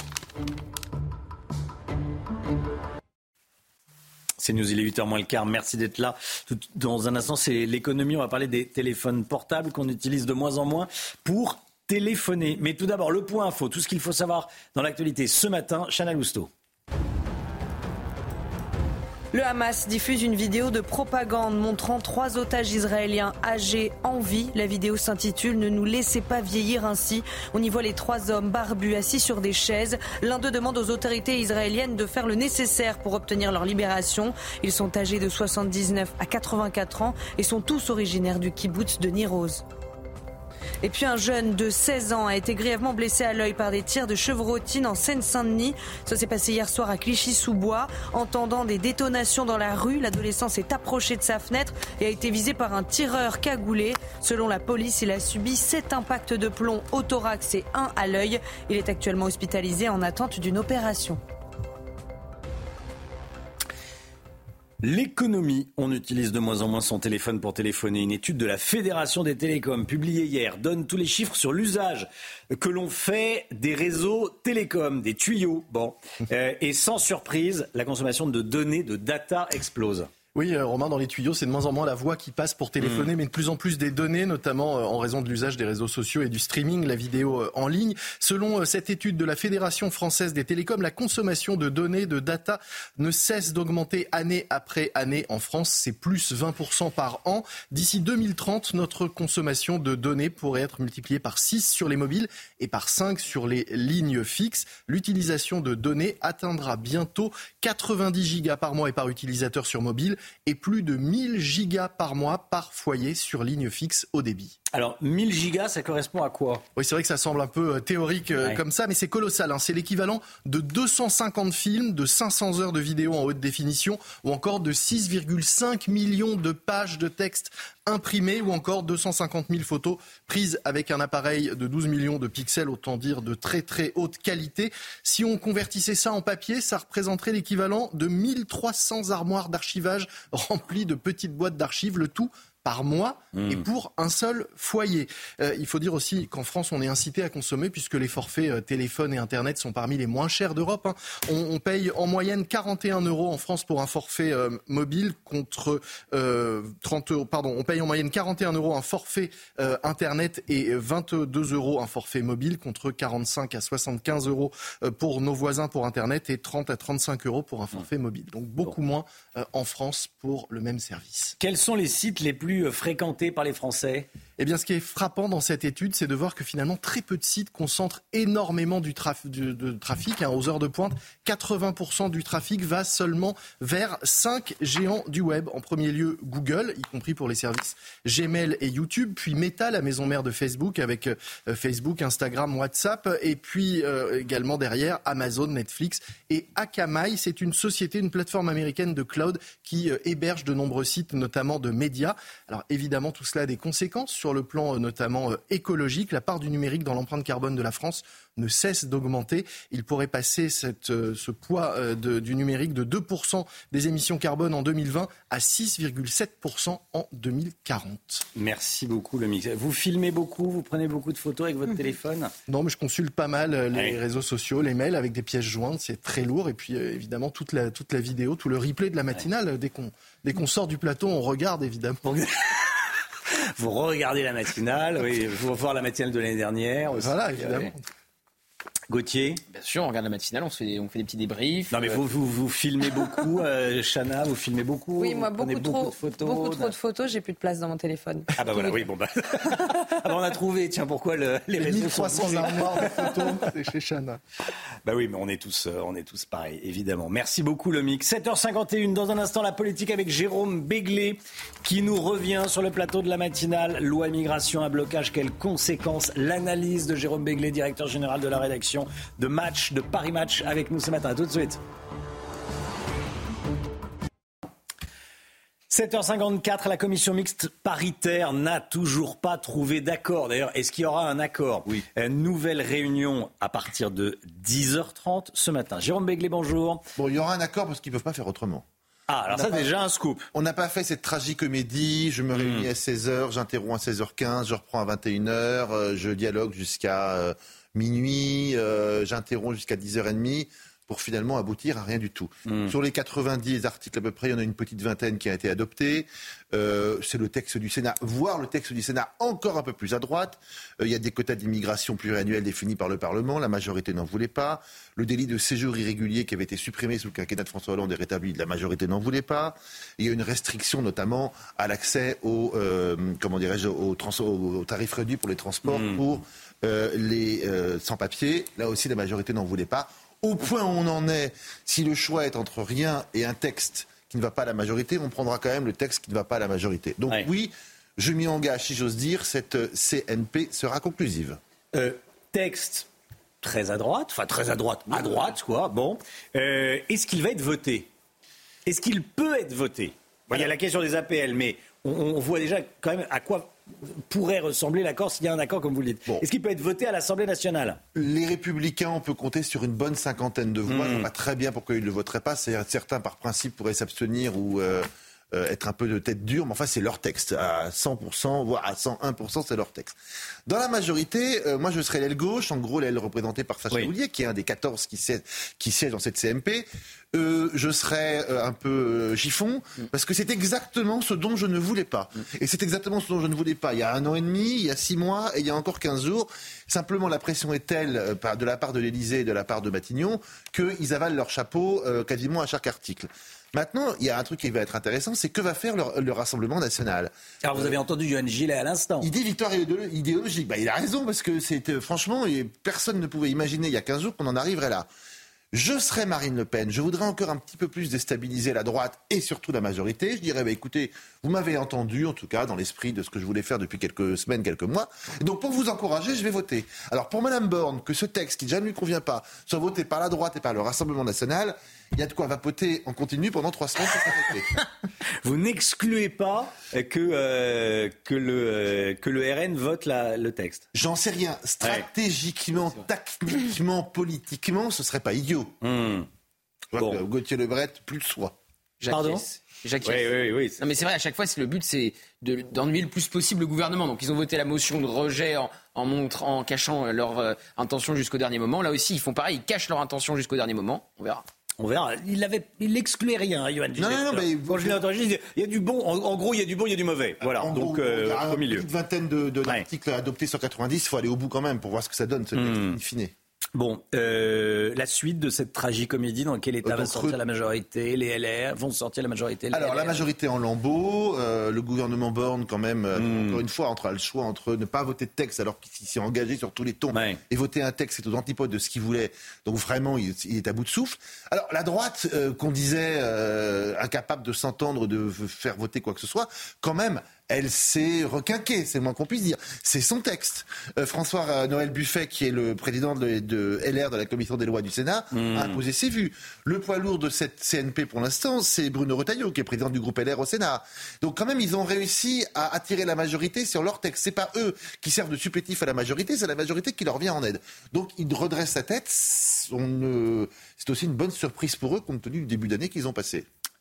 C'est News, il est huit heures moins le quart. Merci d'être là. Tout, dans un instant, c'est l'économie. On va parler des téléphones portables qu'on utilise de moins en moins pour téléphoner. Mais tout d'abord, le point info, tout ce qu'il faut savoir dans l'actualité ce matin. Chana Lousteau. Le Hamas diffuse une vidéo de propagande montrant trois otages israéliens âgés en vie. La vidéo s'intitule « Ne nous laissez pas vieillir ainsi ». On y voit les trois hommes barbus assis sur des chaises. L'un d'eux demande aux autorités israéliennes de faire le nécessaire pour obtenir leur libération. Ils sont âgés de soixante-dix-neuf à quatre-vingt-quatre ans et sont tous originaires du kibboutz de Nir Oz. Et puis un jeune de seize ans a été grièvement blessé à l'œil par des tirs de chevrotine en Seine-Saint-Denis. Ça s'est passé hier soir à Clichy-sous-Bois. Entendant des détonations dans la rue, l'adolescent s'est approché de sa fenêtre et a été visé par un tireur cagoulé. Selon la police, il a subi sept impacts de plomb au thorax et un à l'œil. Il est actuellement hospitalisé en attente d'une opération. L'économie, on utilise de moins en moins son téléphone pour téléphoner. Une étude de la Fédération des télécoms publiée hier donne tous les chiffres sur l'usage que l'on fait des réseaux télécoms, des tuyaux. Bon, euh, et sans surprise, la consommation de données, de data explose. Oui, euh, Romain, dans les tuyaux, c'est de moins en moins la voix qui passe pour téléphoner, mmh. mais de plus en plus des données, notamment euh, en raison de l'usage des réseaux sociaux et du streaming, la vidéo euh, en ligne. Selon euh, cette étude de la Fédération française des télécoms, la consommation de données, de data, ne cesse d'augmenter année après année en France. C'est plus vingt pour cent par an. D'ici deux mille trente, notre consommation de données pourrait être multipliée par six sur les mobiles et par cinq sur les lignes fixes. L'utilisation de données atteindra bientôt quatre-vingt-dix gigas par mois et par utilisateur sur mobile, et plus de mille gigas par mois par foyer sur ligne fixe haut débit. Alors, mille gigas, ça correspond à quoi? Oui, c'est vrai que ça semble un peu théorique euh, ouais. comme ça, mais c'est colossal. Hein. C'est l'équivalent de deux cent cinquante films, de cinq cents heures de vidéos en haute définition, ou encore de six virgule cinq millions de pages de texte imprimées, ou encore deux cent cinquante mille photos prises avec un appareil de douze millions de pixels, autant dire de très très haute qualité. Si on convertissait ça en papier, ça représenterait l'équivalent de mille trois cents armoires d'archivage remplies de petites boîtes d'archives, le tout par mois mmh. et pour un seul foyer. Euh, il faut dire aussi qu'en France, on est incité à consommer puisque les forfaits euh, téléphone et Internet sont parmi les moins chers d'Europe. Hein. On, on paye en moyenne quarante et un euros en France pour un forfait euh, mobile contre euh, trente euros. Pardon, on paye en moyenne quarante et un euros un forfait euh, Internet et vingt-deux euros un forfait mobile contre quarante-cinq à soixante-quinze euros euh, pour nos voisins pour Internet et trente à trente-cinq euros pour un forfait mmh. mobile. Donc beaucoup bon. moins euh, en France pour le même service. Quels sont les sites les plus fréquentés par les Français? Eh bien, ce qui est frappant dans cette étude, c'est de voir que finalement, très peu de sites concentrent énormément du traf- de, de trafic. Hein, aux heures de pointe, quatre-vingts pour cent du trafic va seulement vers cinq géants du web. En premier lieu, Google, y compris pour les services Gmail et YouTube, puis Meta, la maison mère de Facebook, avec euh, Facebook, Instagram, WhatsApp, et puis euh, également derrière, Amazon, Netflix et Akamai. C'est une société, une plateforme américaine de cloud qui euh, héberge de nombreux sites, notamment de médias. Alors évidemment, tout cela a des conséquences sur le plan notamment écologique. La part du numérique dans l'empreinte carbone de la France ne cesse d'augmenter. Il pourrait passer cette, ce poids de, du numérique de deux pour cent des émissions carbone en deux mille vingt à six virgule sept pour cent en deux mille quarante. Merci beaucoup, le mix. Vous filmez beaucoup, vous prenez beaucoup de photos avec votre mmh. téléphone? Non, mais je consulte pas mal les ouais. réseaux sociaux, les mails avec des pièces jointes, c'est très lourd. Et puis euh, évidemment, toute la, toute la vidéo, tout le replay de la matinale, ouais. dès qu'on, dès qu'on sort du plateau, on regarde évidemment. Vous regardez la matinale, oui, vous voir la matinale de l'année dernière aussi. Voilà, évidemment. Gauthier. Bien sûr, on regarde la matinale, on fait, on fait des petits débriefs. Non mais vous, vous, vous filmez beaucoup, euh, Chana, vous filmez beaucoup. Oui, moi beaucoup, beaucoup trop, de photos. beaucoup trop de photos, j'ai plus de place dans mon téléphone. Ah bah voilà, oui, bon bah. ah bah on a trouvé, tiens, pourquoi le, les réseaux mille trois cents sont armoires de photos, c'est chez Chana. Bah oui, mais on est tous, euh, on est tous pareils, évidemment. Merci beaucoup, le mix. sept heures cinquante et une, dans un instant, la politique avec Jérôme Béglé, qui nous revient sur le plateau de la matinale. Loi immigration à blocage, quelles conséquences? L'analyse de Jérôme Béglé, directeur général de la rédaction de Match, de Paris Match, avec nous ce matin. À tout de suite. sept heures cinquante-quatre, la commission mixte paritaire n'a toujours pas trouvé d'accord. D'ailleurs, est-ce qu'il y aura un accord? Oui. Une nouvelle réunion à partir de dix heures trente ce matin. Jérôme Béglé, bonjour. Bon, il y aura un accord parce qu'ils ne peuvent pas faire autrement. Ah, alors ça, pas, déjà un scoop. On n'a pas fait cette tragicomédie. Je me réunis mmh. à seize heures, j'interromps à seize heures quinze, je reprends à vingt et une heures, euh, je dialogue jusqu'à euh, minuit, euh, j'interromps jusqu'à dix heures trente pour finalement aboutir à rien du tout. Mmh. Sur les quatre-vingt-dix articles à peu près, il y en a une petite vingtaine qui a été adoptée. Euh, c'est le texte du Sénat, voire le texte du Sénat encore un peu plus à droite. Euh, il y a des quotas d'immigration pluriannuels définis par le Parlement. La majorité n'en voulait pas. Le délit de séjour irrégulier qui avait été supprimé sous le quinquennat de François Hollande est rétabli. La majorité n'en voulait pas. Il y a une restriction notamment à l'accès aux, euh, comment dirais-je, aux, trans- aux tarifs réduits pour les transports mmh. pour euh, les euh, sans-papiers. Là aussi, la majorité n'en voulait pas. Au point où on en est, si le choix est entre rien et un texte qui ne va pas à la majorité, on prendra quand même le texte qui ne va pas à la majorité. Donc ouais. oui, je m'y engage, si j'ose dire, cette C N P sera conclusive. Euh, texte très à droite, enfin très à droite, à droite quoi, bon. Euh, est-ce qu'il va être voté? Est-ce qu'il peut être voté? Bon, il y a la question des A P L, mais on, on voit déjà quand même à quoi pourrait ressembler l'accord s'il y a un accord, comme vous le dites. Bon. Est-ce qu'il peut être voté à l'Assemblée nationale? Les Républicains, on peut compter sur une bonne cinquantaine de voix. Mmh. Je ne vois pas très bien pourquoi ils ne le voteraient pas. Certains, par principe, pourraient s'abstenir ou euh, euh, être un peu de tête dure. Mais enfin, c'est leur texte. À cent pour cent, voire à cent un pour cent, c'est leur texte. Dans la majorité, euh, moi, je serais l'aile gauche. En gros, l'aile représentée par Sacha oui. Houlier, qui est un des quatorze qui siège, qui siège dans cette C M P. Euh, je serais euh, un peu euh, chiffon, parce que c'est exactement ce dont je ne voulais pas. Et c'est exactement ce dont je ne voulais pas. Il y a un an et demi, il y a six mois, et il y a encore quinze jours. Simplement, la pression est telle, euh, de la part de l'Élysée et de la part de Matignon, qu'ils avalent leur chapeau euh, quasiment à chaque article. Maintenant, il y a un truc qui va être intéressant, c'est que va faire le, le Rassemblement national. Alors, vous avez entendu Yohann Gillet à l'instant. Il dit victoire idéologique. Bah, il a raison, parce que c'est, euh, franchement, personne ne pouvait imaginer il y a quinze jours qu'on en arriverait là. Je serais Marine Le Pen, je voudrais encore un petit peu plus déstabiliser la droite et surtout la majorité. Je dirais, bah, écoutez, vous m'avez entendu, en tout cas, dans l'esprit de ce que je voulais faire depuis quelques semaines, quelques mois. Et donc, pour vous encourager, je vais voter. Alors, pour Mme Borne, que ce texte, qui déjà ne lui convient pas, soit voté par la droite et par le Rassemblement national, il y a de quoi vapoter en continu pendant trois semaines pour s'arrêter. Vous n'excluez pas que, euh, que, le, euh, que le R N vote la, le texte? J'en sais rien. Stratégiquement, ouais. tactiquement, politiquement, ce serait pas idiot. Mmh. Bon. Gauthier Lebret, plus de soi. Pardon? Jacques oui, oui, oui. Non, mais c'est vrai, à chaque fois, c'est le but, c'est de, d'ennuyer le plus possible le gouvernement. Donc, ils ont voté la motion de rejet en, en montrant, en cachant leur euh, intention jusqu'au dernier moment. Là aussi, ils font pareil, ils cachent leur intention jusqu'au dernier moment. On verra. On verra. Il avait, il n'excluait rien, Yohann Gillet. Non, non, non, mais quand je l'ai entendu, il y a du bon. En, en gros, il y a du bon, il y a du mauvais. Voilà. En donc, gros, euh, il y a au milieu. Une vingtaine de, de ouais. d'articles adoptés sur quatre-vingt-dix. Il faut aller au bout quand même pour voir ce que ça donne, ce texte mmh. in fine. Bon, euh, la suite de cette tragicomédie, dans quel état euh, va sortir re... la majorité? Les L R vont sortir la majorité? Alors, L R. la majorité en lambeaux, euh, le gouvernement Borne, quand même, euh, mmh. encore une fois, entre le choix entre ne pas voter de texte alors qu'il s'est engagé sur tous les tons ouais. et voter un texte, c'est aux antipodes de ce qu'il voulait. Donc, vraiment, il, il est à bout de souffle. Alors, la droite, euh, qu'on disait euh, incapable de s'entendre, de faire voter quoi que ce soit, quand même, elle s'est requinquée, c'est le moins qu'on puisse dire. C'est son texte. Euh, François-Noël Buffet, qui est le président de, de L R de la commission des lois du Sénat, mmh. a imposé ses vues. Le poids lourd de cette C N P pour l'instant, c'est Bruno Retailleau, qui est président du groupe L R au Sénat. Donc quand même, ils ont réussi à attirer la majorité sur leur texte. C'est pas eux qui servent de supplétif à la majorité, c'est la majorité qui leur vient en aide. Donc ils redressent la tête. On, euh, c'est aussi une bonne surprise pour eux, compte tenu du début d'année qu'ils ont passé.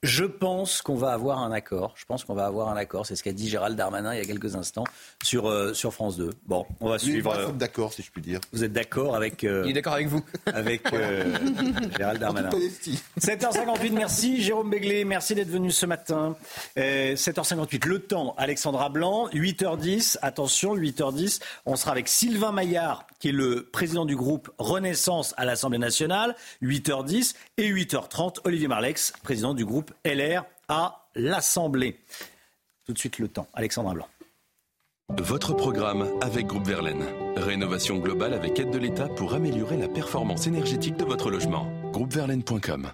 Je pense qu'on va avoir un accord. Je pense qu'on va avoir un accord. C'est ce qu'a dit Gérald Darmanin il y a quelques instants sur, euh, sur France deux. Bon, on va suivre. Moi, euh, d'accord, si je puis dire. Vous êtes d'accord avec... Euh, il est d'accord avec vous. Avec euh, Gérald Darmanin. sept heures cinquante-huit, merci Jérôme Béglé. Merci d'être venu ce matin. Euh, sept heures cinquante-huit, le temps, Alexandra Blanc. huit heures dix, attention, huit heures dix, on sera avec Sylvain Maillard, qui est le président du groupe Renaissance à l'Assemblée nationale. huit heures dix et huit heures trente, Olivier Marleix, président du groupe L R à l'Assemblée. Tout de suite le temps. Alexandra Blanc. Votre programme avec Groupe Verlaine. Rénovation globale avec aide de l'État pour améliorer la performance énergétique de votre logement. groupe verlaine point com.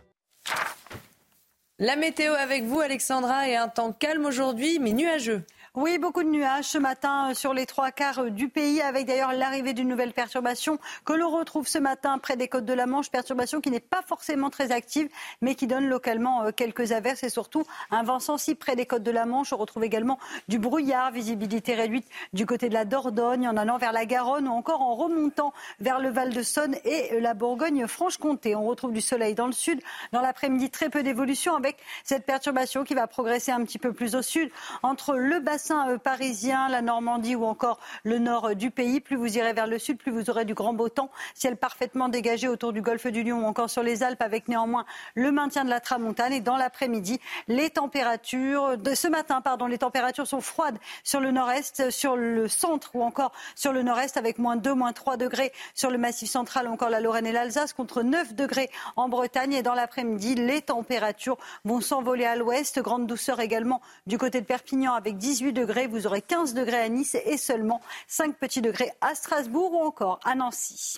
La météo avec vous, Alexandra, et un temps calme aujourd'hui, mais nuageux. Oui, beaucoup de nuages ce matin sur les trois quarts du pays, avec d'ailleurs l'arrivée d'une nouvelle perturbation que l'on retrouve ce matin près des côtes de la Manche, perturbation qui n'est pas forcément très active, mais qui donne localement quelques averses et surtout un vent sensible près des côtes de la Manche. On retrouve également du brouillard, visibilité réduite du côté de la Dordogne, en allant vers la Garonne ou encore en remontant vers le Val-de-Saône et la Bourgogne-Franche-Comté. On retrouve du soleil dans le sud. Dans l'après-midi, très peu d'évolution avec cette perturbation qui va progresser un petit peu plus au sud entre le bassin parisien, la Normandie ou encore le nord du pays. Plus vous irez vers le sud, plus vous aurez du grand beau temps. Ciel parfaitement dégagé autour du golfe du Lion ou encore sur les Alpes, avec néanmoins le maintien de la tramontane. Et dans l'après-midi, les températures de ce matin, pardon, les températures sont froides sur le nord-est, sur le centre ou encore sur le nord-est, avec moins deux, moins trois degrés sur le Massif central ou encore la Lorraine et l'Alsace, contre neuf degrés en Bretagne. Et dans l'après-midi, les températures vont s'envoler à l'ouest. Grande douceur également du côté de Perpignan avec dix-huit degrés, vous aurez quinze degrés à Nice et seulement cinq petits degrés à Strasbourg ou encore à Nancy.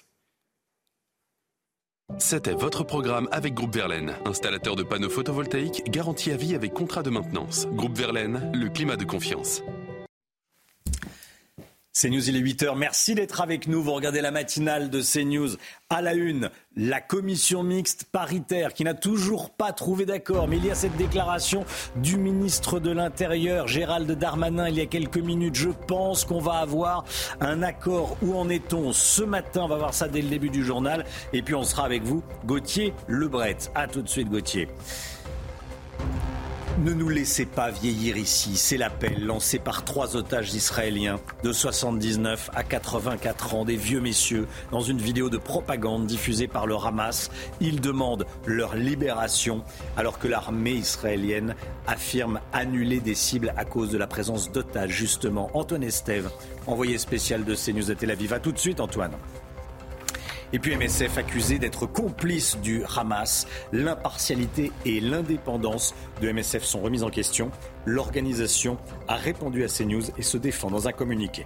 C'était votre programme avec Groupe Verlaine, installateur de panneaux photovoltaïques garantie à vie avec contrat de maintenance. Groupe Verlaine, le climat de confiance. CNews, il est huit heures. Merci d'être avec nous. Vous regardez la matinale de CNews. À la une, la commission mixte paritaire qui n'a toujours pas trouvé d'accord. Mais il y a cette déclaration du ministre de l'Intérieur, Gérald Darmanin, il y a quelques minutes. Je pense qu'on va avoir un accord. Où en est-on ce matin? On va voir ça dès le début du journal. Et puis on sera avec vous, Gauthier Lebret. À tout de suite, Gauthier. Ne nous laissez pas vieillir ici, c'est l'appel lancé par trois otages israéliens de soixante-dix-neuf à quatre-vingt-quatre ans, des vieux messieurs, dans une vidéo de propagande diffusée par le Hamas. Ils demandent leur libération, alors que l'armée israélienne affirme annuler des cibles à cause de la présence d'otages, justement. Antoine Estève, envoyé spécial de CNews à Tel Aviv. À tout de suite, Antoine. Et puis M S F accusé d'être complice du Hamas. L'impartialité et l'indépendance de M S F sont remises en question. L'organisation a répondu à CNews et se défend dans un communiqué.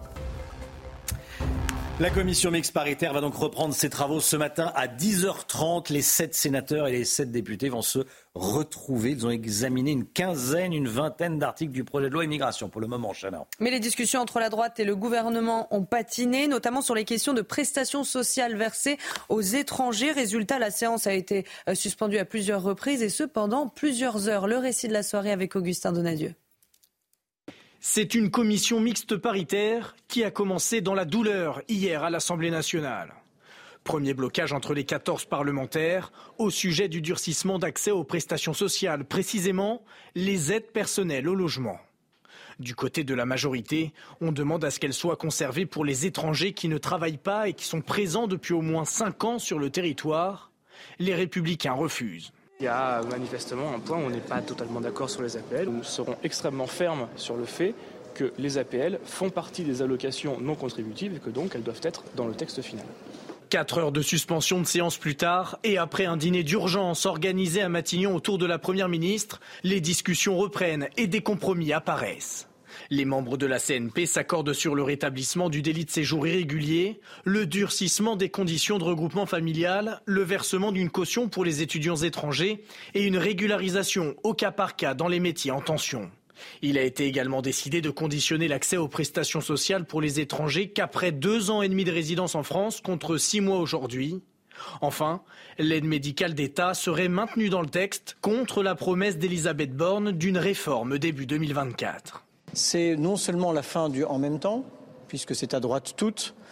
La commission mixte paritaire va donc reprendre ses travaux ce matin à dix heures trente. Les sept sénateurs et les sept députés vont se retrouver. Ils ont examiné une quinzaine, une vingtaine d'articles du projet de loi immigration pour le moment, Chana. Mais les discussions entre la droite et le gouvernement ont patiné, notamment sur les questions de prestations sociales versées aux étrangers. Résultat, la séance a été suspendue à plusieurs reprises et ce pendant plusieurs heures. Le récit de la soirée avec Augustin Donadieu. C'est une commission mixte paritaire qui a commencé dans la douleur hier à l'Assemblée nationale. Premier blocage entre les quatorze parlementaires au sujet du durcissement d'accès aux prestations sociales, précisément les aides personnelles au logement. Du côté de la majorité, on demande à ce qu'elles soient conservées pour les étrangers qui ne travaillent pas et qui sont présents depuis au moins cinq ans sur le territoire. Les Républicains refusent. Il y a manifestement un point où on n'est pas totalement d'accord sur les A P L. Nous serons extrêmement fermes sur le fait que les A P L font partie des allocations non contributives et que donc elles doivent être dans le texte final. Quatre heures de suspension de séance plus tard et après un dîner d'urgence organisé à Matignon autour de la Première ministre, les discussions reprennent et des compromis apparaissent. Les membres de la C N P s'accordent sur le rétablissement du délit de séjour irrégulier, le durcissement des conditions de regroupement familial, le versement d'une caution pour les étudiants étrangers et une régularisation au cas par cas dans les métiers en tension. Il a été également décidé de conditionner l'accès aux prestations sociales pour les étrangers qu'après deux ans et demi de résidence en France contre six mois aujourd'hui. Enfin, l'aide médicale d'État serait maintenue dans le texte contre la promesse d'Elisabeth Borne d'une réforme début deux mille vingt-quatre. C'est non seulement la fin du « en même temps », puisque c'est à droite toute,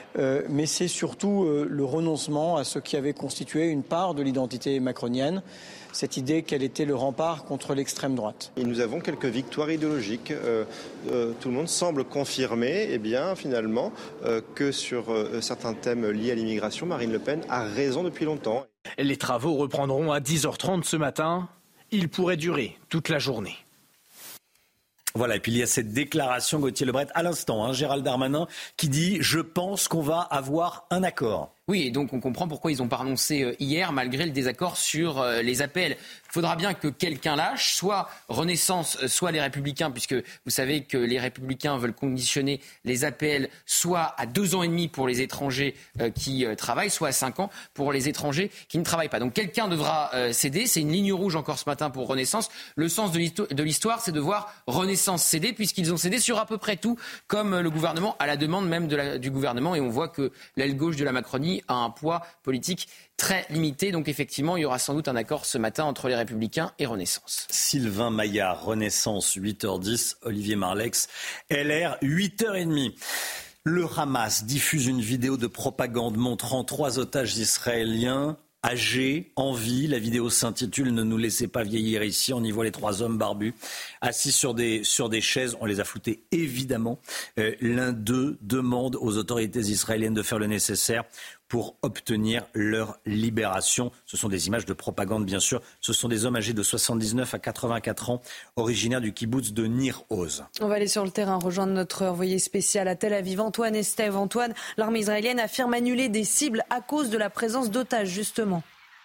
euh, mais c'est surtout euh, le renoncement à ce qui avait constitué une part de l'identité macronienne, cette idée qu'elle était le rempart contre l'extrême droite. Et nous avons quelques victoires idéologiques. Euh, euh, tout le monde semble confirmer, eh bien, finalement, euh, que sur euh, certains thèmes liés à l'immigration, Marine Le Pen a raison depuis longtemps. Les travaux reprendront à dix heures trente ce matin. Ils pourraient durer toute la journée. Voilà, et puis il y a cette déclaration, Gauthier Lebret, à l'instant, hein, Gérald Darmanin, qui dit « Je pense qu'on va avoir un accord ». Oui, et donc on comprend pourquoi ils n'ont pas renoncé hier, malgré le désaccord sur les A P L. Il faudra bien que quelqu'un lâche, soit Renaissance, soit les Républicains, puisque vous savez que les Républicains veulent conditionner les A P L soit à deux ans et demi pour les étrangers qui travaillent, soit à cinq ans pour les étrangers qui ne travaillent pas. Donc quelqu'un devra céder, c'est une ligne rouge encore ce matin pour Renaissance. Le sens de l'histoire, c'est de voir Renaissance céder, puisqu'ils ont cédé sur à peu près tout, comme le gouvernement, à la demande même de la, du gouvernement, et on voit que l'aile gauche de la Macronie a un poids politique très limité. Donc effectivement, il y aura sans doute un accord ce matin entre les Républicains et Renaissance. Sylvain Maillard, Renaissance, huit heures dix. Olivier Marlex, L R, huit heures trente. Le Hamas diffuse une vidéo de propagande montrant trois otages israéliens âgés, en vie. La vidéo s'intitule « Ne nous laissez pas vieillir ici ». On y voit les trois hommes barbus assis sur des, sur des chaises. On les a floutés évidemment. Euh, l'un d'eux demande aux autorités israéliennes de faire le nécessaire pour obtenir leur libération. Ce sont des images de propagande, bien sûr. Ce sont des hommes âgés de soixante-dix-neuf à quatre-vingt-quatre ans, originaires du kibboutz de Nir Oz. On va aller sur le terrain, rejoindre notre envoyé spécial à Tel Aviv, Antoine Estève. Antoine, l'armée israélienne affirme annuler des cibles à cause de la présence d'otages, justement.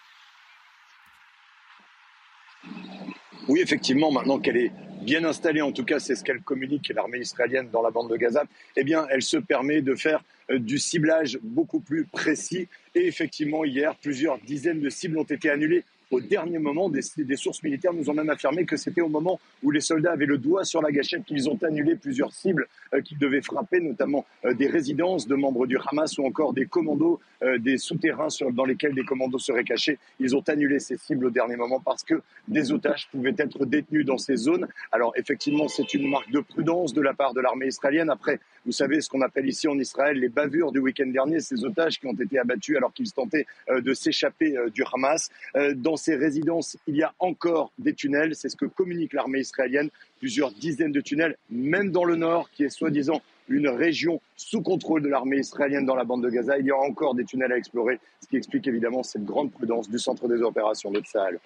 Oui, effectivement, maintenant qu'elle est bien installée, en tout cas c'est ce qu'elle communique, l'armée israélienne dans la bande de Gaza, eh bien elle se permet de faire euh, du ciblage beaucoup plus précis. Et effectivement, hier, plusieurs dizaines de cibles ont été annulées au dernier moment. Des, des sources militaires nous ont même affirmé que c'était au moment où les soldats avaient le doigt sur la gâchette qu'ils ont annulé plusieurs cibles euh, qu'ils devaient frapper, notamment euh, des résidences de membres du Hamas ou encore des commandos, euh, des souterrains sur, dans lesquels des commandos seraient cachés. Ils ont annulé ces cibles au dernier moment parce que des otages pouvaient être détenus dans ces zones. Alors effectivement, c'est une marque de prudence de la part de l'armée israélienne. Après, vous savez ce qu'on appelle ici en Israël les bavures du week-end dernier, ces otages qui ont été abattus alors qu'ils tentaient euh, de s'échapper euh, du Hamas. Euh, dans ces résidences, il y a encore des tunnels, c'est ce que communique l'armée israélienne, plusieurs dizaines de tunnels, même dans le nord, qui est soi-disant une région sous contrôle de l'armée israélienne dans la bande de Gaza. Il y a encore des tunnels à explorer, ce qui explique évidemment cette grande prudence du centre des opérations de Tsahal.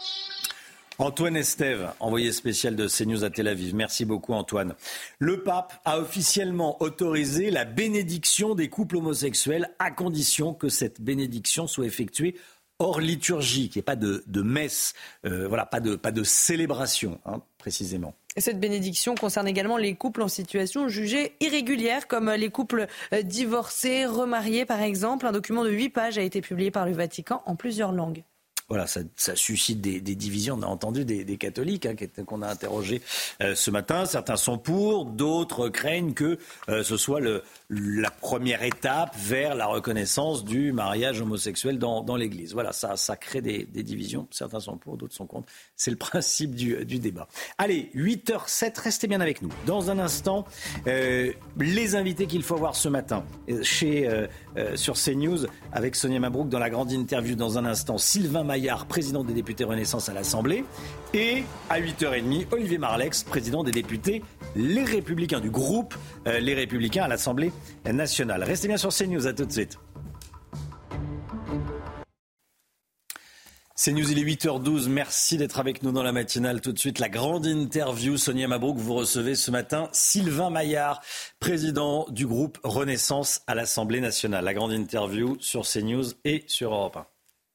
Antoine Estève, envoyé spécial de CNews à Tel Aviv. Merci beaucoup Antoine. Le pape a officiellement autorisé la bénédiction des couples homosexuels à condition que cette bénédiction soit effectuée hors liturgie, qu'il n'y ait pas de, de messe, euh, voilà, pas de, pas de célébration, hein, précisément. Et cette bénédiction concerne également les couples en situation jugée irrégulière, comme les couples divorcés, remariés par exemple. Un document de huit pages a été publié par le Vatican en plusieurs langues. Voilà, ça, ça suscite des, des divisions. On a entendu des, des catholiques hein, qu'on a interrogés euh, ce matin. Certains sont pour, d'autres craignent que euh, ce soit le, la première étape vers la reconnaissance du mariage homosexuel dans, dans l'Église. Voilà, ça, ça crée des, des divisions. Certains sont pour, d'autres sont contre. C'est le principe du, du débat. Allez, huit heures sept, restez bien avec nous. Dans un instant, euh, les invités qu'il faut voir ce matin chez, euh, euh, sur CNews avec Sonia Mabrouk dans la grande interview. Dans un instant, Sylvain Maillard, président des députés Renaissance à l'Assemblée. Et à huit heures trente, Olivier Marlex, président des députés Les Républicains, du groupe euh, Les Républicains à l'Assemblée nationale. Restez bien sur CNews, à tout de suite. CNews, il est huit heures douze. Merci d'être avec nous dans la matinale. Tout de suite, la grande interview. Sonia Mabrouk, vous recevez ce matin Sylvain Maillard, président du groupe Renaissance à l'Assemblée nationale. La grande interview sur CNews et sur Europe un.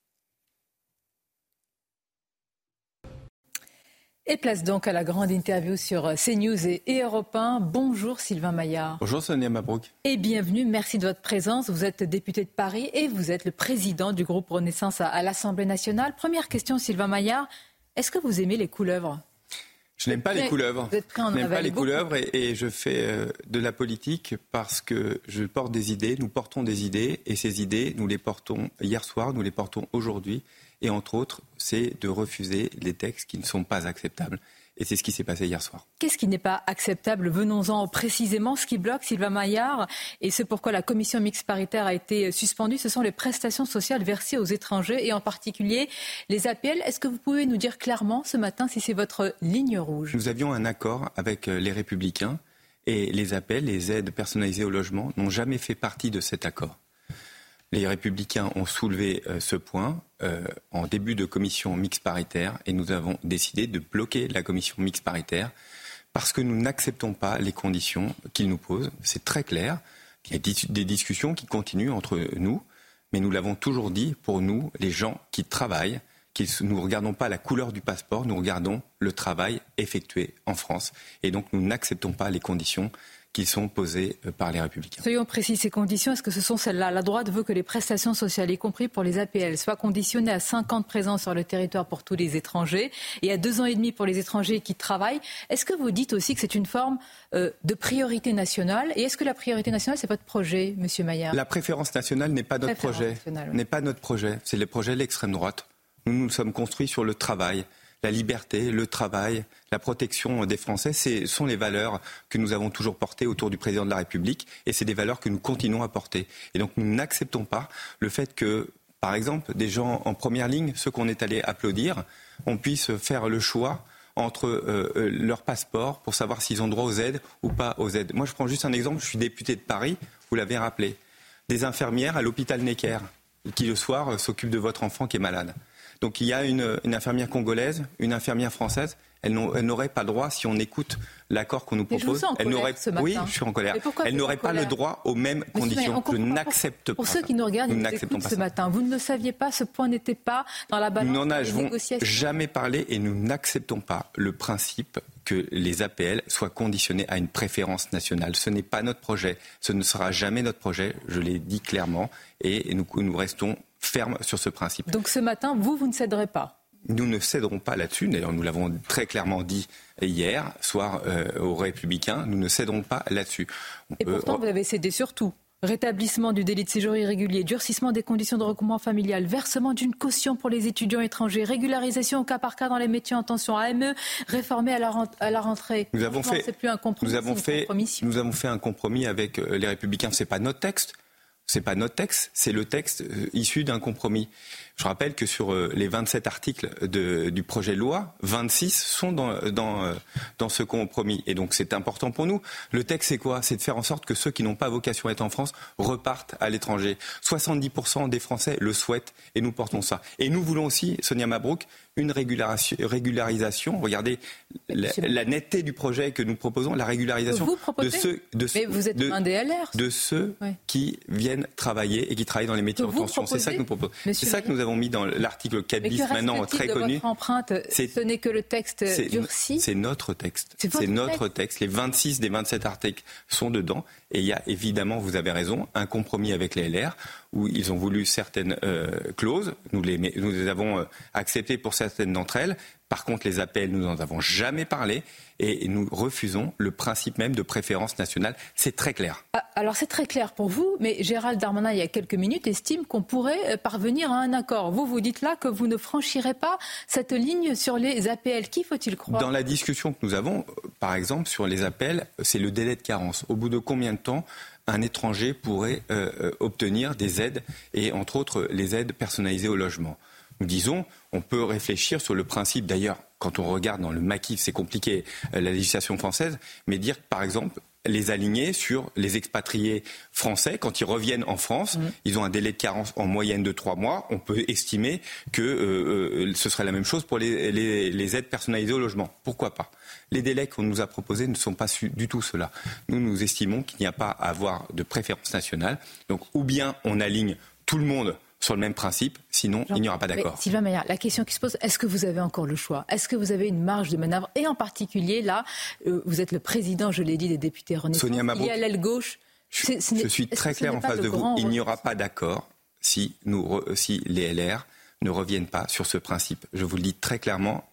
Et place donc à la grande interview sur CNews et Europe un. Bonjour Sylvain Maillard. Bonjour Sonia Mabrouk. Et bienvenue, merci de votre présence. Vous êtes député de Paris et vous êtes le président du groupe Renaissance à, à l'Assemblée nationale. Première question Sylvain Maillard, est-ce que vous aimez les couleuvres ? Je n'aime pas les couleuvres. Vous êtes prêt à en je n'aime pas les beaucoup. couleuvres et, et je fais euh, de la politique parce que je porte des idées, nous portons des idées et ces idées, nous les portons hier soir, nous les portons aujourd'hui. Et entre autres, c'est de refuser les textes qui ne sont pas acceptables. Et c'est ce qui s'est passé hier soir. Qu'est-ce qui n'est pas acceptable? Venons-en précisément. Ce qui bloque, Sylvain Maillard, et c'est pourquoi la commission mixte paritaire a été suspendue, ce sont les prestations sociales versées aux étrangers et en particulier les A P L. Est-ce que vous pouvez nous dire clairement ce matin si c'est votre ligne rouge? Nous avions un accord avec les Républicains et les A P L, les aides personnalisées au logement, n'ont jamais fait partie de cet accord. Les Républicains ont soulevé euh, ce point euh, en début de commission mixte paritaire et nous avons décidé de bloquer la commission mixte paritaire parce que nous n'acceptons pas les conditions qu'ils nous posent. C'est très clair. Il y a dis- des discussions qui continuent entre nous, mais nous l'avons toujours dit, pour nous, les gens qui travaillent, qui, nous ne regardons pas la couleur du passeport, nous regardons le travail effectué en France. Et donc nous n'acceptons pas les conditions qui sont posées par les Républicains. Soyons précis, ces conditions, est-ce que ce sont celles-là? La droite veut que les prestations sociales, y compris pour les A P L, soient conditionnées à cinq ans de présence sur le territoire pour tous les étrangers et à deux ans et demi pour les étrangers qui travaillent. Est-ce que vous dites aussi que c'est une forme euh, de priorité nationale? Et est-ce que la priorité nationale, c'est votre projet, Monsieur Maillard? La préférence nationale n'est pas notre Préférence projet. nationale, oui. N'est pas notre projet. C'est le projet de l'extrême droite. Nous nous sommes construits sur le travail. La liberté, le travail, la protection des Français, ce sont les valeurs que nous avons toujours portées autour du président de la République et c'est des valeurs que nous continuons à porter. Et donc nous n'acceptons pas le fait que, par exemple, des gens en première ligne, ceux qu'on est allé applaudir, on puisse faire le choix entre euh, leur passeport pour savoir s'ils ont droit aux aides ou pas aux aides. Moi, je prends juste un exemple. Je suis député de Paris, vous l'avez rappelé. Des infirmières à l'hôpital Necker qui, le soir, s'occupent de votre enfant qui est malade. Donc il y a une, une infirmière congolaise, une infirmière française. Elle n'aurait pas le droit, si on écoute l'accord qu'on nous propose, je vous sens en elle colère n'aurait. ce matin. Oui, je suis en colère. Elle n'aurait pas le droit aux mêmes Mais conditions. Mais je n'accepte pas. Pour ceux qui nous regardent, nous nous n'acceptons écoutent pas ce ça. matin. Vous ne le saviez pas, ce point n'était pas dans la balance. Nous n'en des avons négociations. jamais parlé et nous n'acceptons pas le principe que les A P L soient conditionnés à une préférence nationale. Ce n'est pas notre projet. Ce ne sera jamais notre projet. Je l'ai dit clairement et nous, nous restons fermes sur ce principe. Donc ce matin, vous, vous ne céderez pas? Nous ne céderons pas là-dessus. D'ailleurs, nous l'avons très clairement dit hier soir euh, aux Républicains. Nous ne céderons pas là-dessus. On Et peut... pourtant, vous avez cédé sur tout. Rétablissement du délit de séjour irrégulier, durcissement des conditions de regroupement familial, versement d'une caution pour les étudiants étrangers, régularisation au cas par cas dans les métiers en tension, A M E réformé à la, rent- à la rentrée. Nous avons fait, c'est plus un compromis, nous avons c'est une fait, compromission. nous avons fait un compromis avec les Républicains. C'est pas notre texte. C'est pas notre texte, c'est le texte euh, issu d'un compromis. Je rappelle que sur euh, les vingt-sept articles de, du projet de loi, vingt-six sont dans, dans, euh, dans ce compromis. Et donc c'est important pour nous. Le texte, c'est quoi? C'est de faire en sorte que ceux qui n'ont pas vocation à être en France repartent à l'étranger. soixante-dix pour cent des Français le souhaitent et nous portons ça. Et nous voulons aussi, Sonia Mabrouk, une régularisation. régularisation. Regardez la, la netteté du projet que nous proposons, la régularisation vous proposez, de ceux, de, mais vous êtes de, un D L R. de ceux oui. qui viennent travailler et qui travaillent dans les métiers en tension. C'est ça que nous proposons. C'est ça que nous avons mis dans l'article quatre bis maintenant très de connu. Votre empreinte, ce n'est que le texte c'est, durci. C'est notre texte. C'est, c'est notre texte. texte. Les vingt-six des vingt-sept articles sont dedans. Et il y a évidemment, vous avez raison, un compromis avec les L R où ils ont voulu certaines euh, clauses. Nous les, nous les avons euh, acceptées pour certaines d'entre elles. Par contre, les A P L, nous n'en avons jamais parlé et nous refusons le principe même de préférence nationale. C'est très clair. Alors c'est très clair pour vous, mais Gérald Darmanin, il y a quelques minutes, estime qu'on pourrait parvenir à un accord. Vous, vous dites là que vous ne franchirez pas cette ligne sur les A P L. Qui faut-il croire? Dans la discussion que nous avons, par exemple, sur les A P L, c'est le délai de carence. Au bout de combien de temps un étranger pourrait euh, obtenir des aides et, entre autres, les aides personnalisées au logement? Nous disons, on peut réfléchir sur le principe, d'ailleurs, quand on regarde dans le maquis, c'est compliqué, euh, la législation française, mais dire que, par exemple, les aligner sur les expatriés français. Quand ils reviennent en France, mmh. ils ont un délai de carence en moyenne de trois mois. On peut estimer que euh, ce serait la même chose pour les, les, les aides personnalisées au logement. Pourquoi pas? Les délais qu'on nous a proposés ne sont pas su, du tout ceux-là. Nous, nous estimons qu'il n'y a pas à avoir de préférence nationale. Donc, ou bien on aligne tout le monde sur le même principe, sinon Jean, il n'y aura pas d'accord. Sylvain Maillard, la question qui se pose, est-ce que vous avez encore le choix? Est-ce que vous avez une marge de manœuvre? Et en particulier, là, euh, vous êtes le président, je l'ai dit, des députés Renaissance. Sonia Mabrouk, il y a l'aile gauche. Je, je suis très clair en face de vous. Il n'y aura pas d'accord si, nous, si les L R ne reviennent pas sur ce principe. Je vous le dis très clairement.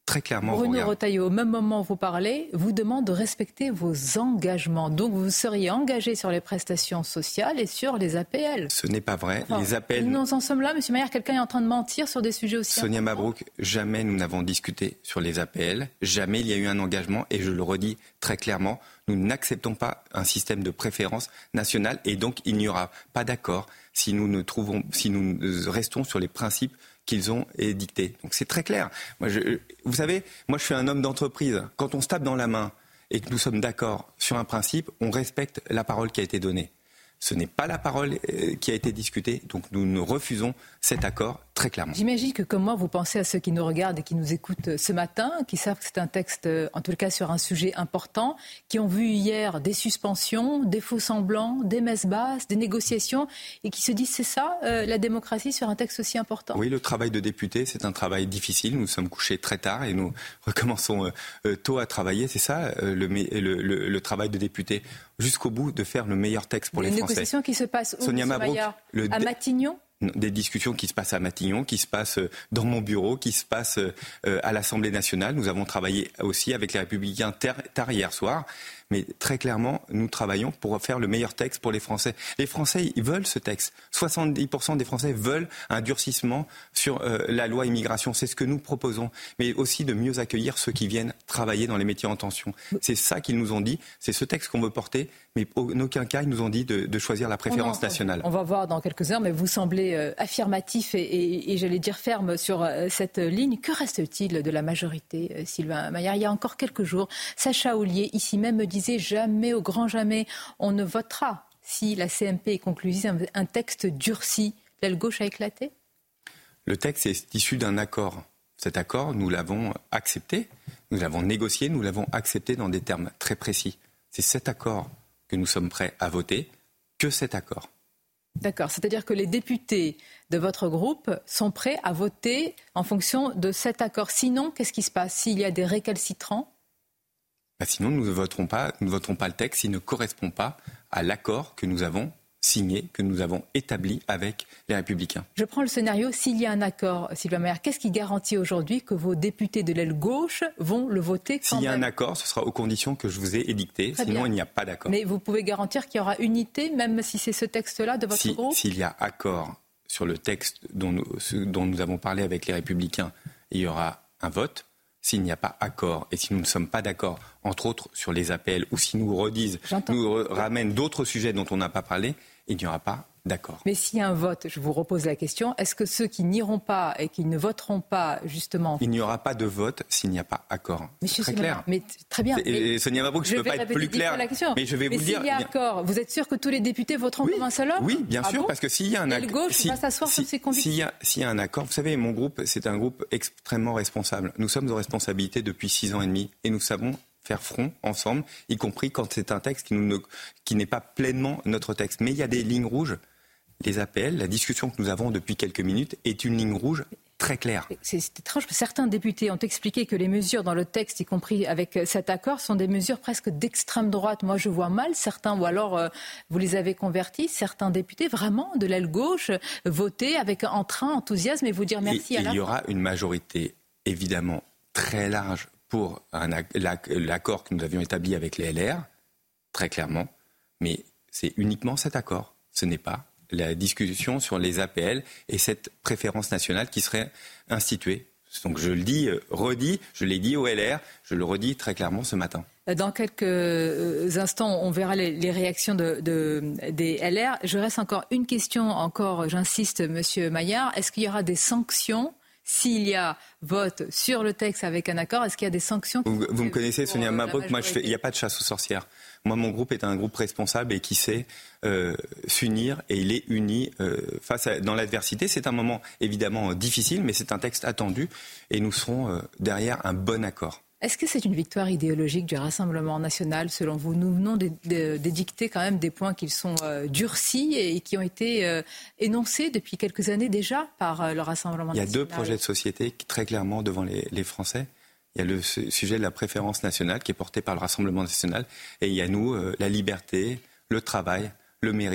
très clairement. Bruno Retailleau, au même moment où vous parlez, vous demande de respecter vos engagements. Donc vous seriez engagé sur les prestations sociales et sur les A P L. Ce n'est pas vrai. Enfin, les A P L... Nous en sommes là, M. Maillard, quelqu'un est en train de mentir sur des sujets aussi Sonia importants. Mabrouk, jamais nous n'avons discuté sur les A P L. Jamais il y a eu un engagement et je le redis très clairement, nous n'acceptons pas un système de préférence nationale et donc il n'y aura pas d'accord si nous ne trouvons, si nous restons sur les principes qu'ils ont édictés. Donc c'est très clair. Moi, je, vous savez, moi je suis un homme d'entreprise. Quand on se tape dans la main et que nous sommes d'accord sur un principe, on respecte la parole qui a été donnée. Ce n'est pas la parole qui a été discutée, donc nous nous refusons cet accord très clairement. J'imagine que comme moi, vous pensez à ceux qui nous regardent et qui nous écoutent ce matin, qui savent que c'est un texte, en tout cas sur un sujet important, qui ont vu hier des suspensions, des faux-semblants, des messes basses, des négociations, et qui se disent c'est ça, euh, la démocratie sur un texte aussi important. Oui, le travail de député, c'est un travail difficile. Nous sommes couchés très tard et nous recommençons euh, tôt à travailler. C'est ça, euh, le, le, le, le travail de député, jusqu'au bout de faire le meilleur texte pour les, les Français. Les négociations qui se passent où, Sonia Mabrouk, le à Matignon? Des discussions qui se passent à Matignon, qui se passent dans mon bureau, qui se passent à l'Assemblée nationale. Nous avons travaillé aussi avec les Républicains tard hier soir. Mais très clairement, nous travaillons pour faire le meilleur texte pour les Français. Les Français, ils veulent ce texte. soixante-dix pour cent des Français veulent un durcissement sur euh, la loi immigration. C'est ce que nous proposons. Mais aussi de mieux accueillir ceux qui viennent travailler dans les métiers en tension. C'est ça qu'ils nous ont dit. C'est ce texte qu'on veut porter. Mais en aucun cas, ils nous ont dit de, de choisir la préférence on nationale. On va voir dans quelques heures, mais vous semblez euh, affirmatif et, et, et j'allais dire ferme sur euh, cette ligne. Que reste-t-il de la majorité, euh, Sylvain Maillard? Il y a encore quelques jours, Sacha Houlier, ici même, me dit jamais, au grand jamais, on ne votera si la C M P est conclusive un texte durci. L'aile gauche a éclaté? Le texte est issu d'un accord. Cet accord, nous l'avons accepté, nous l'avons négocié, nous l'avons accepté dans des termes très précis. C'est cet accord que nous sommes prêts à voter, que cet accord. D'accord, c'est-à-dire que les députés de votre groupe sont prêts à voter en fonction de cet accord. Sinon, qu'est-ce qui se passe s'il y a des récalcitrants? Bah sinon, nous ne voterons pas, nous ne voterons pas le texte s'il ne correspond pas à l'accord que nous avons signé, que nous avons établi avec les Républicains. Je prends le scénario, s'il y a un accord, Sylvain Maillard, qu'est-ce qui garantit aujourd'hui que vos députés de l'aile gauche vont le voter quand S'il y a même? un accord, ce sera aux conditions que je vous ai édictées, Très sinon bien. il n'y a pas d'accord. Mais vous pouvez garantir qu'il y aura unité, même si c'est ce texte-là de votre si, groupe? S'il y a accord sur le texte dont nous, ce dont nous avons parlé avec les Républicains, il y aura un vote. S'il n'y a pas accord et si nous ne sommes pas d'accord, entre autres sur les A P L, ou si nous redisent, J'entends. nous re- ramènent d'autres sujets dont on n'a pas parlé, il n'y aura pas d'accord. Mais s'il y a un vote, je vous repose la question, est-ce que ceux qui n'iront pas et qui ne voteront pas, justement... Il n'y aura pas de vote s'il n'y a pas accord. Monsieur C'est très Sylvain, clair. Mais t- très bien. C'est- mais et Sonia Mabrouk, je ne peux vais pas être répéter plus dix fois clair. la question. Mais je vais mais vous s'il dire. y a il y a- accord, vous êtes sûr que tous les députés voteront comme un seul homme? Oui, bien Ah sûr, bon? parce que s'il y a un L'aile accord, gauche va s'asseoir sur ses convictions. s'il y a, s'il y a un accord, vous savez, mon groupe, c'est un groupe extrêmement responsable. Nous sommes aux responsabilités depuis six ans et demi, et nous savons faire front ensemble, y compris quand c'est un texte qui, nous ne, qui n'est pas pleinement notre texte. Mais il y a des lignes rouges. Les A P L, la discussion que nous avons depuis quelques minutes est une ligne rouge très claire. C'est c'est étrange, certains députés ont expliqué que les mesures dans le texte, y compris avec cet accord, sont des mesures presque d'extrême droite. Moi, je vois mal certains, ou alors euh, vous les avez convertis, certains députés vraiment de l'aile gauche, voter avec entrain, enthousiasme et vous dire merci et, à la Il y fin. aura une majorité évidemment très large pour un, ac- l'accord que nous avions établi avec les L R, très clairement, mais c'est uniquement cet accord. Ce n'est pas la discussion sur les A P L et cette préférence nationale qui serait instituée. Donc je le dis, euh, redis, je l'ai dit au L R, je le redis très clairement ce matin. Dans quelques instants, on verra les, les réactions de, de, des L R. Je reste encore une question, encore, j'insiste, Monsieur Maillard. Est-ce qu'il y aura des sanctions s'il y a vote sur le texte avec un accord? Est-ce qu'il y a des sanctions? Vous, vous me connaissez, pour, Sonia euh, Mabrouk, moi je fais, il n'y a pas de chasse aux sorcières. Moi, mon groupe est un groupe responsable et qui sait euh, s'unir, et il est uni euh, face à, dans l'adversité. C'est un moment évidemment difficile, mais c'est un texte attendu et nous serons euh, derrière un bon accord. Est-ce que c'est une victoire idéologique du Rassemblement national, selon vous? Nous venons d'édicter quand même des points qui sont euh, durcis et qui ont été euh, énoncés depuis quelques années déjà par euh, le Rassemblement Il y a national. deux projets de société qui, très clairement devant les, les Français. Il y a le sujet de la préférence nationale qui est porté par le Rassemblement national et il y a nous, euh, la liberté, le travail, le mérite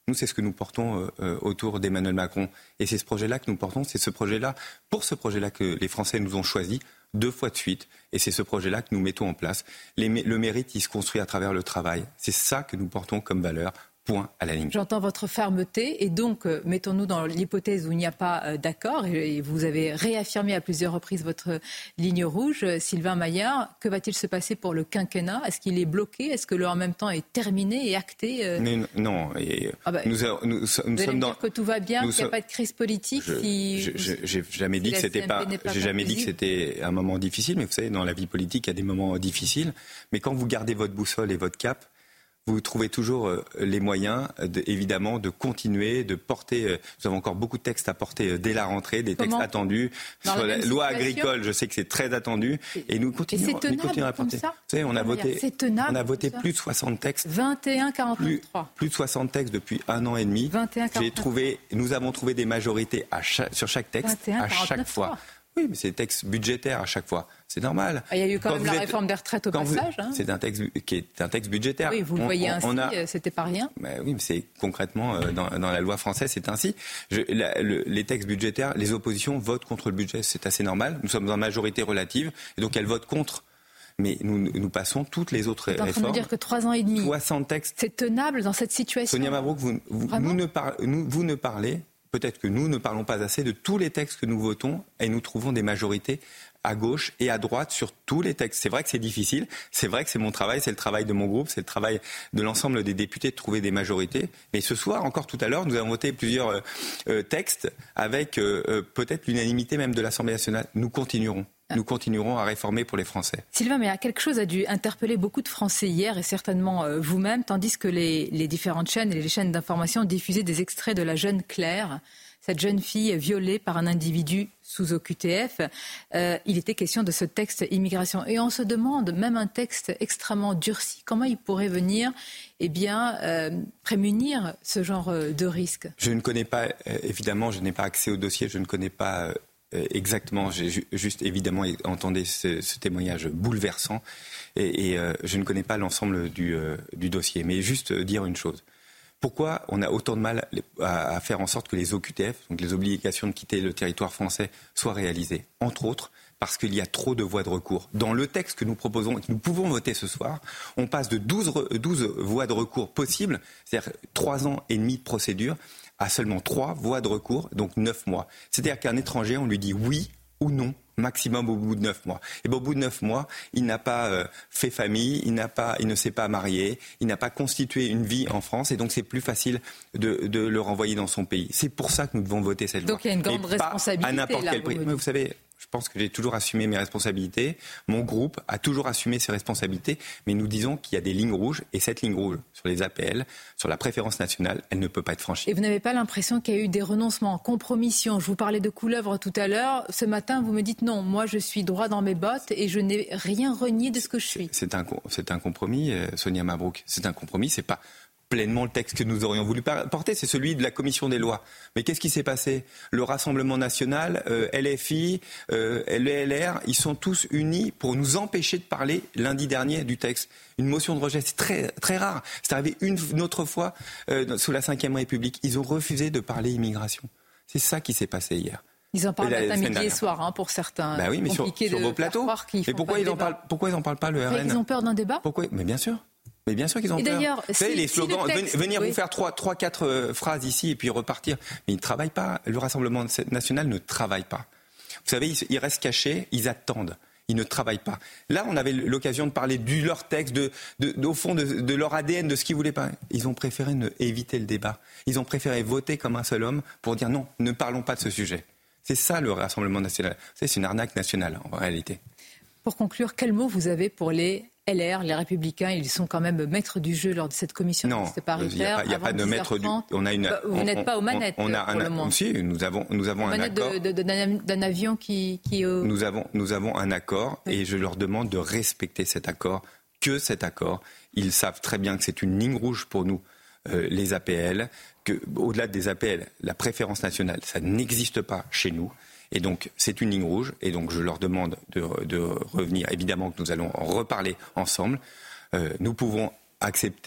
Nous, c'est ce que nous portons euh, autour d'Emmanuel Macron. Et c'est ce projet-là que nous portons, c'est ce projet-là, pour ce projet-là que les Français nous ont choisi deux fois de suite. Et c'est ce projet-là que nous mettons en place. Les, le mérite, il se construit à travers le travail. C'est ça que nous portons comme valeur. Point à la ligne. J'entends votre fermeté et donc euh, mettons-nous dans l'hypothèse où il n'y a pas euh, d'accord et, et vous avez réaffirmé à plusieurs reprises votre ligne rouge. Euh, Sylvain Maillard, que va-t-il se passer pour le quinquennat ? Est-ce qu'il est bloqué ? Est-ce que le en même temps est terminé et acté euh... Mais non, et, ah bah, nous, nous, nous, nous sommes allez me dans dire que tout va bien, qu'il n'y a pas de crise politique. Je, si je, je, j'ai jamais dit que c'était pas, pas j'ai jamais dit que c'était un moment difficile, mais vous savez, dans la vie politique, il y a des moments difficiles. Mais quand vous gardez votre boussole et votre cap, vous trouvez toujours euh, les moyens, de, évidemment, de continuer, de porter... Euh, nous avons encore beaucoup de textes à porter euh, dès la rentrée, des Comment ? textes attendus. Dans sur la, la loi situation ? agricole, je sais que c'est très attendu. Et, et nous continuons, et c'est tenable, nous continuons à porter. Vous savez, on a voté, on a voté plus de soixante textes. vingt et un quarante-trois. Plus, plus de soixante textes depuis un an et demi. vingt et un quarante-neuf. J'ai trouvé, nous avons trouvé des majorités à chaque, sur chaque texte, vingt et un, à chaque fois. Oui, mais c'est des textes budgétaires à chaque fois. C'est normal. Il y a eu quand, quand même la êtes, réforme des retraites au passage. Vous, hein. C'est un texte qui est un texte budgétaire. Oui, vous le on, voyez on, ainsi, on a, c'était pas rien. Ben oui, mais c'est concrètement, euh, dans, dans la loi française, c'est ainsi. Je, la, le, les textes budgétaires, les oppositions votent contre le budget, c'est assez normal. Nous sommes en majorité relative, et donc elles votent contre. Mais nous, nous passons toutes les autres réformes. Vous êtes en train de dire que trois ans et demi, soixante textes. C'est tenable dans cette situation. Sonia Mabrouk, vous, vous, nous ne par, nous, vous ne parlez, peut-être que nous ne parlons pas assez de tous les textes que nous votons, et nous trouvons des majorités à gauche et à droite sur tous les textes. C'est vrai que c'est difficile, c'est vrai que c'est mon travail, c'est le travail de mon groupe, c'est le travail de l'ensemble des députés de trouver des majorités. Mais ce soir, encore tout à l'heure, nous avons voté plusieurs euh, textes avec euh, peut-être l'unanimité même de l'Assemblée nationale. Nous continuerons. Nous continuerons à réformer pour les Français. Sylvain, mais quelque chose a dû interpeller beaucoup de Français hier et certainement euh, vous-même, tandis que les, les différentes chaînes et les chaînes d'information diffusaient des extraits de la jeune Claire, cette jeune fille violée par un individu sous O Q T F. Euh, il était question de ce texte immigration. Et on se demande, même un texte extrêmement durci, comment il pourrait venir eh bien, euh, prémunir ce genre de risque ? Je ne connais pas, euh, évidemment, je n'ai pas accès au dossier, je ne connais pas... Euh, Exactement, j'ai juste évidemment entendu ce, ce témoignage bouleversant et, et euh, je ne connais pas l'ensemble du, euh, du dossier. Mais juste dire une chose, pourquoi on a autant de mal à, à faire en sorte que les O Q T F, donc les obligations de quitter le territoire français, soient réalisées ? Entre autres, parce qu'il y a trop de voies de recours. Dans le texte que nous proposons et que nous pouvons voter ce soir, on passe de douze, douze voies de recours possibles, c'est-à-dire trois ans et demi de procédure, à seulement trois voies de recours, donc neuf mois. C'est-à-dire qu'un étranger, on lui dit oui ou non, maximum au bout de neuf mois. Et bien, au bout de neuf mois, il n'a pas euh, fait famille, il, n'a pas, il ne s'est pas marié, il n'a pas constitué une vie en France, et donc c'est plus facile de, de le renvoyer dans son pays. C'est pour ça que nous devons voter cette loi. Donc il y a une grande et responsabilité. Pas à n'importe là, quel prix. Mais vous savez... Je pense que j'ai toujours assumé mes responsabilités. Mon groupe a toujours assumé ses responsabilités. Mais nous disons qu'il y a des lignes rouges. Et cette ligne rouge, sur les A P L, sur la préférence nationale, elle ne peut pas être franchie. Et vous n'avez pas l'impression qu'il y a eu des renoncements, compromissions ? Je vous parlais de couleuvre tout à l'heure. Ce matin, vous me dites non, moi je suis droit dans mes bottes et je n'ai rien renié de ce que je suis. C'est un, c'est un compromis, Sonia Mabrouk. C'est un compromis, c'est pas... pleinement le texte que nous aurions voulu porter, c'est celui de la commission des lois. Mais qu'est-ce qui s'est passé ? Le Rassemblement national, euh, L F I, euh, L L R, ils sont tous unis pour nous empêcher de parler lundi dernier du texte. Une motion de rejet, c'est très, très rare. C'est arrivé une, une autre fois euh, sous la cinquième République. Ils ont refusé de parler immigration. C'est ça qui s'est passé hier. Ils en parlent matin, midi et soir, hein, pour certains. Bah oui, mais sur, sur vos plateaux. Mais pourquoi ils, en parlent, pourquoi ils en parlent pas, le R N ? Ils ont peur d'un débat ? Pourquoi ? Mais bien sûr. Mais bien sûr qu'ils ont et peur. Vous savez, si, les slogans, si texte, venir oui. vous faire trois, trois, quatre euh, phrases ici et puis repartir. Mais ils ne travaillent pas. Le Rassemblement national ne travaille pas. Vous savez, ils, ils restent cachés, ils attendent. Ils ne travaillent pas. Là, on avait l'occasion de parler de leur texte, de, de, de, au fond de, de leur A D N, de ce qu'ils voulaient pas. Ils ont préféré ne, éviter le débat. Ils ont préféré voter comme un seul homme pour dire non, ne parlons pas de ce sujet. C'est ça le Rassemblement national. C'est une arnaque nationale en réalité. Pour conclure, quel mot vous avez pour les L R, les Républicains? Ils sont quand même maîtres du jeu lors de cette commission mixte paritaire. Il n'y a, a pas de maître du. On a une. Vous n'êtes pas aux manettes. On, on a pour un. le moment. Si, nous avons, nous avons un accord. De, de, d'un avion qui. qui euh... Nous avons, nous avons un accord oui. Et je leur demande de respecter cet accord. Que cet accord. Ils savent très bien que c'est une ligne rouge pour nous, euh, les A P L. Que au-delà des A P L, la préférence nationale, ça n'existe pas chez nous. Et donc, c'est une ligne rouge. Et donc, je leur demande de, de revenir. Évidemment que nous allons en reparler ensemble. Euh, nous pouvons accepter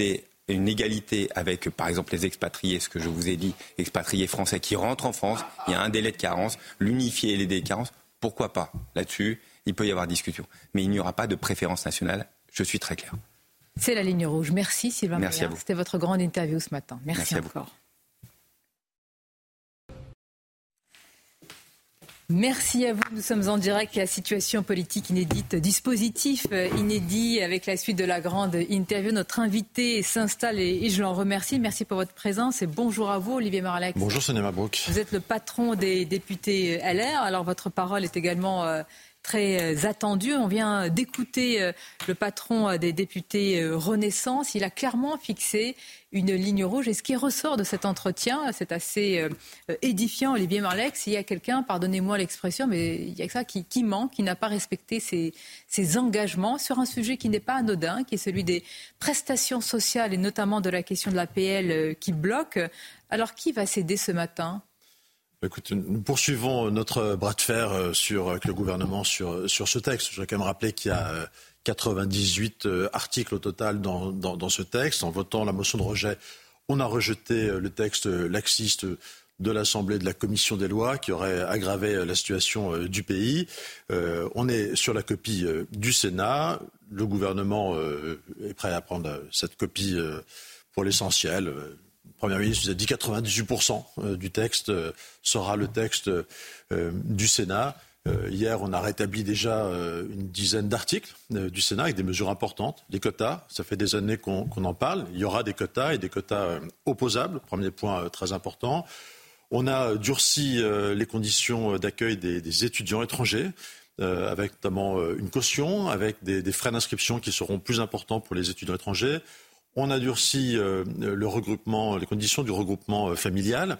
une égalité avec, par exemple, les expatriés, ce que je vous ai dit, expatriés français qui rentrent en France, il y a un délai de carence, l'unifier les délais de carence, pourquoi pas? Là-dessus, il peut y avoir discussion. Mais il n'y aura pas de préférence nationale, je suis très clair. C'est la ligne rouge. Merci Sylvain Merci Maillard. à vous. C'était votre grande interview ce matin. Merci, Merci encore. Merci à vous. Nous sommes en direct. La situation politique inédite, dispositif inédit avec la suite de la grande interview. Notre invité s'installe et je l'en remercie. Merci pour votre présence et bonjour à vous, Olivier Marleix. Bonjour Sonia Mabrouk. Vous êtes le patron des députés L R. Alors votre parole est également euh, très attendue. On vient d'écouter euh, le patron des députés euh, Renaissance. Il a clairement fixé une ligne rouge. Et ce qui ressort de cet entretien, c'est assez euh, édifiant, Olivier Marleix. Il y a quelqu'un, pardonnez-moi l'expression, mais il y a que ça qui, qui ment, qui n'a pas respecté ses, ses engagements sur un sujet qui n'est pas anodin, qui est celui des prestations sociales et notamment de la question de l'A P L euh, qui bloque. Alors qui va céder ce matin ? Écoute, nous poursuivons notre bras de fer sur, avec le gouvernement sur, sur ce texte. Je voudrais quand même rappeler qu'il y a quatre-vingt-dix-huit articles au total dans, dans, dans ce texte. En votant la motion de rejet, on a rejeté le texte laxiste de l'Assemblée, de la Commission des lois, qui aurait aggravé la situation du pays. Euh, on est sur la copie du Sénat. Le gouvernement euh, est prêt à prendre cette copie euh, pour l'essentiel. Le Premier ministre nous a dit que quatre-vingt-dix-huit pour cent du texte sera le texte euh, du Sénat. Euh, hier, on a rétabli déjà euh, une dizaine d'articles euh, du Sénat avec des mesures importantes. Les quotas, ça fait des années qu'on, qu'on en parle. Il y aura des quotas et des quotas euh, opposables. Premier point euh, très important. On a durci euh, les conditions d'accueil des, des étudiants étrangers, euh, avec notamment euh, une caution, avec des, des frais d'inscription qui seront plus importants pour les étudiants étrangers. On a durci euh, le regroupement, les conditions du regroupement euh, familial,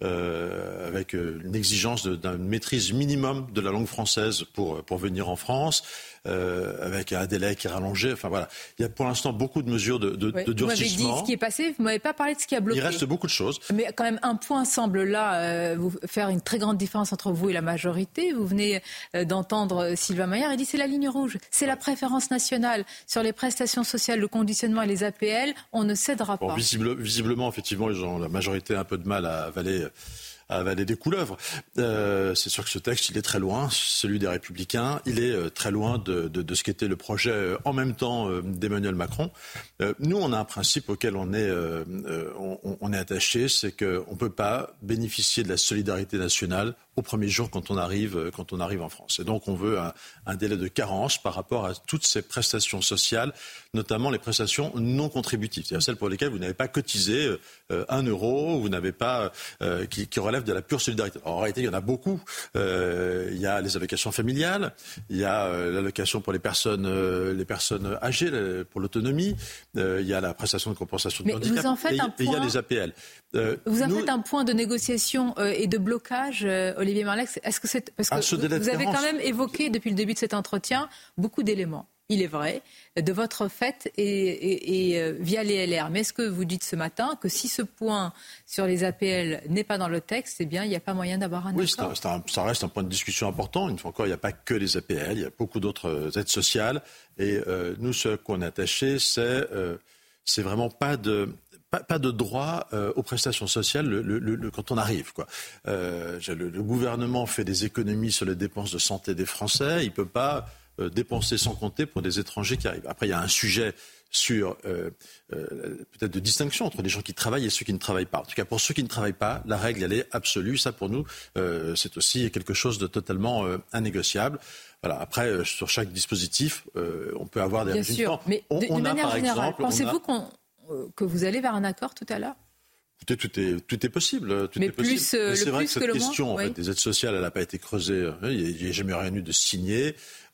euh, avec euh, une exigence de, d'une maîtrise minimum de la langue française pour, pour venir en France, euh, avec un délai qui est rallongé. Enfin voilà, il y a pour l'instant beaucoup de mesures de, de, oui, de durcissement. Vous m'avez dit ce qui est passé, vous m'avez pas parlé de ce qui a bloqué. Il reste beaucoup de choses. Mais quand même, un point semble là euh, vous faire une très grande différence entre vous et la majorité. Vous venez euh, d'entendre Sylvain Maillard, il dit c'est la ligne rouge, c'est la préférence nationale sur les prestations sociales, le conditionnement et les A P L. On ne cédera pas. Bon, visible, visiblement, effectivement, ils ont la majorité a un peu de mal à avaler, à avaler des couleuvres. Euh, c'est sûr que ce texte, il est très loin, celui des Républicains. Il est euh, très loin de, de, de ce qu'était le projet euh, en même temps euh, d'Emmanuel Macron. Euh, nous, on a un principe auquel on est, euh, on, on est attaché, c'est qu'on ne peut pas bénéficier de la solidarité nationale au premier jour quand on arrive, quand on arrive en France. Et donc on veut un, un délai de carence par rapport à toutes ces prestations sociales, notamment les prestations non contributives, c'est-à-dire celles pour lesquelles vous n'avez pas cotisé euh, un euro, vous n'avez pas, euh, qui, qui relèvent de la pure solidarité. Alors, en réalité, il y en a beaucoup. Euh, il y a les allocations familiales, il y a euh, l'allocation pour les personnes, euh, les personnes âgées, pour l'autonomie, euh, il y a la prestation de compensation de Mais handicap, vous en faites et, un et il y a point... les A P L. Euh, vous en nous... faites un point de négociation euh, et de blocage, euh, Olivier Marleix. Est-ce que c'est parce que ah, ce vous, vous avez carence. quand même évoqué depuis le début de cet entretien beaucoup d'éléments. Il est vrai, de votre fait et, et, et euh, via les L R. Mais est-ce que vous dites ce matin que si ce point sur les A P L n'est pas dans le texte, eh bien, il n'y a pas moyen d'avoir un oui, accord? Oui, ça, ça reste un point de discussion important. Une fois encore, il n'y a pas que les A P L, il y a beaucoup d'autres aides sociales. Et euh, nous, ce qu'on est attaché, c'est, euh, c'est vraiment pas de... Pas, pas de droit euh, aux prestations sociales le, le, le, quand on arrive, quoi. Euh, le, le gouvernement fait des économies sur les dépenses de santé des Français. Il ne peut pas euh, dépenser sans compter pour des étrangers qui arrivent. Après, il y a un sujet sur euh, euh, peut-être de distinction entre les gens qui travaillent et ceux qui ne travaillent pas. En tout cas, pour ceux qui ne travaillent pas, la règle, elle est absolue. Ça, pour nous, euh, c'est aussi quelque chose de totalement euh, innégociable. Voilà. Après, euh, sur chaque dispositif, euh, on peut avoir des Bien résultats. sûr, mais on, de, on de a, manière par générale, exemple, pensez-vous a... qu'on que vous allez vers un accord tout à l'heure? Écoutez, tout est, tout est possible. Tout Mais est plus, possible. euh, Mais c'est le vrai plus que cette que le question moins, en oui. fait, des aides sociales, elle n'a pas été creusée. Il n'y a jamais rien eu de signé.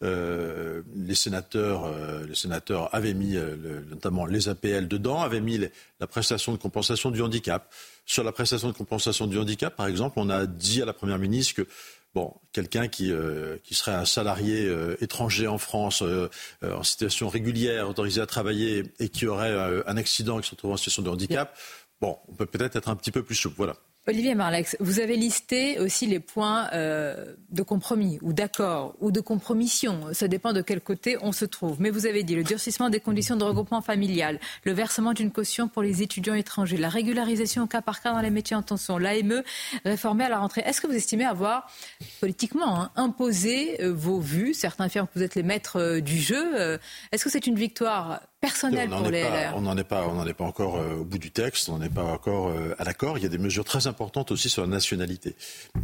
Euh, les sénateurs, euh, les sénateurs avaient mis, euh, le, notamment les A P L dedans, avaient mis les, la prestation de compensation du handicap. Sur la prestation de compensation du handicap, par exemple, on a dit à la Première ministre que bon, quelqu'un qui, euh, qui serait un salarié euh, étranger en France, euh, euh, en situation régulière, autorisé à travailler et qui aurait euh, un accident et qui se retrouve en situation de handicap, bon, on peut peut-être être un petit peu plus souple. Voilà. Olivier Marleix, vous avez listé aussi les points euh, de compromis ou d'accord ou de compromission. Ça dépend de quel côté on se trouve. Mais vous avez dit le durcissement des conditions de regroupement familial, le versement d'une caution pour les étudiants étrangers, la régularisation au cas par cas dans les métiers en tension, l'A M E réformée à la rentrée. Est-ce que vous estimez avoir politiquement hein, imposé euh, vos vues? Certains affirment que vous êtes les maîtres euh, du jeu. Euh, est-ce que c'est une victoire personnelle pour les pas, L R? On n'en est pas, on n'en est pas encore euh, au bout du texte, on n'en est pas encore euh, à l'accord. Il y a des mesures très importantes aussi sur la nationalité.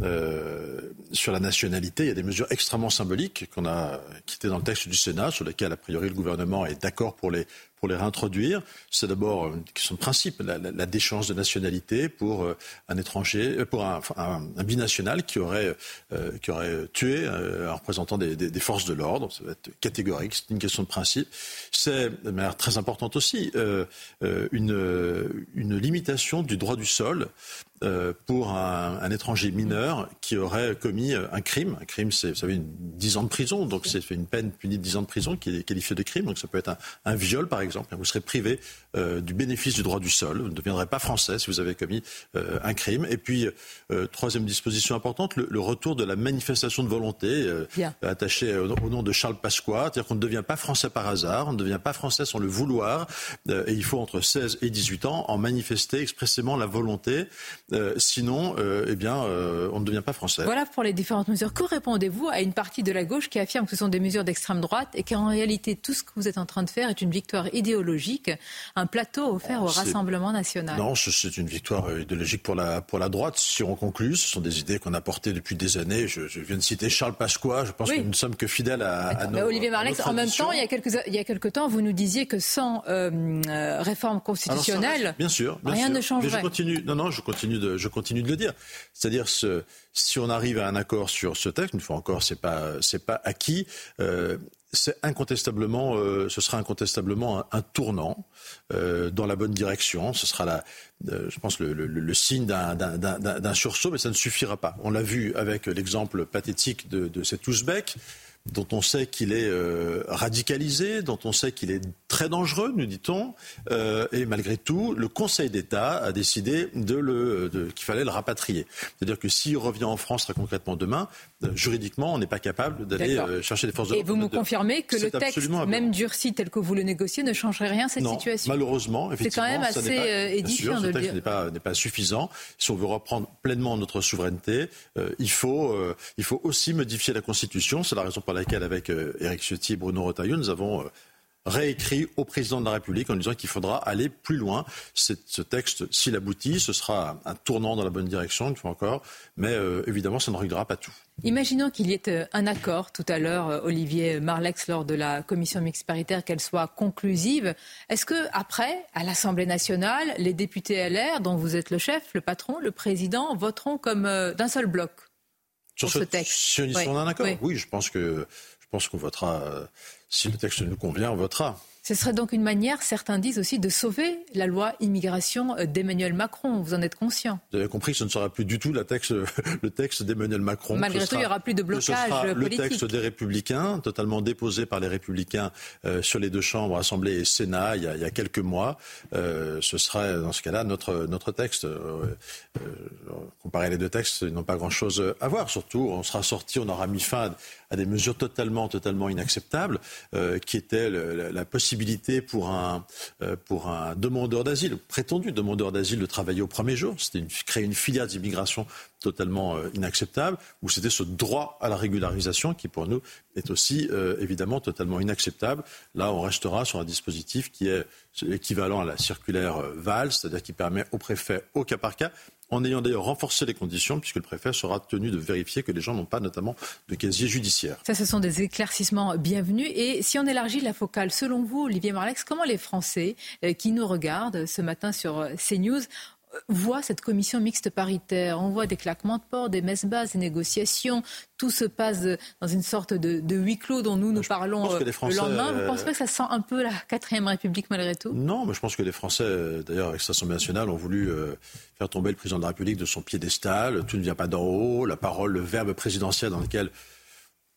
Euh, sur la nationalité, il y a des mesures extrêmement symboliques qu'on a, qui étaient dans le texte du Sénat, sur lesquelles a priori le gouvernement est d'accord pour les pour les réintroduire. C'est d'abord une question de principe, la, la, la déchéance de nationalité pour euh, un étranger, pour un, un, un binational qui aurait, euh, qui aurait tué euh, un représentant des, des, des forces de l'ordre. Ça va être catégorique, c'est une question de principe. C'est, de manière très importante aussi, euh, euh, une, une limitation du droit du sol euh, pour un, un étranger mineur qui aurait commis un crime. Un crime, c'est, vous savez, une, dix ans de prison, donc c'est une peine punie de dix ans de prison qui est qualifiée de crime. Donc ça peut être un, un viol, par exemple. Exemple, vous serez privé euh, du bénéfice du droit du sol. Vous ne deviendrez pas français si vous avez commis euh, un crime. Et puis, euh, troisième disposition importante, le, le retour de la manifestation de volonté euh, attachée au, au nom de Charles Pasqua. C'est-à-dire qu'on ne devient pas français par hasard, on ne devient pas français sans le vouloir. Euh, et il faut entre seize et dix-huit ans en manifester expressément la volonté. Euh, sinon, euh, eh bien, euh, on ne devient pas français. Voilà pour les différentes mesures. Que répondez-vous à une partie de la gauche qui affirme que ce sont des mesures d'extrême droite et qu'en réalité, tout ce que vous êtes en train de faire est une victoire idéologique, un plateau offert au c'est... Rassemblement national? Non, c'est une victoire idéologique pour la, pour la droite. Si on conclut, ce sont des idées qu'on a portées depuis des années. Je, je viens de citer Charles Pasqua. Je pense oui. que nous ne sommes que fidèles à, à nos. Mais Olivier Marleix, en même temps, il y a quelques, il y a quelques temps, vous nous disiez que sans euh, euh, réforme constitutionnelle, Alors, ça, bien sûr, bien rien sûr. ne changerait. Mais je continue, non, non, je continue de, je continue de le dire. C'est-à-dire, ce, si on arrive à un accord sur ce texte, une fois encore, c'est pas, c'est pas acquis. Euh, C'est incontestablement, euh, ce sera incontestablement un, un tournant euh, dans la bonne direction. Ce sera la, euh, je pense, le, le, le signe d'un, d'un, d'un, d'un sursaut, mais ça ne suffira pas. On l'a vu avec l'exemple pathétique de, de cet Ouzbek, dont on sait qu'il est euh, radicalisé, dont on sait qu'il est très dangereux, nous dit-on, euh, et malgré tout, le Conseil d'État a décidé de le, de, qu'il fallait le rapatrier. C'est-à-dire que s'il revient en France très concrètement demain, euh, juridiquement, on n'est pas capable d'aller euh, chercher des forces de l'ordre. Et vous me confirmez que C'est le texte, même durci tel que vous le négociez, ne changerait rien à cette non, situation? Malheureusement, effectivement, c'est quand même assez ça n'est pas, euh, édifiant sûr, de ce texte le dire. N'est pas, n'est pas suffisant. Si on veut reprendre pleinement notre souveraineté, euh, il faut, euh, il faut aussi modifier la Constitution. C'est la raison pour laquelle, avec euh, Éric Ciotti et Bruno Retailleau, nous avons euh, réécrit au président de la République en disant qu'il faudra aller plus loin. C'est, ce texte, s'il aboutit, ce sera un, un tournant dans la bonne direction, une fois encore, mais euh, évidemment, ça ne réglera pas tout. Imaginons qu'il y ait un accord tout à l'heure, Olivier Marleix, lors de la commission mixte paritaire, qu'elle soit conclusive. Est-ce que après, à l'Assemblée nationale, les députés L R, dont vous êtes le chef, le patron, le président, voteront comme euh, d'un seul bloc sur ce, ce texte? Si on oui. a un accord, oui. oui, je pense que je pense qu'on votera. Euh, si le texte nous convient, on votera. Ce serait donc une manière, certains disent aussi, de sauver la loi immigration d'Emmanuel Macron. Vous en êtes conscient? Vous avez compris que ce ne sera plus du tout la texte, le texte d'Emmanuel Macron. Malgré ce tout, sera, il n'y aura plus de blocage ce sera politique. Le texte des Républicains, totalement déposé par les Républicains euh, sur les deux chambres, Assemblée et Sénat, il y a, il y a quelques mois. Euh, ce sera, dans ce cas-là, notre, notre texte. Euh, euh, comparer les deux textes, ils n'ont pas grand-chose à voir. Surtout, on sera sorti, on aura mis fin à, à des mesures totalement, totalement inacceptables, euh, qui étaient le, la, la possibilité pour un, euh, pour un demandeur d'asile, prétendu demandeur d'asile, de travailler au premier jour. C'était une, créer une filière d'immigration totalement euh, inacceptable, où c'était ce droit à la régularisation qui, pour nous, est aussi euh, évidemment totalement inacceptable. Là, on restera sur un dispositif qui est équivalent à la circulaire euh, Valls, c'est-à-dire qui permet au préfet, au cas par cas, en ayant d'ailleurs renforcé les conditions, puisque le préfet sera tenu de vérifier que les gens n'ont pas notamment de casier judiciaire. Ça, ce sont des éclaircissements bienvenus. Et si on élargit la focale, selon vous, Olivier Marleix, comment les Français euh, qui nous regardent ce matin sur euh, CNews voit cette commission mixte paritaire? On voit des claquements de porte, des messes basses, des négociations. Tout se passe dans une sorte de, de huis clos dont nous, nous je parlons Français, le lendemain. Vous ne euh... pensez pas que ça sent un peu la quatrième République malgré tout? Non, mais je pense que les Français, d'ailleurs avec cette Assemblée nationale, ont voulu euh, faire tomber le président de la République de son piédestal. Tout ne vient pas d'en haut. La parole, le verbe présidentiel dans lequel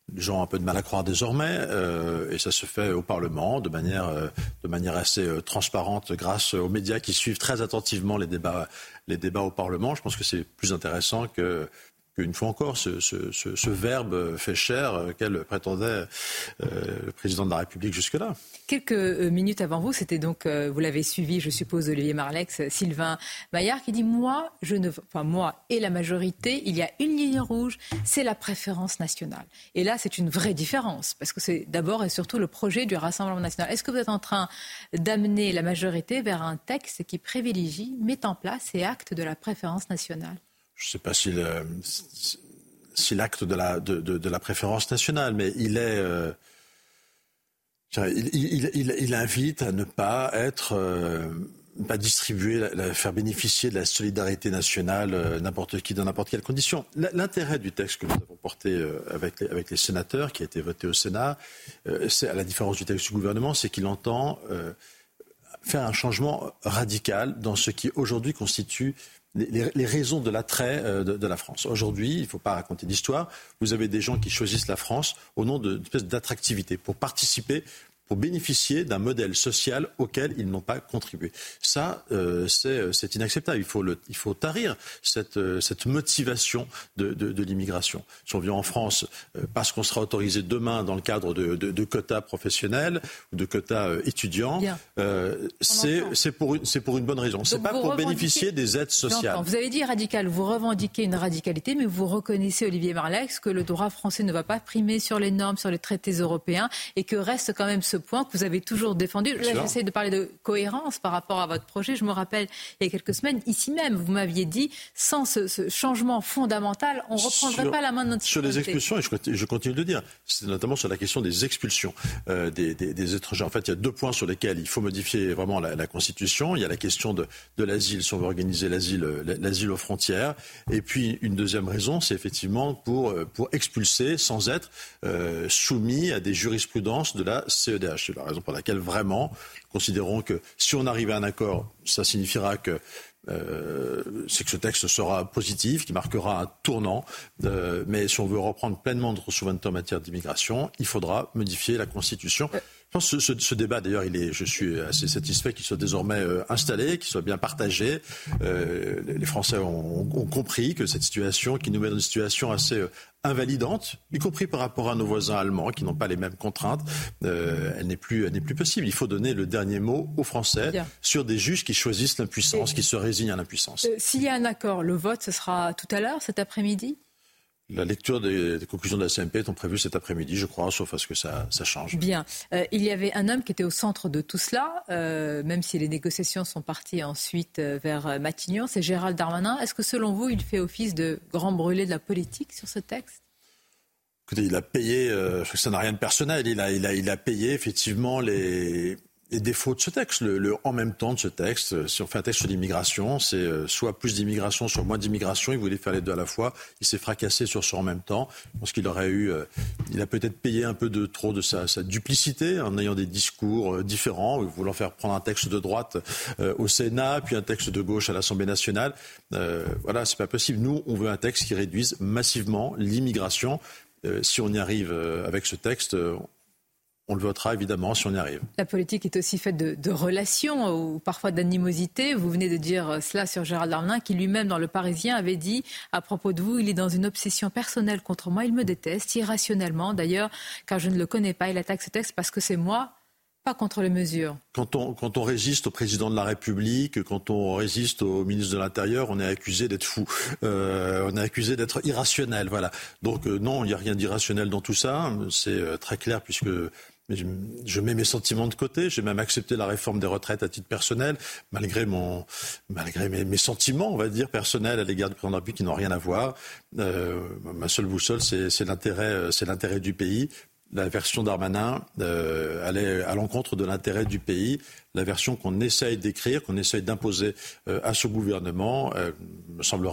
les gens ont un peu de mal à croire désormais, euh, et ça se fait au Parlement de manière, euh, de manière assez euh, transparente grâce aux médias qui suivent très attentivement les débats, les débats au Parlement. Je pense que c'est plus intéressant que... qu'une fois encore, ce, ce, ce, ce verbe fait cher qu'elle prétendait euh, le président de la République jusque-là. Quelques minutes avant vous, c'était donc, euh, vous l'avez suivi, je suppose, Olivier Marleix, Sylvain Maillard, qui dit « Moi, je ne, enfin, moi et la majorité, il y a une ligne rouge, c'est la préférence nationale. » Et là, c'est une vraie différence, parce que c'est d'abord et surtout le projet du Rassemblement national. Est-ce que vous êtes en train d'amener la majorité vers un texte qui privilégie, met en place et acte de la préférence nationale ? Je ne sais pas si, le, si l'acte de la, de, de, de la préférence nationale, mais il est, euh, il, il, il, il invite à ne pas être, euh, pas distribuer, la, la, faire bénéficier de la solidarité nationale euh, n'importe qui dans n'importe quelle condition. L'intérêt du texte que nous avons porté euh, avec, les, avec les sénateurs, qui a été voté au Sénat, euh, c'est, à la différence du texte du gouvernement, c'est qu'il entend euh, faire un changement radical dans ce qui aujourd'hui constitue Les, les raisons de l'attrait de, de la France. Aujourd'hui, il ne faut pas raconter d'histoire. Vous avez des gens qui choisissent la France au nom d'une espèce d'attractivité pour participer, pour bénéficier d'un modèle social auquel ils n'ont pas contribué. Ça, euh, c'est, c'est inacceptable. Il faut, le, il faut tarir cette, euh, cette motivation de, de, de l'immigration. Si on vient en France euh, parce qu'on sera autorisé demain dans le cadre de, de, de quotas professionnels ou de quotas euh, étudiants, euh, c'est, c'est, pour une, c'est pour une bonne raison. C'est pas pour bénéficier des aides sociales. Vous avez dit radical, vous revendiquez une radicalité, mais vous reconnaissez, Olivier Marleix, que le droit français ne va pas primer sur les normes, sur les traités européens, et que reste quand même ce point que vous avez toujours défendu. Là, j'essaie de parler de cohérence par rapport à votre projet. Je me rappelle, il y a quelques semaines, ici même, vous m'aviez dit, sans ce, ce changement fondamental, on ne reprendrait sur, pas la main de notre Sur les expulsions, et je, je continue de le dire, c'est notamment sur la question des expulsions euh, des, des, des étrangers. En fait, il y a deux points sur lesquels il faut modifier vraiment la, la Constitution. Il y a la question de, de l'asile, si on veut organiser l'asile, l'asile aux frontières. Et puis, une deuxième raison, c'est effectivement pour, pour expulser sans être euh, soumis à des jurisprudences de la C E D H. C'est la raison pour laquelle, vraiment, considérons que si on arrive à un accord, ça signifiera que Euh, c'est que ce texte sera positif, qui marquera un tournant. Euh, mais si on veut reprendre pleinement notre souveraineté en matière d'immigration, il faudra modifier la Constitution. Je pense que ce, ce, ce débat, d'ailleurs, il est, je suis assez satisfait qu'il soit désormais euh, installé, qu'il soit bien partagé. Euh, les Français ont, ont compris que cette situation, qui nous met dans une situation assez euh, invalidante, y compris par rapport à nos voisins allemands, qui n'ont pas les mêmes contraintes, euh, elle n'est plus, elle n'est plus possible. Il faut donner le dernier mot aux Français bien. Sur des juges qui choisissent l'impuissance, Et, qui se résignent à l'impuissance. Euh, s'il y a un accord, le vote, ce sera tout à l'heure, cet après-midi ? La lecture des, des conclusions de la C M P est prévue cet après-midi, je crois, sauf à ce que ça, ça change. Bien. Euh, il y avait un homme qui était au centre de tout cela, euh, même si les négociations sont parties ensuite euh, vers Matignon, c'est Gérald Darmanin. Est-ce que selon vous, il fait office de grand brûlé de la politique sur ce texte ? Écoutez, il a payé, euh, je crois que ça n'a rien de personnel, il a, il a, il a payé effectivement les... les défauts de ce texte, le, le en même temps de ce texte. Si on fait un texte sur l'immigration, c'est euh, soit plus d'immigration, soit moins d'immigration. Il voulait faire les deux à la fois. Il s'est fracassé sur ce en même temps. Je pense qu'il aurait eu, euh, il a peut-être payé un peu de trop de sa, sa duplicité en ayant des discours euh, différents, voulant faire prendre un texte de droite euh, au Sénat, puis un texte de gauche à l'Assemblée nationale. Euh, voilà, c'est pas possible. Nous, on veut un texte qui réduise massivement l'immigration. Euh, si on y arrive euh, avec ce texte, euh, on le votera évidemment si on y arrive. La politique est aussi faite de, de relations ou parfois d'animosité. Vous venez de dire cela sur Gérald Darmanin qui lui-même dans Le Parisien avait dit à propos de vous, il est dans une obsession personnelle contre moi, il me déteste irrationnellement d'ailleurs car je ne le connais pas, il attaque ce texte parce que c'est moi, pas contre les mesures. Quand on, quand on résiste au président de la République, quand on résiste au ministre de l'Intérieur, on est accusé d'être fou. Euh, on est accusé d'être irrationnel. Voilà. Donc euh, non, il n'y a rien d'irrationnel dans tout ça. C'est euh, très clair puisque je, je mets mes sentiments de côté. J'ai même accepté la réforme des retraites à titre personnel, malgré, mon, malgré mes, mes sentiments, on va dire, personnels à l'égard du président de la République qui n'ont rien à voir. Euh, ma seule boussole, c'est, c'est, l'intérêt, c'est l'intérêt du pays. La version Darmanin euh, allait à l'encontre de l'intérêt du pays. La version qu'on essaye d'écrire, qu'on essaye d'imposer euh, à ce gouvernement, euh, me semblera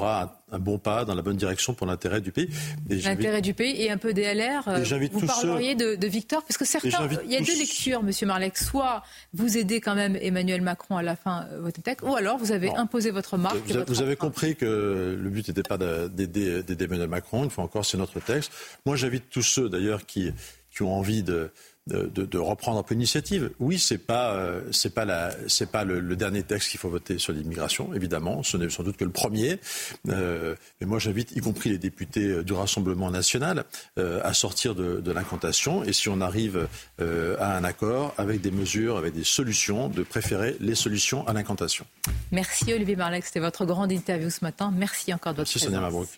un bon pas dans la bonne direction pour l'intérêt du pays. Et l'intérêt du pays et un peu des L R. Vous parleriez ceux... de, de Victor, parce que certains, il y a tous... deux lectures, Monsieur Marleix. Soit vous aidez quand même Emmanuel Macron à la fin votre texte, ou alors vous avez bon. imposé votre marque. Vous, votre vous avez compris que le but n'était pas d'aider, d'aider Emmanuel Macron. Une fois encore, c'est notre texte. Moi, j'invite tous ceux d'ailleurs qui, qui ont envie de De, de, de reprendre un peu l'initiative. Oui, c'est pas, euh, c'est pas, la, c'est pas le, le dernier texte qu'il faut voter sur l'immigration, évidemment. Ce n'est sans doute que le premier. Euh, mais moi, j'invite, y compris les députés du Rassemblement national, euh, à sortir de, de l'incantation. Et si on arrive euh, à un accord avec des mesures, avec des solutions, de préférer les solutions à l'incantation. Merci Olivier Marleix. C'était votre grande interview ce matin. Merci encore de votre Merci Sonia Mabrouk.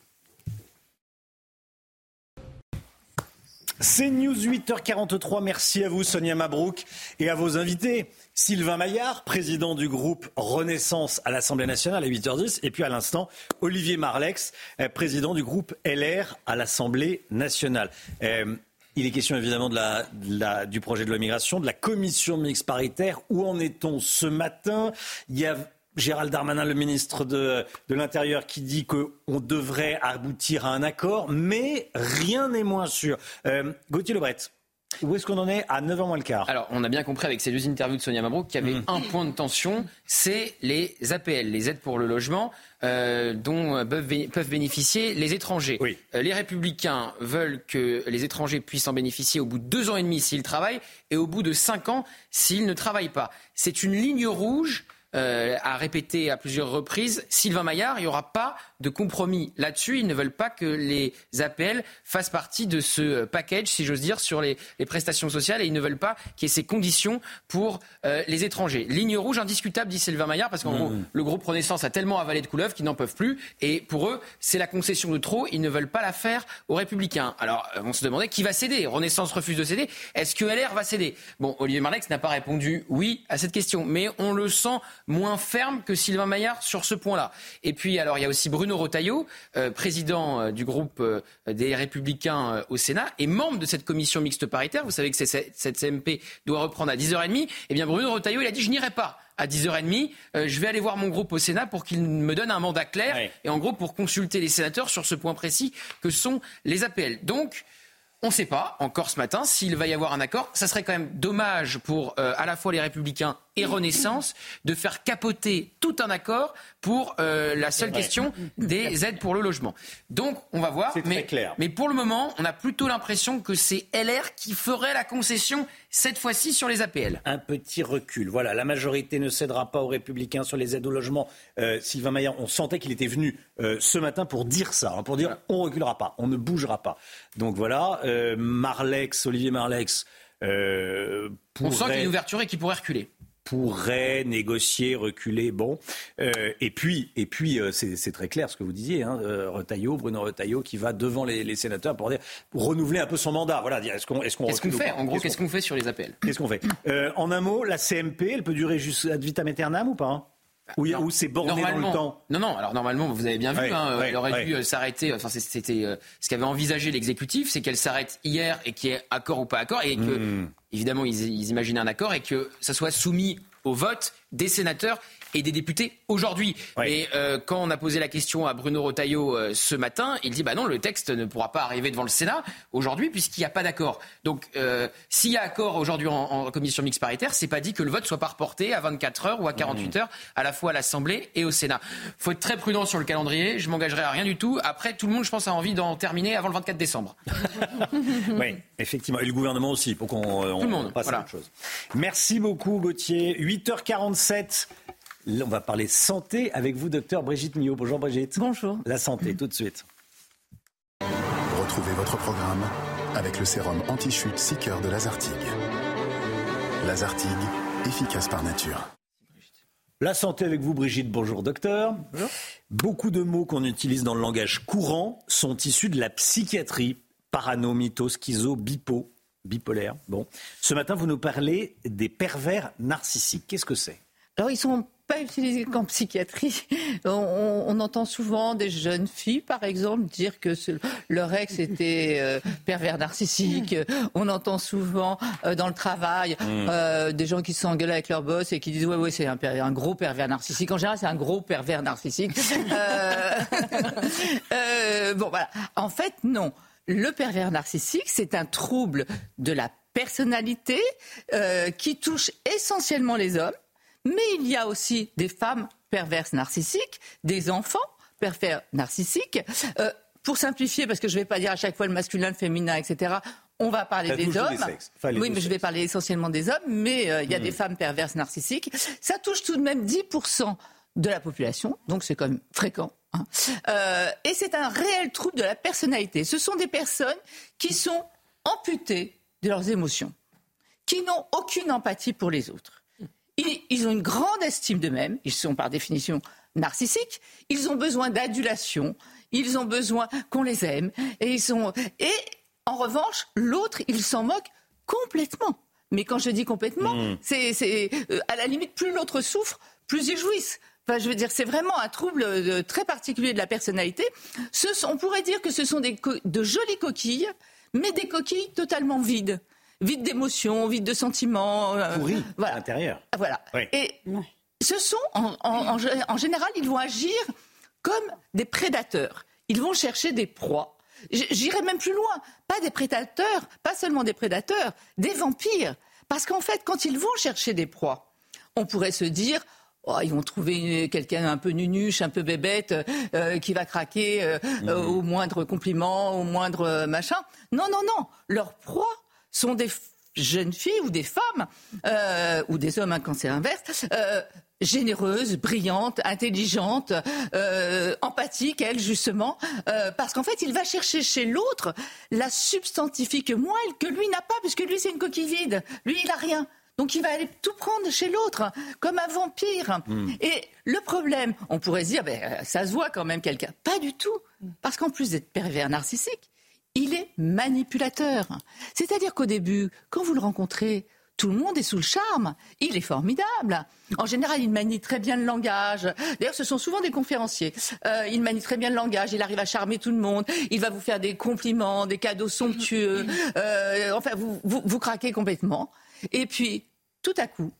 C'est News huit heures quarante-trois. Merci à vous, Sonia Mabrouk, et à vos invités. Sylvain Maillard, président du groupe Renaissance à l'Assemblée nationale à huit heures dix. Et puis à l'instant, Olivier Marleix, président du groupe L R à l'Assemblée nationale. Euh, il est question évidemment de la, de la, du projet de loi immigration, de la commission mixte paritaire. Où en est-on ce matin ? Il y a Gérald Darmanin, le ministre de, de l'Intérieur, qui dit qu'on devrait aboutir à un accord, mais rien n'est moins sûr. Euh, Gauthier Lebret, où est-ce qu'on en est à neuf heures moins le quart ? Alors, on a bien compris avec ces deux interviews de Sonia Mabrouk qu'il y avait mmh. un point de tension, c'est les A P L, les aides pour le logement, euh, dont peuvent bénéficier les étrangers. Oui. Euh, les Républicains veulent que les étrangers puissent en bénéficier au bout de deux ans et demi s'ils travaillent et au bout de cinq ans s'ils ne travaillent pas. C'est une ligne rouge. Euh, a répété à plusieurs reprises Sylvain Maillard, il n'y aura pas de compromis là-dessus. Ils ne veulent pas que les A P L fassent partie de ce package, si j'ose dire, sur les, les prestations sociales, et ils ne veulent pas qu'il y ait ces conditions pour euh, les étrangers. Ligne rouge indiscutable, dit Sylvain Maillard, parce qu'en mmh. gros, le groupe Renaissance a tellement avalé de couleuvres qu'ils n'en peuvent plus, et pour eux, c'est la concession de trop, ils ne veulent pas la faire aux Républicains. Alors, on se demandait qui va céder. Renaissance refuse de céder. Est-ce que L R va céder ? Bon, Olivier Marleix n'a pas répondu oui à cette question, mais on le sent moins ferme que Sylvain Maillard sur ce point-là. Et puis, alors, il y a aussi Bruno Retailleau, euh, président euh, du groupe euh, des Républicains euh, au Sénat et membre de cette commission mixte paritaire. Vous savez que c'est, cette C M P doit reprendre à dix heures trente. Eh bien, Bruno Retailleau, il a dit « je n'irai pas à dix heures trente, euh, je vais aller voir mon groupe au Sénat pour qu'il me donne un mandat clair ouais. et en gros pour consulter les sénateurs sur ce point précis que sont les A P L ». Donc, on ne sait pas encore ce matin s'il va y avoir un accord. Ça serait quand même dommage pour euh, à la fois les Républicains et Renaissance de faire capoter tout un accord pour euh, la seule question des aides pour le logement. Donc, on va voir. C'est mais, très clair. mais pour le moment, on a plutôt l'impression que c'est L R qui ferait la concession cette fois-ci sur les A P L. Un petit recul. Voilà, la majorité ne cédera pas aux Républicains sur les aides au logement. Euh, Sylvain Maillard, on sentait qu'il était venu euh, ce matin pour dire ça, hein, pour dire voilà. on ne reculera pas, on ne bougera pas. Donc voilà, euh, Marleix, Olivier Marleix euh, pourrait... On sent qu'il y a une ouverture et qu'il pourrait reculer. pourrait négocier, reculer, bon. Euh, et puis, et puis euh, c'est, c'est très clair ce que vous disiez, hein, euh, Retailleau, Bruno Retailleau, qui va devant les, les sénateurs pour, dire, pour renouveler un peu son mandat. Voilà, dire, est-ce qu'on, est-ce qu'on, qu'est-ce qu'on fait En gros, qu'est-ce, qu'est-ce qu'on fait sur les A P L Qu'est-ce qu'on fait euh, En un mot, la C M P, elle peut durer jusqu'à ad vitam aeternam ou pas hein Ou non, c'est borné dans le temps. Non, non. Alors normalement, vous avez bien vu, ouais, hein, ouais, elle aurait ouais. dû s'arrêter. Enfin, c'était euh, ce qu'avait envisagé l'exécutif, c'est qu'elle s'arrête hier et qu'il y ait accord ou pas accord, et que mmh. évidemment ils, ils imaginaient un accord et que ça soit soumis au vote des sénateurs et des députés aujourd'hui. Ouais. Et euh, quand on a posé la question à Bruno Retailleau euh, ce matin, il dit bah non, le texte ne pourra pas arriver devant le Sénat aujourd'hui puisqu'il n'y a pas d'accord. Donc euh, s'il y a accord aujourd'hui en, en commission mixte paritaire, c'est pas dit que le vote soit pas reporté à vingt-quatre heures ou à quarante-huit heures à la fois à l'Assemblée et au Sénat. Faut être très prudent sur le calendrier. Je m'engagerai à rien du tout. Après, tout le monde, je pense, a envie d'en terminer avant le vingt-quatre décembre. Oui, effectivement, et le gouvernement aussi, pour qu'on on, tout le monde, on passe voilà. à autre chose. Merci beaucoup, Gauthier. huit heures quarante-sept. Là, on va parler santé avec vous, docteur Brigitte Millot. Bonjour Brigitte. Bonjour. La santé, tout de suite. Retrouvez votre programme avec le sérum anti-chute Seeker de Lazartigue. Lazartigue, efficace par nature. La santé avec vous, Brigitte. Bonjour, docteur. Bonjour. Beaucoup de mots qu'on utilise dans le langage courant sont issus de la psychiatrie. Parano, mytho, schizo, bipo, bipolaire. Bon. Ce matin, vous nous parlez des pervers narcissiques. Qu'est-ce que c'est ? Alors, ils sont pas utilisé qu'en psychiatrie. On, on entend souvent des jeunes filles, par exemple, dire que ce, leur ex était euh, pervers narcissique. On entend souvent euh, dans le travail euh, des gens qui s'engueulent avec leur boss et qui disent ouais ouais c'est un, un gros pervers narcissique. En général, c'est un gros pervers narcissique. Euh, euh, bon voilà. En fait, non. Le pervers narcissique, c'est un trouble de la personnalité euh, qui touche essentiellement les hommes. Mais il y a aussi des femmes perverses narcissiques, des enfants pervers narcissiques. Euh, pour simplifier, parce que je ne vais pas dire à chaque fois le masculin, le féminin, et cetera, on va parler ça des hommes. Enfin, oui, mais sexes. Je vais parler essentiellement des hommes, mais il euh, y a mmh. des femmes perverses narcissiques. Ça touche tout de même dix pour cent de la population, donc c'est quand même fréquent. Hein. Euh, et c'est un réel trouble de la personnalité. Ce sont des personnes qui sont amputées de leurs émotions, qui n'ont aucune empathie pour les autres. Ils ont une grande estime d'eux-mêmes, ils sont par définition narcissiques, ils ont besoin d'adulation, ils ont besoin qu'on les aime, et, ils sont... et en revanche, l'autre, il s'en moque complètement. Mais quand je dis complètement, mmh. c'est, c'est euh, à la limite, plus l'autre souffre, plus il jouisse. Enfin, je veux dire, c'est vraiment un trouble de, très particulier de la personnalité. Ce sont, on pourrait dire que ce sont des co- de jolies coquilles, mais des coquilles totalement vides. Vide d'émotions, vide de sentiments. Euh, Pourri, voilà. à l'intérieur. Voilà. Oui. Et ce sont, en, en, en général, ils vont agir comme des prédateurs. Ils vont chercher des proies. J'irai même plus loin. Pas des prédateurs, pas seulement des prédateurs, des vampires. Parce qu'en fait, quand ils vont chercher des proies, on pourrait se dire... Oh, ils vont trouver quelqu'un un peu nunuche, un peu bébête, euh, qui va craquer euh, mmh. euh, au moindre compliment, au moindre euh, machin. Non, non, non. Leurs proies sont des f- jeunes filles ou des femmes, euh, ou des hommes, hein, quand c'est l'inverse, euh, généreuses, brillantes, intelligentes, euh, empathiques, elles, justement, euh, parce qu'en fait, il va chercher chez l'autre la substantifique moelle que lui n'a pas, puisque lui, c'est une coquille vide. Lui, il n'a rien. Donc il va aller tout prendre chez l'autre, comme un vampire. Mmh. Et le problème, on pourrait se dire, ben, ça se voit quand même quelqu'un. Pas du tout. Parce qu'en plus d'être pervers narcissique, il est manipulateur. C'est-à-dire qu'au début, quand vous le rencontrez, tout le monde est sous le charme. Il est formidable. En général, il manie très bien le langage. D'ailleurs, ce sont souvent des conférenciers. Euh, il manie très bien le langage. Il arrive à charmer tout le monde. Il va vous faire des compliments, des cadeaux somptueux. Euh, enfin, vous, vous, vous craquez complètement. Et puis, tout à coup,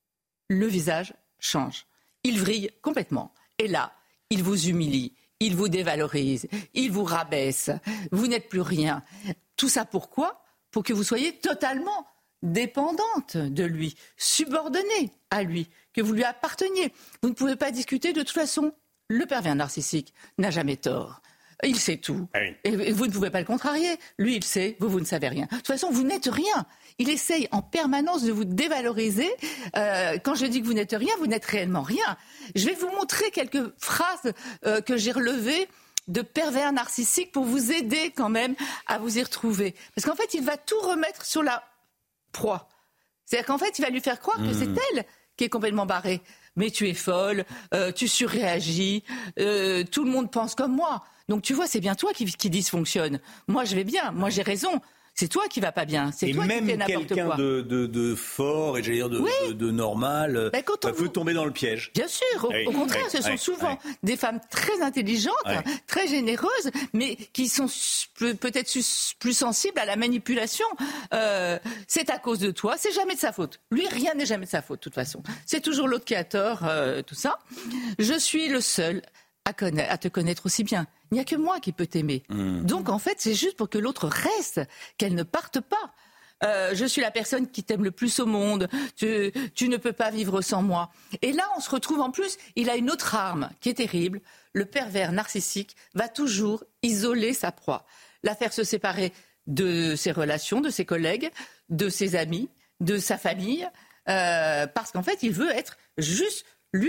le visage change. Il vrille complètement. Et là, il vous humilie, il vous dévalorise, il vous rabaisse. Vous n'êtes plus rien. Tout ça pourquoi ? Pour que vous soyez totalement dépendante de lui, subordonnée à lui, que vous lui apparteniez. Vous ne pouvez pas discuter de toute façon. Le pervers narcissique n'a jamais tort. Il sait tout. Ah oui. Et vous ne pouvez pas le contrarier. Lui, il sait, vous, vous ne savez rien. De toute façon, vous n'êtes rien. Il essaye en permanence de vous dévaloriser. Euh, quand je dis que vous n'êtes rien, vous n'êtes réellement rien. Je vais vous montrer quelques phrases euh, que j'ai relevées de pervers narcissiques pour vous aider quand même à vous y retrouver. Parce qu'en fait, il va tout remettre sur la proie. C'est-à-dire qu'en fait, il va lui faire croire mmh. que c'est elle qui est complètement barrée. Mais tu es folle, euh, tu surréagis, euh, tout le monde pense comme moi. Donc tu vois, c'est bien toi qui, qui dysfonctionne. Moi, je vais bien, moi j'ai raison. C'est toi qui vas pas bien, c'est et toi qui fais n'importe quoi. Et même quelqu'un de, de, de fort et j'allais dire de, oui. de, de normal ben, quand on peut vous... tomber dans le piège. Bien sûr, au, oui. au contraire, oui. ce sont oui. souvent oui. des femmes très intelligentes, oui. très généreuses, mais qui sont peut-être plus sensibles à la manipulation. Euh, c'est à cause de toi, c'est jamais de sa faute. Lui, rien n'est jamais de sa faute, de toute façon. C'est toujours l'autre qui a tort, euh, tout ça. Je suis le seul à, connaître, à te connaître aussi bien. Il n'y a que moi qui peux t'aimer. Mmh. Donc, en fait, c'est juste pour que l'autre reste, qu'elle ne parte pas. Euh, je suis la personne qui t'aime le plus au monde. Tu, tu ne peux pas vivre sans moi. Et là, on se retrouve en plus, il a une autre arme qui est terrible. Le pervers narcissique va toujours isoler sa proie, la faire se séparer de ses relations, de ses collègues, de ses amis, de sa famille, euh, parce qu'en fait, il veut être juste, lui,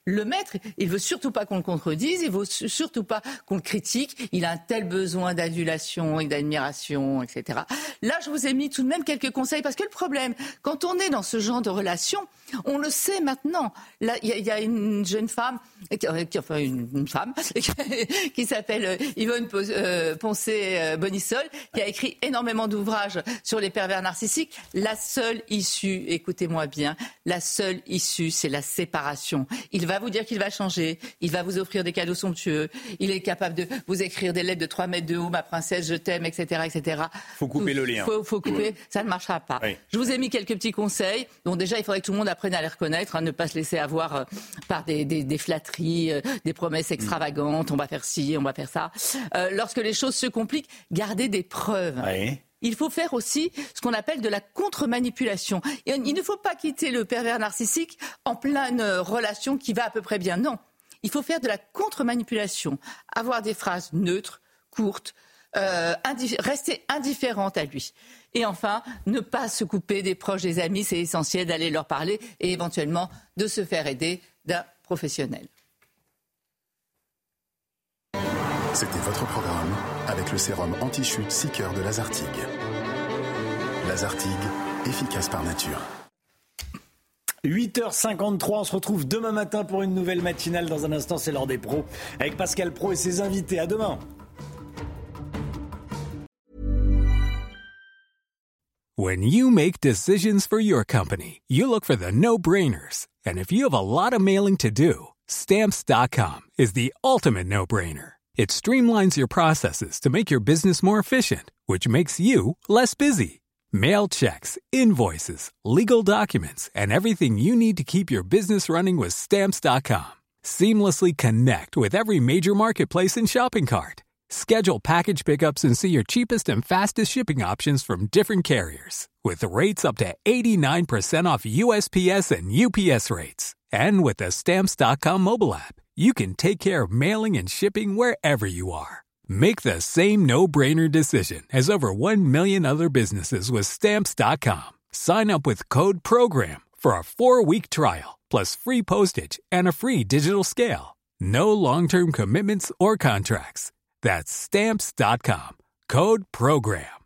le maître, il veut surtout pas qu'on le contredise, il veut surtout pas qu'on le critique. Il a un tel besoin d'adulation et d'admiration, et cetera. Là, je vous ai mis tout de même quelques conseils parce que le problème, quand on est dans ce genre de relation, on le sait maintenant. Là, il y, y a une jeune femme, enfin une, une femme, qui s'appelle Yvonne Poncet-Bonissol, qui a écrit énormément d'ouvrages sur les pervers narcissiques. La seule issue, écoutez-moi bien, la seule issue, c'est la séparation. Il va vous dire qu'il va changer, il va vous offrir des cadeaux somptueux, il est capable de vous écrire des lettres de trois mètres de haut, ma princesse, je t'aime, et cetera, et cetera. Faut couper le lien. Faut, faut couper, ça ne marchera pas. Oui. Je vous ai mis quelques petits conseils. Bon, déjà, il faudrait que tout le monde apprenne à les reconnaître, hein, ne pas se laisser avoir euh, par des, des, des flatteries, euh, des promesses extravagantes, on va faire ci, on va faire ça. Euh, lorsque les choses se compliquent, gardez des preuves. Oui. Il faut faire aussi ce qu'on appelle de la contre-manipulation. Et il ne faut pas quitter le pervers narcissique en pleine relation qui va à peu près bien. Non, il faut faire de la contre-manipulation. Avoir des phrases neutres, courtes, euh, indi- rester indifférente à lui. Et enfin, ne pas se couper des proches, des amis. C'est essentiel d'aller leur parler et éventuellement de se faire aider d'un professionnel. C'était votre programme avec le sérum anti-chute six cœurs de Lazartigue. Lazartigue, efficace par nature. huit heures cinquante-trois, on se retrouve demain matin pour une nouvelle matinale. Dans un instant, c'est l'heure des pros avec Pascal Praud et ses invités. À demain. When you make decisions for your company, you look for the no-brainers. And if you have a lot of mailing to do, Stamps dot com is the ultimate no-brainer. It streamlines your processes to make your business more efficient, which makes you less busy. Mail checks, invoices, legal documents, and everything you need to keep your business running with Stamps dot com. Seamlessly connect with every major marketplace and shopping cart. Schedule package pickups and see your cheapest and fastest shipping options from different carriers. With rates up to eighty-nine percent off U S P S and U P S rates. And with the Stamps dot com mobile app, you can take care of mailing and shipping wherever you are. Make the same no-brainer decision as over one million other businesses with Stamps dot com. Sign up with code PROGRAM for a four-week trial, plus free postage and a free digital scale. No long-term commitments or contracts. That's Stamps dot com. Code PROGRAM.